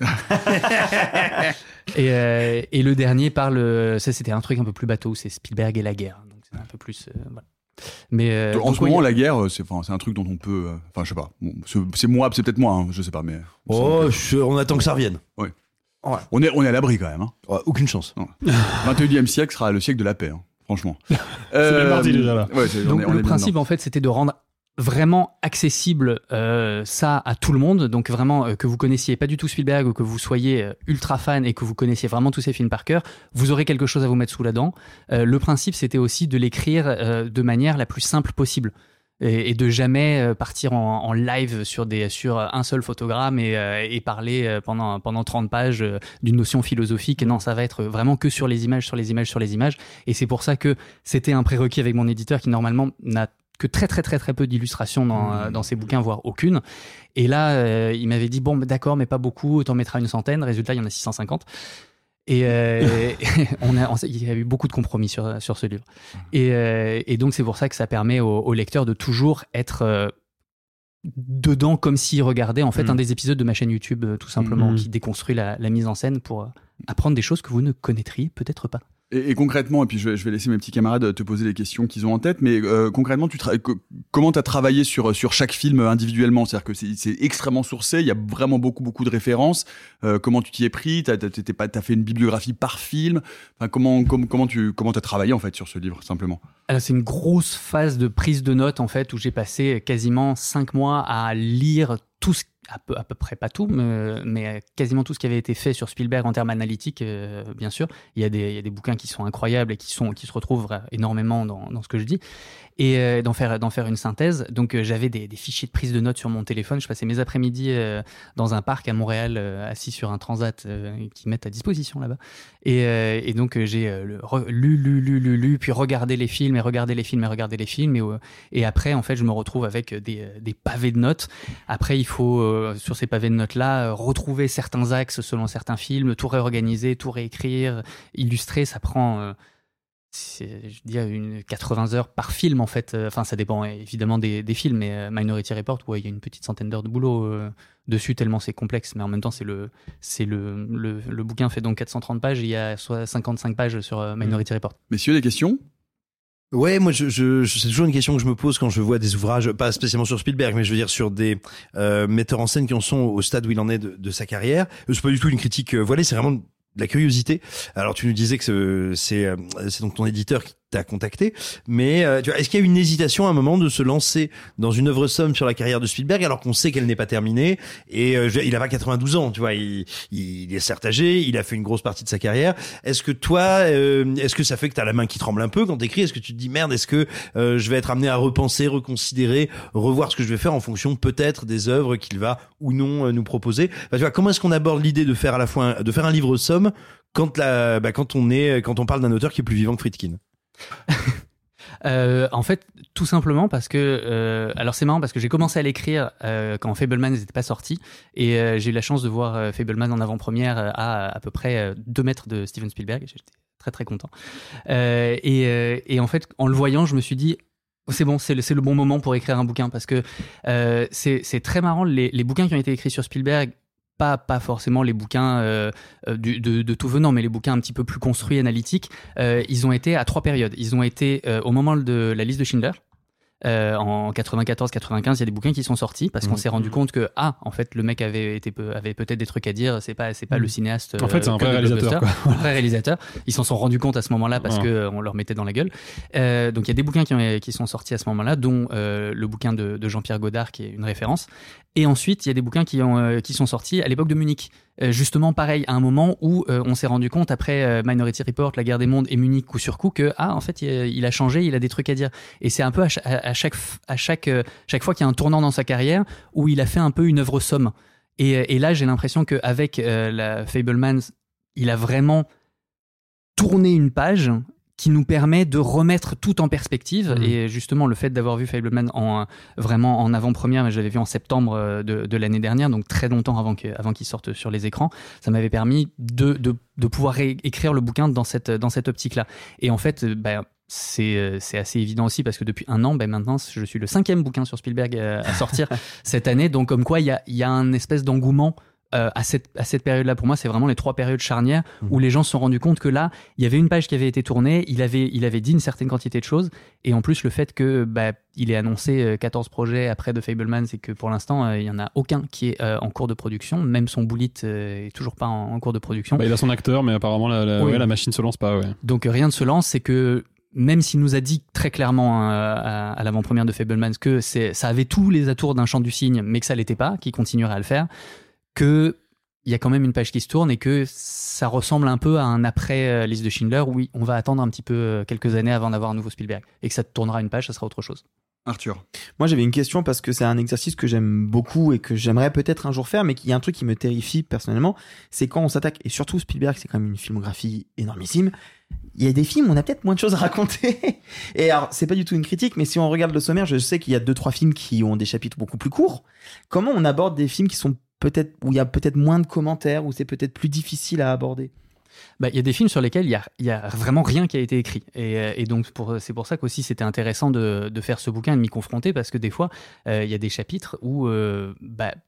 et, euh, et le dernier parle, ça c'était un truc un peu plus bateau, c'est Spielberg et la guerre. Donc c'est un peu plus. Euh, voilà. Mais euh, en ce moment, la guerre, c'est, c'est un truc dont on peut. Enfin, euh, je sais pas. Bon, c'est, c'est moi, c'est peut-être moi, hein, je sais pas, mais. Oh, je, on attend que ça revienne. Oui. Ouais. On est, on est à l'abri quand même. Hein. Ouais, aucune chance. vingt et unième siècle sera le siècle de la paix, hein, franchement. c'est euh, bien parti déjà là. Ouais, c'est, Donc on est, on le est principe en fait, c'était de rendre vraiment accessible euh, ça à tout le monde, donc vraiment euh, que vous connaissiez pas du tout Spielberg ou que vous soyez euh, ultra fan et que vous connaissiez vraiment tous ces films par cœur, vous aurez quelque chose à vous mettre sous la dent. Euh, le principe, c'était aussi de l'écrire euh, de manière la plus simple possible et, et de jamais euh, partir en, en live sur des sur un seul photogramme et, euh, et parler euh, pendant pendant trente pages euh, d'une notion philosophique. Et non, ça va être vraiment que sur les images, sur les images, sur les images. Et c'est pour ça que c'était un prérequis avec mon éditeur qui normalement n'a que très très très très peu d'illustrations dans, mmh. dans ses bouquins, voire aucune. Et là, euh, il m'avait dit, bon, bah, d'accord, mais pas beaucoup, t'en mettras une centaine. Résultat, il y en a six cent cinquante. Et euh, on a, on, il y a eu beaucoup de compromis sur, sur ce livre. Et, euh, et donc, c'est pour ça que ça permet au, au lecteur de toujours être euh, dedans comme s'il regardait en fait mmh. un des épisodes de ma chaîne YouTube, tout simplement, mmh. qui déconstruit la, la mise en scène pour apprendre des choses que vous ne connaîtriez peut-être pas. Et, et concrètement, et puis je vais, je vais laisser mes petits camarades te poser les questions qu'ils ont en tête, mais euh, concrètement, tu tra- co- comment tu as travaillé sur, sur chaque film individuellement? C'est-à-dire que c'est, c'est extrêmement sourcé, il y a vraiment beaucoup, beaucoup de références. Euh, comment tu t'y es pris? Tu as fait une bibliographie par film? Enfin, comment, com- comment tu comment as travaillé en fait sur ce livre, simplement? Alors, c'est une grosse phase de prise de notes, en fait, où j'ai passé quasiment cinq mois à lire tout ce à peu, à peu près pas tout, mais, mais quasiment tout ce qui avait été fait sur Spielberg en termes analytiques, euh, bien sûr. Il y a des, il y a des bouquins qui sont incroyables et qui, sont, qui se retrouvent énormément dans, dans ce que je dis. Et euh, d'en faire, d'en faire une synthèse. Donc, euh, j'avais des, des fichiers de prise de notes sur mon téléphone. Je passais mes après-midi euh, dans un parc à Montréal, euh, assis sur un transat euh, qu'ils mettent à disposition là-bas. Et, euh, et donc, euh, j'ai euh, le, re, lu, lu, lu, lu, lu, puis regardé les films et regardé les films et regardé les films. Et, euh, et après, en fait, je me retrouve avec des, des pavés de notes. Après, il faut, euh, sur ces pavés de notes-là, euh, retrouver certains axes selon certains films, tout réorganiser, tout réécrire, illustrer. Ça prend... Euh, c'est, je dirais, une quatre-vingts heures par film, en fait. Enfin, ça dépend évidemment des, des films, mais euh, Minority Report, ouais, il y a une petite centaine d'heures de boulot euh, dessus, tellement c'est complexe, mais en même temps, c'est le, c'est le, le, le bouquin fait donc quatre cent trente pages, et il y a soit cinquante-cinq pages sur euh, Minority Report. Messieurs, des questions? Ouais, moi, je, je, je, c'est toujours une question que je me pose quand je vois des ouvrages, pas spécialement sur Spielberg, mais je veux dire sur des euh, metteurs en scène qui en sont au stade où il en est de, de sa carrière. C'est pas du tout une critique euh, voilée, c'est vraiment de la curiosité. Alors, tu nous disais que c'est, c'est donc ton éditeur qui t'a contacté, mais euh, tu vois, est-ce qu'il y a une hésitation à un moment de se lancer dans une œuvre somme sur la carrière de Spielberg alors qu'on sait qu'elle n'est pas terminée et euh, il a pas quatre-vingt-douze ans, tu vois, il, il est certes âgé, il a fait une grosse partie de sa carrière. Est-ce que toi, euh, est-ce que ça fait que t'as la main qui tremble un peu quand t'écris? Est-ce que tu te dis merde, est-ce que euh, je vais être amené à repenser, reconsidérer, revoir ce que je vais faire en fonction peut-être des œuvres qu'il va ou non euh, nous proposer? Enfin, tu vois, comment est-ce qu'on aborde l'idée de faire à la fois un, de faire un livre somme quand la, bah, quand on est, quand on parle d'un auteur qui est plus vivant que Friedkin? euh, en fait, tout simplement parce que, euh, alors c'est marrant parce que j'ai commencé à l'écrire euh, quand Fableman n'était pas sorti, et euh, j'ai eu la chance de voir euh, Fableman en avant-première à à peu près euh, deux mètres de Steven Spielberg. J'étais très très content. Euh, et, euh, et en fait, en le voyant, je me suis dit, c'est bon, c'est le, c'est le bon moment pour écrire un bouquin, parce que euh, c'est, c'est très marrant, les, les bouquins qui ont été écrits sur Spielberg. Pas, pas forcément les bouquins euh, du, de, de tout venant, mais les bouquins un petit peu plus construits, analytiques. Euh, ils ont été à trois périodes. Ils ont été euh, au moment de la liste de Schindler. Euh, en quatre-vingt-quatorze quatre-vingt-quinze, il y a des bouquins qui sont sortis parce mmh. qu'on s'est rendu compte que ah, en fait, le mec avait été avait peut-être des trucs à dire. C'est pas c'est pas mmh. le cinéaste. En fait, c'est un vrai réalisateur. Quoi. Un vrai réalisateur. Ils s'en sont rendus compte à ce moment-là parce ouais. que on leur mettait dans la gueule. Euh, donc il y a des bouquins qui, ont, qui sont sortis à ce moment-là, dont euh, le bouquin de, de Jean-Pierre Godard qui est une référence. Et ensuite, il y a des bouquins qui ont euh, qui sont sortis à l'époque de Munich. Euh, justement, pareil, à un moment où euh, on s'est rendu compte après euh, Minority Report, La Guerre des Mondes et Munich coup sur coup que ah, en fait, il, il a changé, il a des trucs à dire. Et c'est un peu à, ch- à chaque à chaque euh, chaque fois qu'il y a un tournant dans sa carrière où il a fait un peu une œuvre somme. Et, et là, j'ai l'impression qu'avec euh, la Fableman, il a vraiment tourné une page qui nous permet de remettre tout en perspective. Mmh. Et justement, le fait d'avoir vu Fableman en, vraiment en avant-première, mais je l'avais vu en septembre de, de l'année dernière, donc très longtemps avant, que, avant qu'il sorte sur les écrans, ça m'avait permis de, de, de pouvoir réécrire le bouquin dans cette, dans cette optique-là. Et en fait, bah, c'est, c'est assez évident aussi parce que depuis un an, bah, maintenant, je suis le cinquième bouquin sur Spielberg à, à sortir cette année. Donc, comme quoi, il y a, y a un espèce d'engouement Euh, à cette à cette période-là. Pour moi, c'est vraiment les trois périodes charnières mmh. où les gens se sont rendus compte que là, il y avait une page qui avait été tournée, il avait il avait dit une certaine quantité de choses, et en plus le fait que bah il ait annoncé quatorze projets après de Fableman, c'est que pour l'instant euh, il y en a aucun qui est euh, en cours de production, même son bullet euh, est toujours pas en, en cours de production. Bah, il a son acteur, mais apparemment la la, oui. ouais, la machine se lance pas. Ouais. Donc rien ne se lance, c'est que même s'il nous a dit très clairement euh, à, à l'avant-première de Fableman que c'est ça avait tous les atours d'un chant du cygne, mais que ça l'était pas, qu'il continuerait à le faire, que il y a quand même une page qui se tourne et que ça ressemble un peu à un après euh, liste de Schindler où oui, on va attendre un petit peu euh, quelques années avant d'avoir un nouveau Spielberg et que ça tournera une page, ça sera autre chose. Arthur. Moi, j'avais une question parce que c'est un exercice que j'aime beaucoup et que j'aimerais peut-être un jour faire, mais il y a un truc qui me terrifie personnellement, c'est quand on s'attaque, et surtout Spielberg, c'est quand même une filmographie énormissime. Il y a des films où on a peut-être moins de choses à raconter. Et alors, c'est pas du tout une critique, mais si on regarde le sommaire, je sais qu'il y a deux, trois films qui ont des chapitres beaucoup plus courts. Comment on aborde des films qui sont peut-être, où il y a peut-être moins de commentaires, où c'est peut-être plus difficile à aborder? Bah, y a des films sur lesquels il y a, y a vraiment rien qui a été écrit. Et, et donc, pour, c'est pour ça qu'aussi c'était intéressant de, de faire ce bouquin et de m'y confronter, parce que des fois, il euh, y a des chapitres où, euh, bah,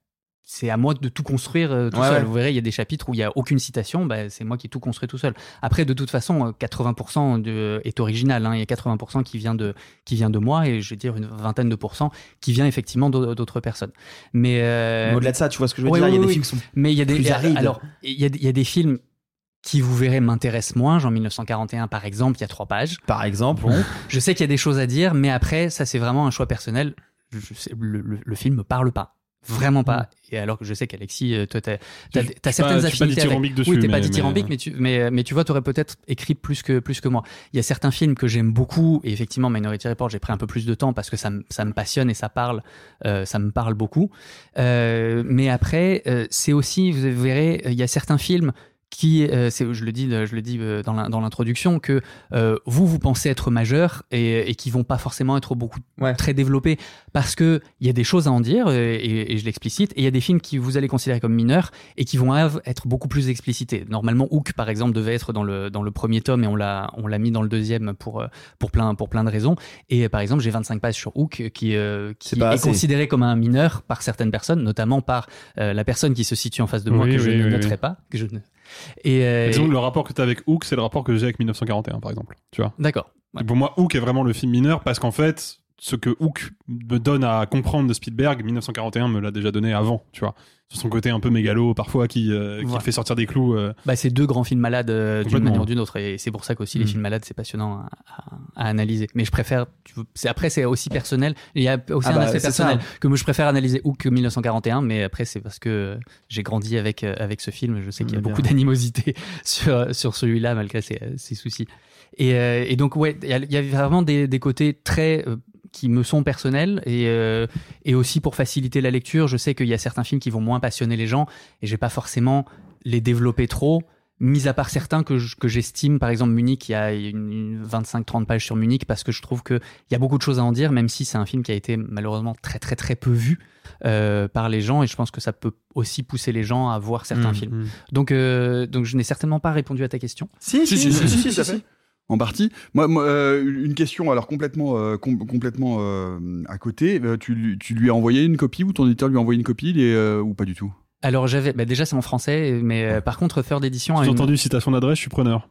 c'est à moi de tout construire euh, tout Ouais, seul. ouais. Vous verrez, il y a des chapitres où il y a aucune citation, bah, c'est moi qui tout construis tout seul. Après, de toute façon, quatre-vingts pour cent de, est original. Hein. Il y a quatre-vingts pour cent qui vient de qui vient de moi et je vais dire une vingtaine de pourcents qui vient effectivement d'autres personnes. Mais, euh... Mais au-delà de ça, tu vois ce que je veux ouais, dire, oui, il y a des oui, films qui sont mais il y a des plus arides. alors il y a il y a des films qui, vous verrez, m'intéressent moins. Genre mille neuf cent quarante et un, par exemple, il y a trois pages. Par exemple. Bon, je sais qu'il y a des choses à dire, mais après, ça, c'est vraiment un choix personnel. Je, je sais, le, le, le film me parle pas. Vraiment pas. Et alors que je sais qu'Alexis, toi, t'as, t'as, t'as certaines pas, affinités pas avec... dessus, Oui, t'es mais, pas dithyrambique, mais... Mais, tu, mais, mais tu vois, t'aurais peut-être écrit plus que, plus que moi. Il y a certains films que j'aime beaucoup, et effectivement, Minority Report, j'ai pris un peu plus de temps parce que ça, me, ça me passionne et ça parle, euh, ça me parle beaucoup. Euh, mais après, euh, c'est aussi, vous verrez, il y a certains films qui, euh, c'est, je le dis, je le dis euh, dans, la, dans l'introduction, que euh, vous, vous pensez être majeurs et, et qui vont pas forcément être beaucoup ouais. très développés parce que il y a des choses à en dire et, et, et je l'explicite. Et il y a des films qui vous allez considérer comme mineurs et qui vont être beaucoup plus explicités. Normalement, Hook, par exemple, devait être dans le dans le premier tome et on l'a on l'a mis dans le deuxième pour pour plein pour plein de raisons. Et par exemple, j'ai vingt-cinq pages sur Hook qui euh, qui est, est considéré comme un mineur par certaines personnes, notamment par euh, la personne qui se situe en face de moi oui, que oui, je ne oui, noterai oui. pas, que je ne Et euh, disons que le rapport que tu as avec Hook, c'est le rapport que j'ai avec mille neuf cent quarante et un, par exemple. Tu vois. D'accord. Ouais. Pour moi, Hook est vraiment le film mineur parce qu'en fait, ce que Hook me donne à comprendre de Spielberg, mille neuf cent quarante et un me l'a déjà donné avant, tu vois. Sur son côté un peu mégalo, parfois, qui, euh, qui voilà. fait sortir des clous. Euh... Bah, c'est deux grands films malades euh, d'une manière ou d'une autre. Et c'est pour ça qu'aussi mmh. les films malades, c'est passionnant à, à, à analyser. Mais je préfère. Tu veux, c'est, après, c'est aussi personnel. Il y a aussi ah un bah, aspect personnel ça. que moi, je préfère analyser Hook que mille neuf cent quarante et un. Mais après, c'est parce que j'ai grandi avec, avec ce film. Je sais qu'il y a beaucoup bien. d'animosité sur, sur celui-là, malgré ses, ses soucis. Et, euh, et donc, ouais, il y, y a vraiment des, des côtés très. Euh, qui me sont personnels et, euh, et aussi pour faciliter la lecture, je sais qu'il y a certains films qui vont moins passionner les gens et je vais pas forcément les développer trop, mis à part certains que, je, que j'estime, par exemple Munich, il y a une, une vingt-cinq trente pages sur Munich parce que je trouve qu'il y a beaucoup de choses à en dire, même si c'est un film qui a été malheureusement très très très peu vu euh, par les gens et je pense que ça peut aussi pousser les gens à voir certains mmh, films. Mmh. Donc, euh, donc je n'ai certainement pas répondu à ta question. Si, si, si, si, si, si, si, si, si. En partie. Moi, moi euh, une question alors complètement, euh, com- complètement euh, à côté. Euh, tu, tu lui as envoyé une copie ou ton éditeur lui a envoyé une copie les, euh, ou pas du tout? Alors j'avais, bah déjà c'est en français, mais euh, par contre Third Edition. J'ai une... entendu citation d'adresse, je suis preneur.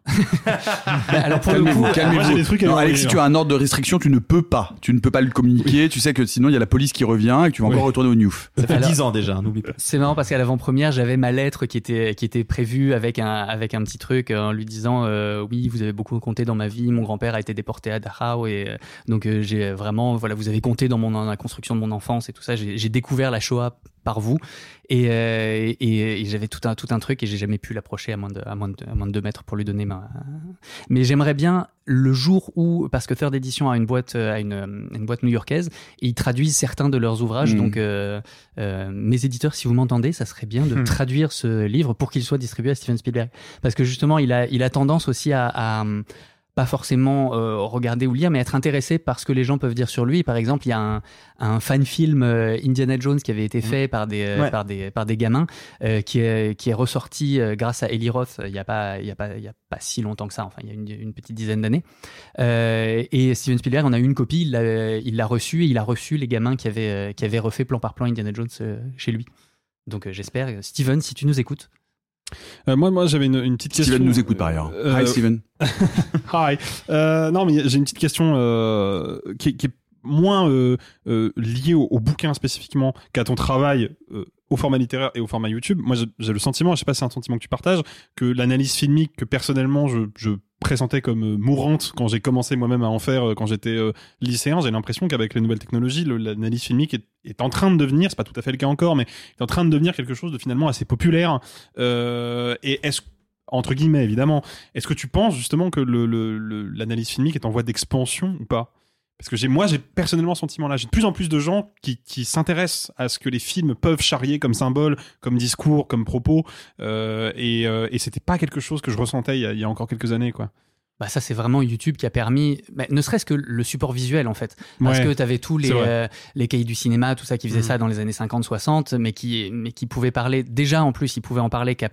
Alors pour calmez-vous, le coup, calmez-vous. Moi, j'ai des trucs à non, envoyer, Alex, si hein. tu as un ordre de restriction, tu ne peux pas, tu ne peux pas le communiquer. Oui. Tu sais que sinon il y a la police qui revient et que tu vas oui. encore retourner au Newf. Ça fait Alors, dix ans déjà, n'oublie pas. C'est marrant parce qu'à l'avant-première j'avais ma lettre qui était qui était prévue avec un avec un petit truc en lui disant euh, oui vous avez beaucoup compté dans ma vie, mon grand-père a été déporté à Dachau et euh, donc euh, j'ai vraiment voilà vous avez compté dans mon dans la construction de mon enfance et tout ça. J'ai, j'ai découvert la Shoah par vous et, euh, et, et j'avais tout un tout un truc et j'ai jamais pu l'approcher à moins de à moins de à moins de deux mètres pour lui donner ma. Mais j'aimerais bien le jour où parce que Third Edition a une boîte a une une boîte new-yorkaise et ils traduisent certains de leurs ouvrages mmh. donc euh, euh, mes éditeurs si vous m'entendez ça serait bien de mmh. traduire ce livre pour qu'il soit distribué à Steven Spielberg parce que justement il a il a tendance aussi à, à pas forcément euh, regarder ou lire, mais être intéressé par ce que les gens peuvent dire sur lui. Par exemple, il y a un, un fan film euh, Indiana Jones qui avait été fait mmh. par des euh, ouais. par des par des gamins euh, qui est qui est ressorti euh, grâce à Eli Roth. Il y a pas il y a pas il y a pas si longtemps que ça. Enfin, il y a une, une petite dizaine d'années. Euh, et Steven Spielberg en a eu une copie. Il l'a il l'a reçu et il a reçu les gamins qui avaient euh, qui avaient refait plan par plan Indiana Jones euh, chez lui. Donc euh, j'espère, Steven, si tu nous écoutes. Euh, moi, moi, j'avais une, une petite question. Steven nous écoute par ailleurs. Euh, Hi, Steven. Hi. Euh, non, mais j'ai une petite question euh, qui, qui est moins euh, euh, liée au, au bouquin spécifiquement qu'à ton travail euh, au format littéraire et au format YouTube. Moi, j'ai, j'ai le sentiment, je sais pas si c'est un sentiment que tu partages, que l'analyse filmique que personnellement je, je pressentais comme euh, mourante quand j'ai commencé moi-même à en faire euh, quand j'étais euh, lycéen, j'ai l'impression qu'avec les nouvelles technologies, le, l'analyse filmique est, est en train de devenir, c'est pas tout à fait le cas encore, mais est en train de devenir quelque chose de finalement assez populaire. Euh, et est-ce entre guillemets évidemment, est-ce que tu penses justement que le, le, le, l'analyse filmique est en voie d'expansion ou pas? Parce que j'ai, moi, j'ai personnellement ce sentiment-là. J'ai de plus en plus de gens qui, qui s'intéressent à ce que les films peuvent charrier comme symbole, comme discours, comme propos. Euh, et, euh, et c'était pas quelque chose que je ressentais il y a, il y a encore quelques années, quoi. Bah ça c'est vraiment YouTube qui a permis, bah, ne serait-ce que le support visuel en fait, parce ouais, que t'avais tous les euh, les cahiers du cinéma, tout ça qui faisait mmh. ça dans les années cinquante soixante, mais qui mais qui pouvaient parler déjà en plus, ils pouvaient en parler qu'après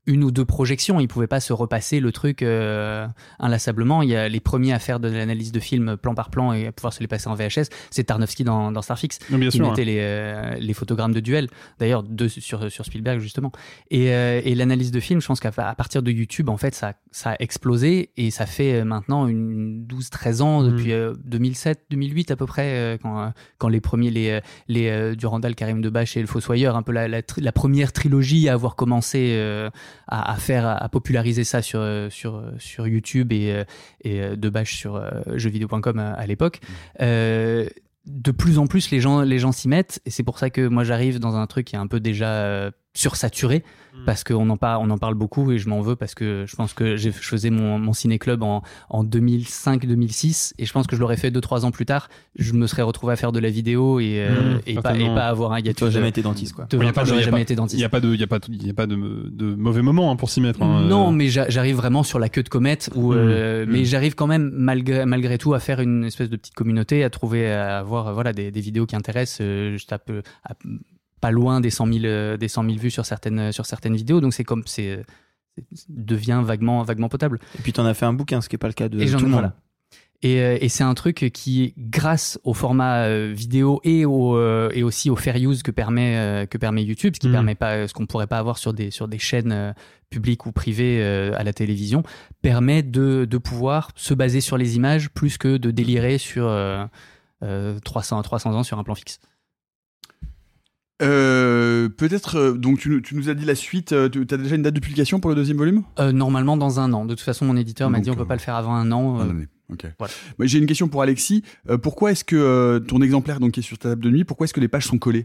une ou deux projections. Il pouvait pas se repasser le truc euh, inlassablement. Il y a les premiers à faire de l'analyse de films plan par plan et à pouvoir se les passer en V H S. C'est Tarnowski dans, dans Starfix Non, bien qui sûr, mettait hein. les, euh, les photogrammes de duel. D'ailleurs, deux sur, sur Spielberg justement. Et, euh, et l'analyse de films, je pense qu'à à partir de YouTube, en fait, ça, ça a explosé et ça fait maintenant une douze treize ans depuis Mmh. euh, deux mille sept deux mille huit à peu près euh, quand, euh, quand les premiers les les euh, Durandal, Karim Debache et le Fossoyeur, un peu la, la, tri- la première trilogie à avoir commencé euh, à, à faire à populariser ça sur sur sur YouTube et euh, et euh, Debache sur euh, jeux vidéo point com à, à l'époque. Euh, de plus en plus les gens les gens s'y mettent et c'est pour ça que moi j'arrive dans un truc qui est un peu déjà euh, sursaturé parce qu'on en parle on en parle beaucoup et je m'en veux parce que je pense que j'ai, je faisais mon mon ciné-club en en deux mille cinq deux mille six et je pense que je l'aurais fait deux trois ans plus tard, je me serais retrouvé à faire de la vidéo et euh, Mmh, et pas et pas avoir un hiatus. Tu n'as jamais été dentiste, quoi. De Il y a vingt pas ans, de- j'aurais il y a jamais pas- été dentiste. Il y a pas de, il y a pas, il y a pas de, de mauvais moments hein, pour s'y mettre. hein. Non, Euh, mais j'a- j'arrive vraiment sur la queue de comète où, euh, Mmh. mais Mmh. j'arrive quand même malgré malgré tout à faire une espèce de petite communauté, à trouver, à avoir euh, voilà des, des vidéos qui intéressent. Euh, je tape euh, à- pas loin des cent mille euh, des cent mille vues sur certaines sur certaines vidéos, donc c'est comme c'est c'est- devient vaguement vaguement potable. Et puis t'en as fait un bouquin, ce qui est pas le cas de Et j'en tout ai- le monde. voilà. Et, euh, et c'est un truc qui, grâce au format euh, vidéo et, au, euh, et aussi au fair use que permet, euh, que permet YouTube, ce qui Mm. permet pas, ce qu'on pourrait pas avoir sur des, sur des chaînes euh, publiques ou privées euh, à la télévision, permet de, de pouvoir se baser sur les images plus que de délirer sur euh, euh, trois cents, trois cents ans sur un plan fixe. Euh, peut-être, euh, donc tu, nous- tu nous as dit la suite, euh, tu as déjà une date de publication pour le deuxième volume Euh, normalement dans un an. De toute façon, mon éditeur m'a Donc, dit on peut euh, pas le faire avant un an. euh, Un année. Ok. Voilà. Moi, j'ai une question pour Alexis. Euh, pourquoi est-ce que euh, ton exemplaire donc, qui est sur ta table de nuit, pourquoi est-ce que les pages sont collées?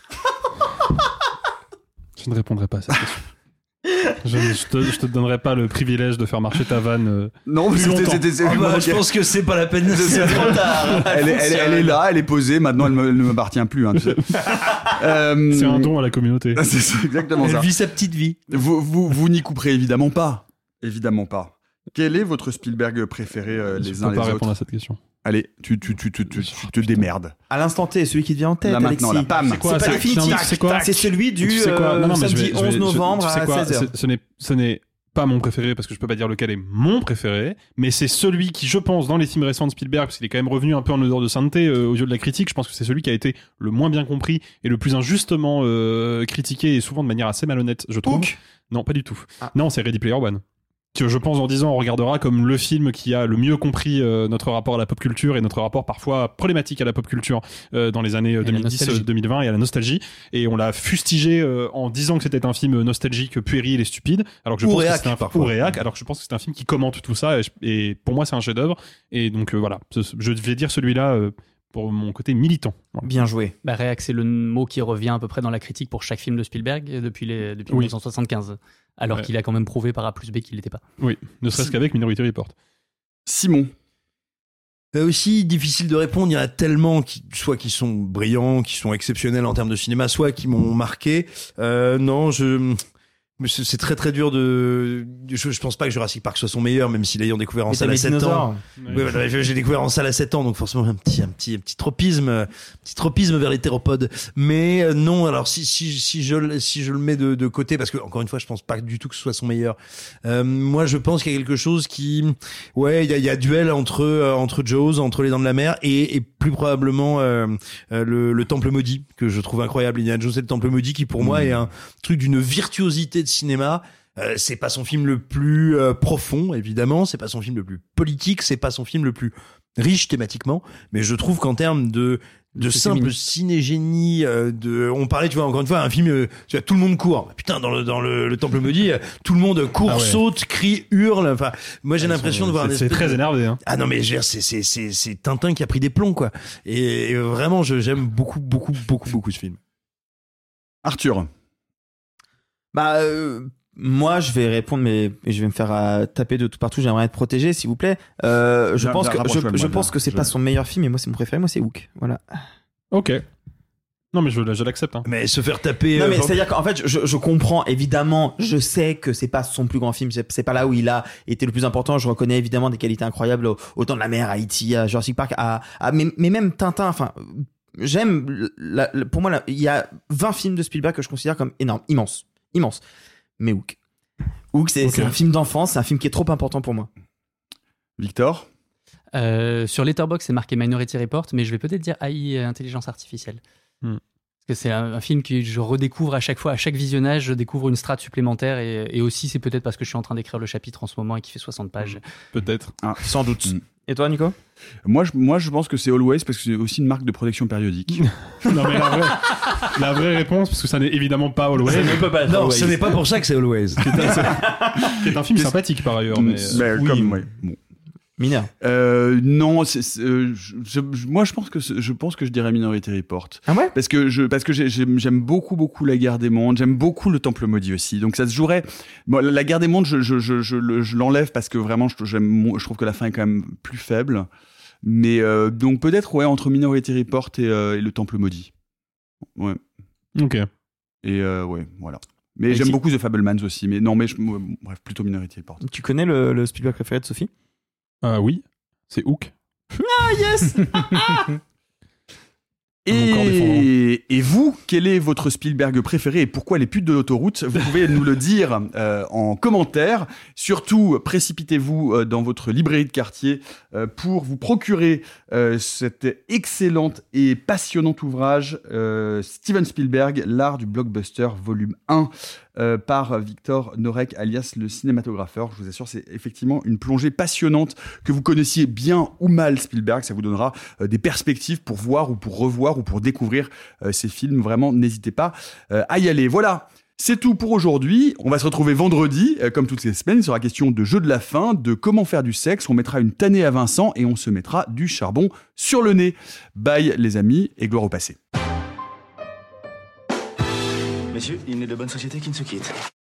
Je ne répondrai pas à cette question. Je, je, te, je te donnerai pas le privilège de faire marcher ta vanne. euh, Non, mais plus c'était- longtemps. c'était- c'était- Ah bah, Ok. je pense que c'est pas la peine de C'est c'est trop tard. Elle, est- elle est- elle est là, elle est posée. Maintenant, elle, me- elle ne m'appartient plus. Hein, tu sais. Euh, C'est un don à la communauté. C'est c'est exactement Elle ça. vit sa petite vie. Vous, vous, vous n'y couperez évidemment pas. Évidemment pas. Quel est votre Spielberg préféré euh, Je les peux uns les pas autres répondre à cette question. Allez, tu, tu, tu, tu, tu, tu te démerdes. À l'instant T, celui qui te vient en tête, Là, maintenant, Alexis. là, pam. C'est quoi, C'est pas c'est- définitif. non, mais c'est quoi C'est celui du Tu sais quoi euh, Non, non, mais je samedi vais- je vais- onze je- novembre tu sais à quoi seize heures. C'est- Ce n'est, ce n'est pas mon préféré parce que je peux pas dire lequel est mon préféré, mais c'est celui qui, je pense, dans les films récents de Spielberg, parce qu'il est quand même revenu un peu en odeur de sainteté euh, aux yeux de la critique, je pense que c'est celui qui a été le moins bien compris et le plus injustement euh, critiqué et souvent de manière assez malhonnête, je trouve. Hook Non, pas du tout. Ah. Non, c'est Ready Player One. Que je pense en dix ans on regardera comme le film qui a le mieux compris euh, notre rapport à la pop culture et notre rapport parfois problématique à la pop culture euh, dans les années euh, Et la deux mille dix nostalgie. deux mille vingt et à la nostalgie, et on l'a fustigé euh, en disant que c'était un film nostalgique, puéril et stupide, alors que je Ou pense réac, que c'est un parfois. ou réac, alors que je pense que c'est un film qui commente tout ça, et, je- et pour moi c'est un chef-d'œuvre, et donc euh, voilà, ce- ce- je vais dire celui-là euh, pour mon côté militant. Voilà. Bien joué. Bah, réac, c'est le mot qui revient à peu près dans la critique pour chaque film de Spielberg euh, depuis, les, depuis Oui. mille neuf cent soixante-quinze. Alors Ouais. qu'il a quand même prouvé par A plus B qu'il l'était pas. Oui, ne serait-ce qu'avec Minority Report. Simon. Euh, aussi difficile de répondre, il y en a tellement qui, soit qui sont brillants, qui sont exceptionnels en termes de cinéma, soit qui m'ont marqué. Euh, non, je mais c'est c'est très très dur de je, je pense pas que Jurassic Park soit son meilleur, même s'il l'ayant découvert en Mais salle t'as à les sept ans. dinosaures. Oui, voilà, je- j'ai découvert en salle à sept ans, donc forcément un petit un petit un petit tropisme un petit tropisme vers les théropodes. Mais euh, non, alors si si si je le- si je le mets de de côté, parce que encore une fois je pense pas du tout que ce soit son meilleur. Euh, moi je pense qu'il y a quelque chose qui ouais, il y a il y a duel entre euh, entre Jaws, entre les Dents de la Mer et et plus probablement euh, euh, le le Temple maudit, que je trouve incroyable. Il y a Jaws et le Temple maudit qui pour moi est un truc d'une virtuosité de cinéma. Euh, c'est pas son film le plus euh, profond, évidemment, c'est pas son film le plus politique, c'est pas son film le plus riche thématiquement, mais je trouve qu'en termes de de C'est simple féminin. cinégénie, euh, de, on parlait, tu vois, encore une fois, un film, euh, tu vois, tout le monde court. Putain, dans le dans le, le Temple maudit, euh, tout le monde court, Ah ouais. saute, crie, hurle. Enfin, moi j'ai Elles l'impression sont- de voir. c'est- un c'est espèce très de- énervé, hein. Ah non, mais je veux dire, c'est c'est c'est c'est Tintin qui a pris des plombs, quoi. Et, et vraiment, je j'aime beaucoup beaucoup beaucoup beaucoup ce film. Arthur. Bah, euh, moi, je vais répondre, mais je vais me faire euh, taper de tout partout. J'aimerais être protégé, s'il vous plaît. Euh, je Viens, pense viens, que, je, rapproche-toi de je moi, pense viens. que c'est Je- pas son meilleur film, et moi, c'est mon préféré. Moi, c'est Hook. Voilà. Ok. Non mais je, je l'accepte. Hein. Mais se faire taper. Non, euh, mais Vamp- c'est-à-dire qu'en fait, je, je comprends, évidemment, je sais que c'est pas son plus grand film, c'est c'est pas là où il a été le plus important. Je reconnais évidemment des qualités incroyables au- au Temps de la Mer, à Haïti, à Jurassic Park, à, à mais, mais même Tintin, enfin, j'aime, la- la- pour moi, là, il y a vingt films de Spielberg que je considère comme énormes, immenses, immenses. Mais Hook. Hook, c'est Ok. c'est un film d'enfance, c'est un film qui est trop important pour moi. Victor? Euh, sur Letterboxd, c'est marqué Minority Report, mais je vais peut-être dire A I, euh, intelligence artificielle. Hmm. Parce que c'est un, un film que je redécouvre à chaque fois, à chaque visionnage, je découvre une strate supplémentaire. Et, et aussi, c'est peut-être parce que je suis en train d'écrire le chapitre en ce moment et qui fait soixante pages. Peut-être. Ah, sans doute. Mm. Et toi, Nico? Moi je, moi, je pense que c'est Always parce que c'est aussi une marque de protection périodique. Non, mais la vraie, la vraie réponse, parce que ça n'est évidemment pas Always. Ça ne peut pas être Non, Always. Ce n'est pas pour ça que c'est Always. Qui est un, qui est un film sympathique par ailleurs. Mais, Mais euh, comme, oui. ouais, bon. Mineur. Euh, non, c'est, c'est, euh, je, je- moi je pense que c'est- je pense que je dirais Minority Report. Ah ouais? Parce que je parce que j'ai- j'aime, j'aime beaucoup beaucoup la Guerre des Mondes, j'aime beaucoup le Temple maudit aussi. Donc ça se jouerait. Bon, la Guerre des Mondes, je je je, je, le- je l'enlève parce que vraiment je, j'aime, je trouve que la fin est quand même plus faible. Mais euh, donc peut-être ouais entre Minority Report et, euh, et le Temple maudit. Ouais. Ok. Et euh, ouais, voilà. Mais Et j'aime si- beaucoup The Fabelmans aussi. Mais non, mais je, ouais, bref, plutôt Minority Report. Tu connais le, le Spielberg préféré de Sophie? Ah oui, c'est Hook. Ah yes. Mon corps défendant. Et, et vous, quel est votre Spielberg préféré et pourquoi les putes de l'autoroute? Vous pouvez nous le dire euh, en commentaire. Surtout, précipitez-vous euh, dans votre librairie de quartier euh, pour vous procurer euh, cet excellent et passionnant ouvrage euh, Steven Spielberg, l'art du blockbuster, volume un, euh, par Victor Norek, alias le cinématographeur. Je vous assure, c'est effectivement une plongée passionnante. Que vous connaissiez bien ou mal Spielberg, ça vous donnera euh, des perspectives pour voir ou pour revoir ou pour découvrir euh, ces films. Vraiment, n'hésitez pas euh, à y aller. Voilà, c'est tout pour aujourd'hui. On va se retrouver vendredi, euh, comme toutes les semaines. Il sera question de jeu de la fin, de comment faire du sexe. On mettra une tannée à Vincent et on se mettra du charbon sur le nez. Bye les amis et gloire au passé. Messieurs, il n'est de bonne société qui ne se quitte.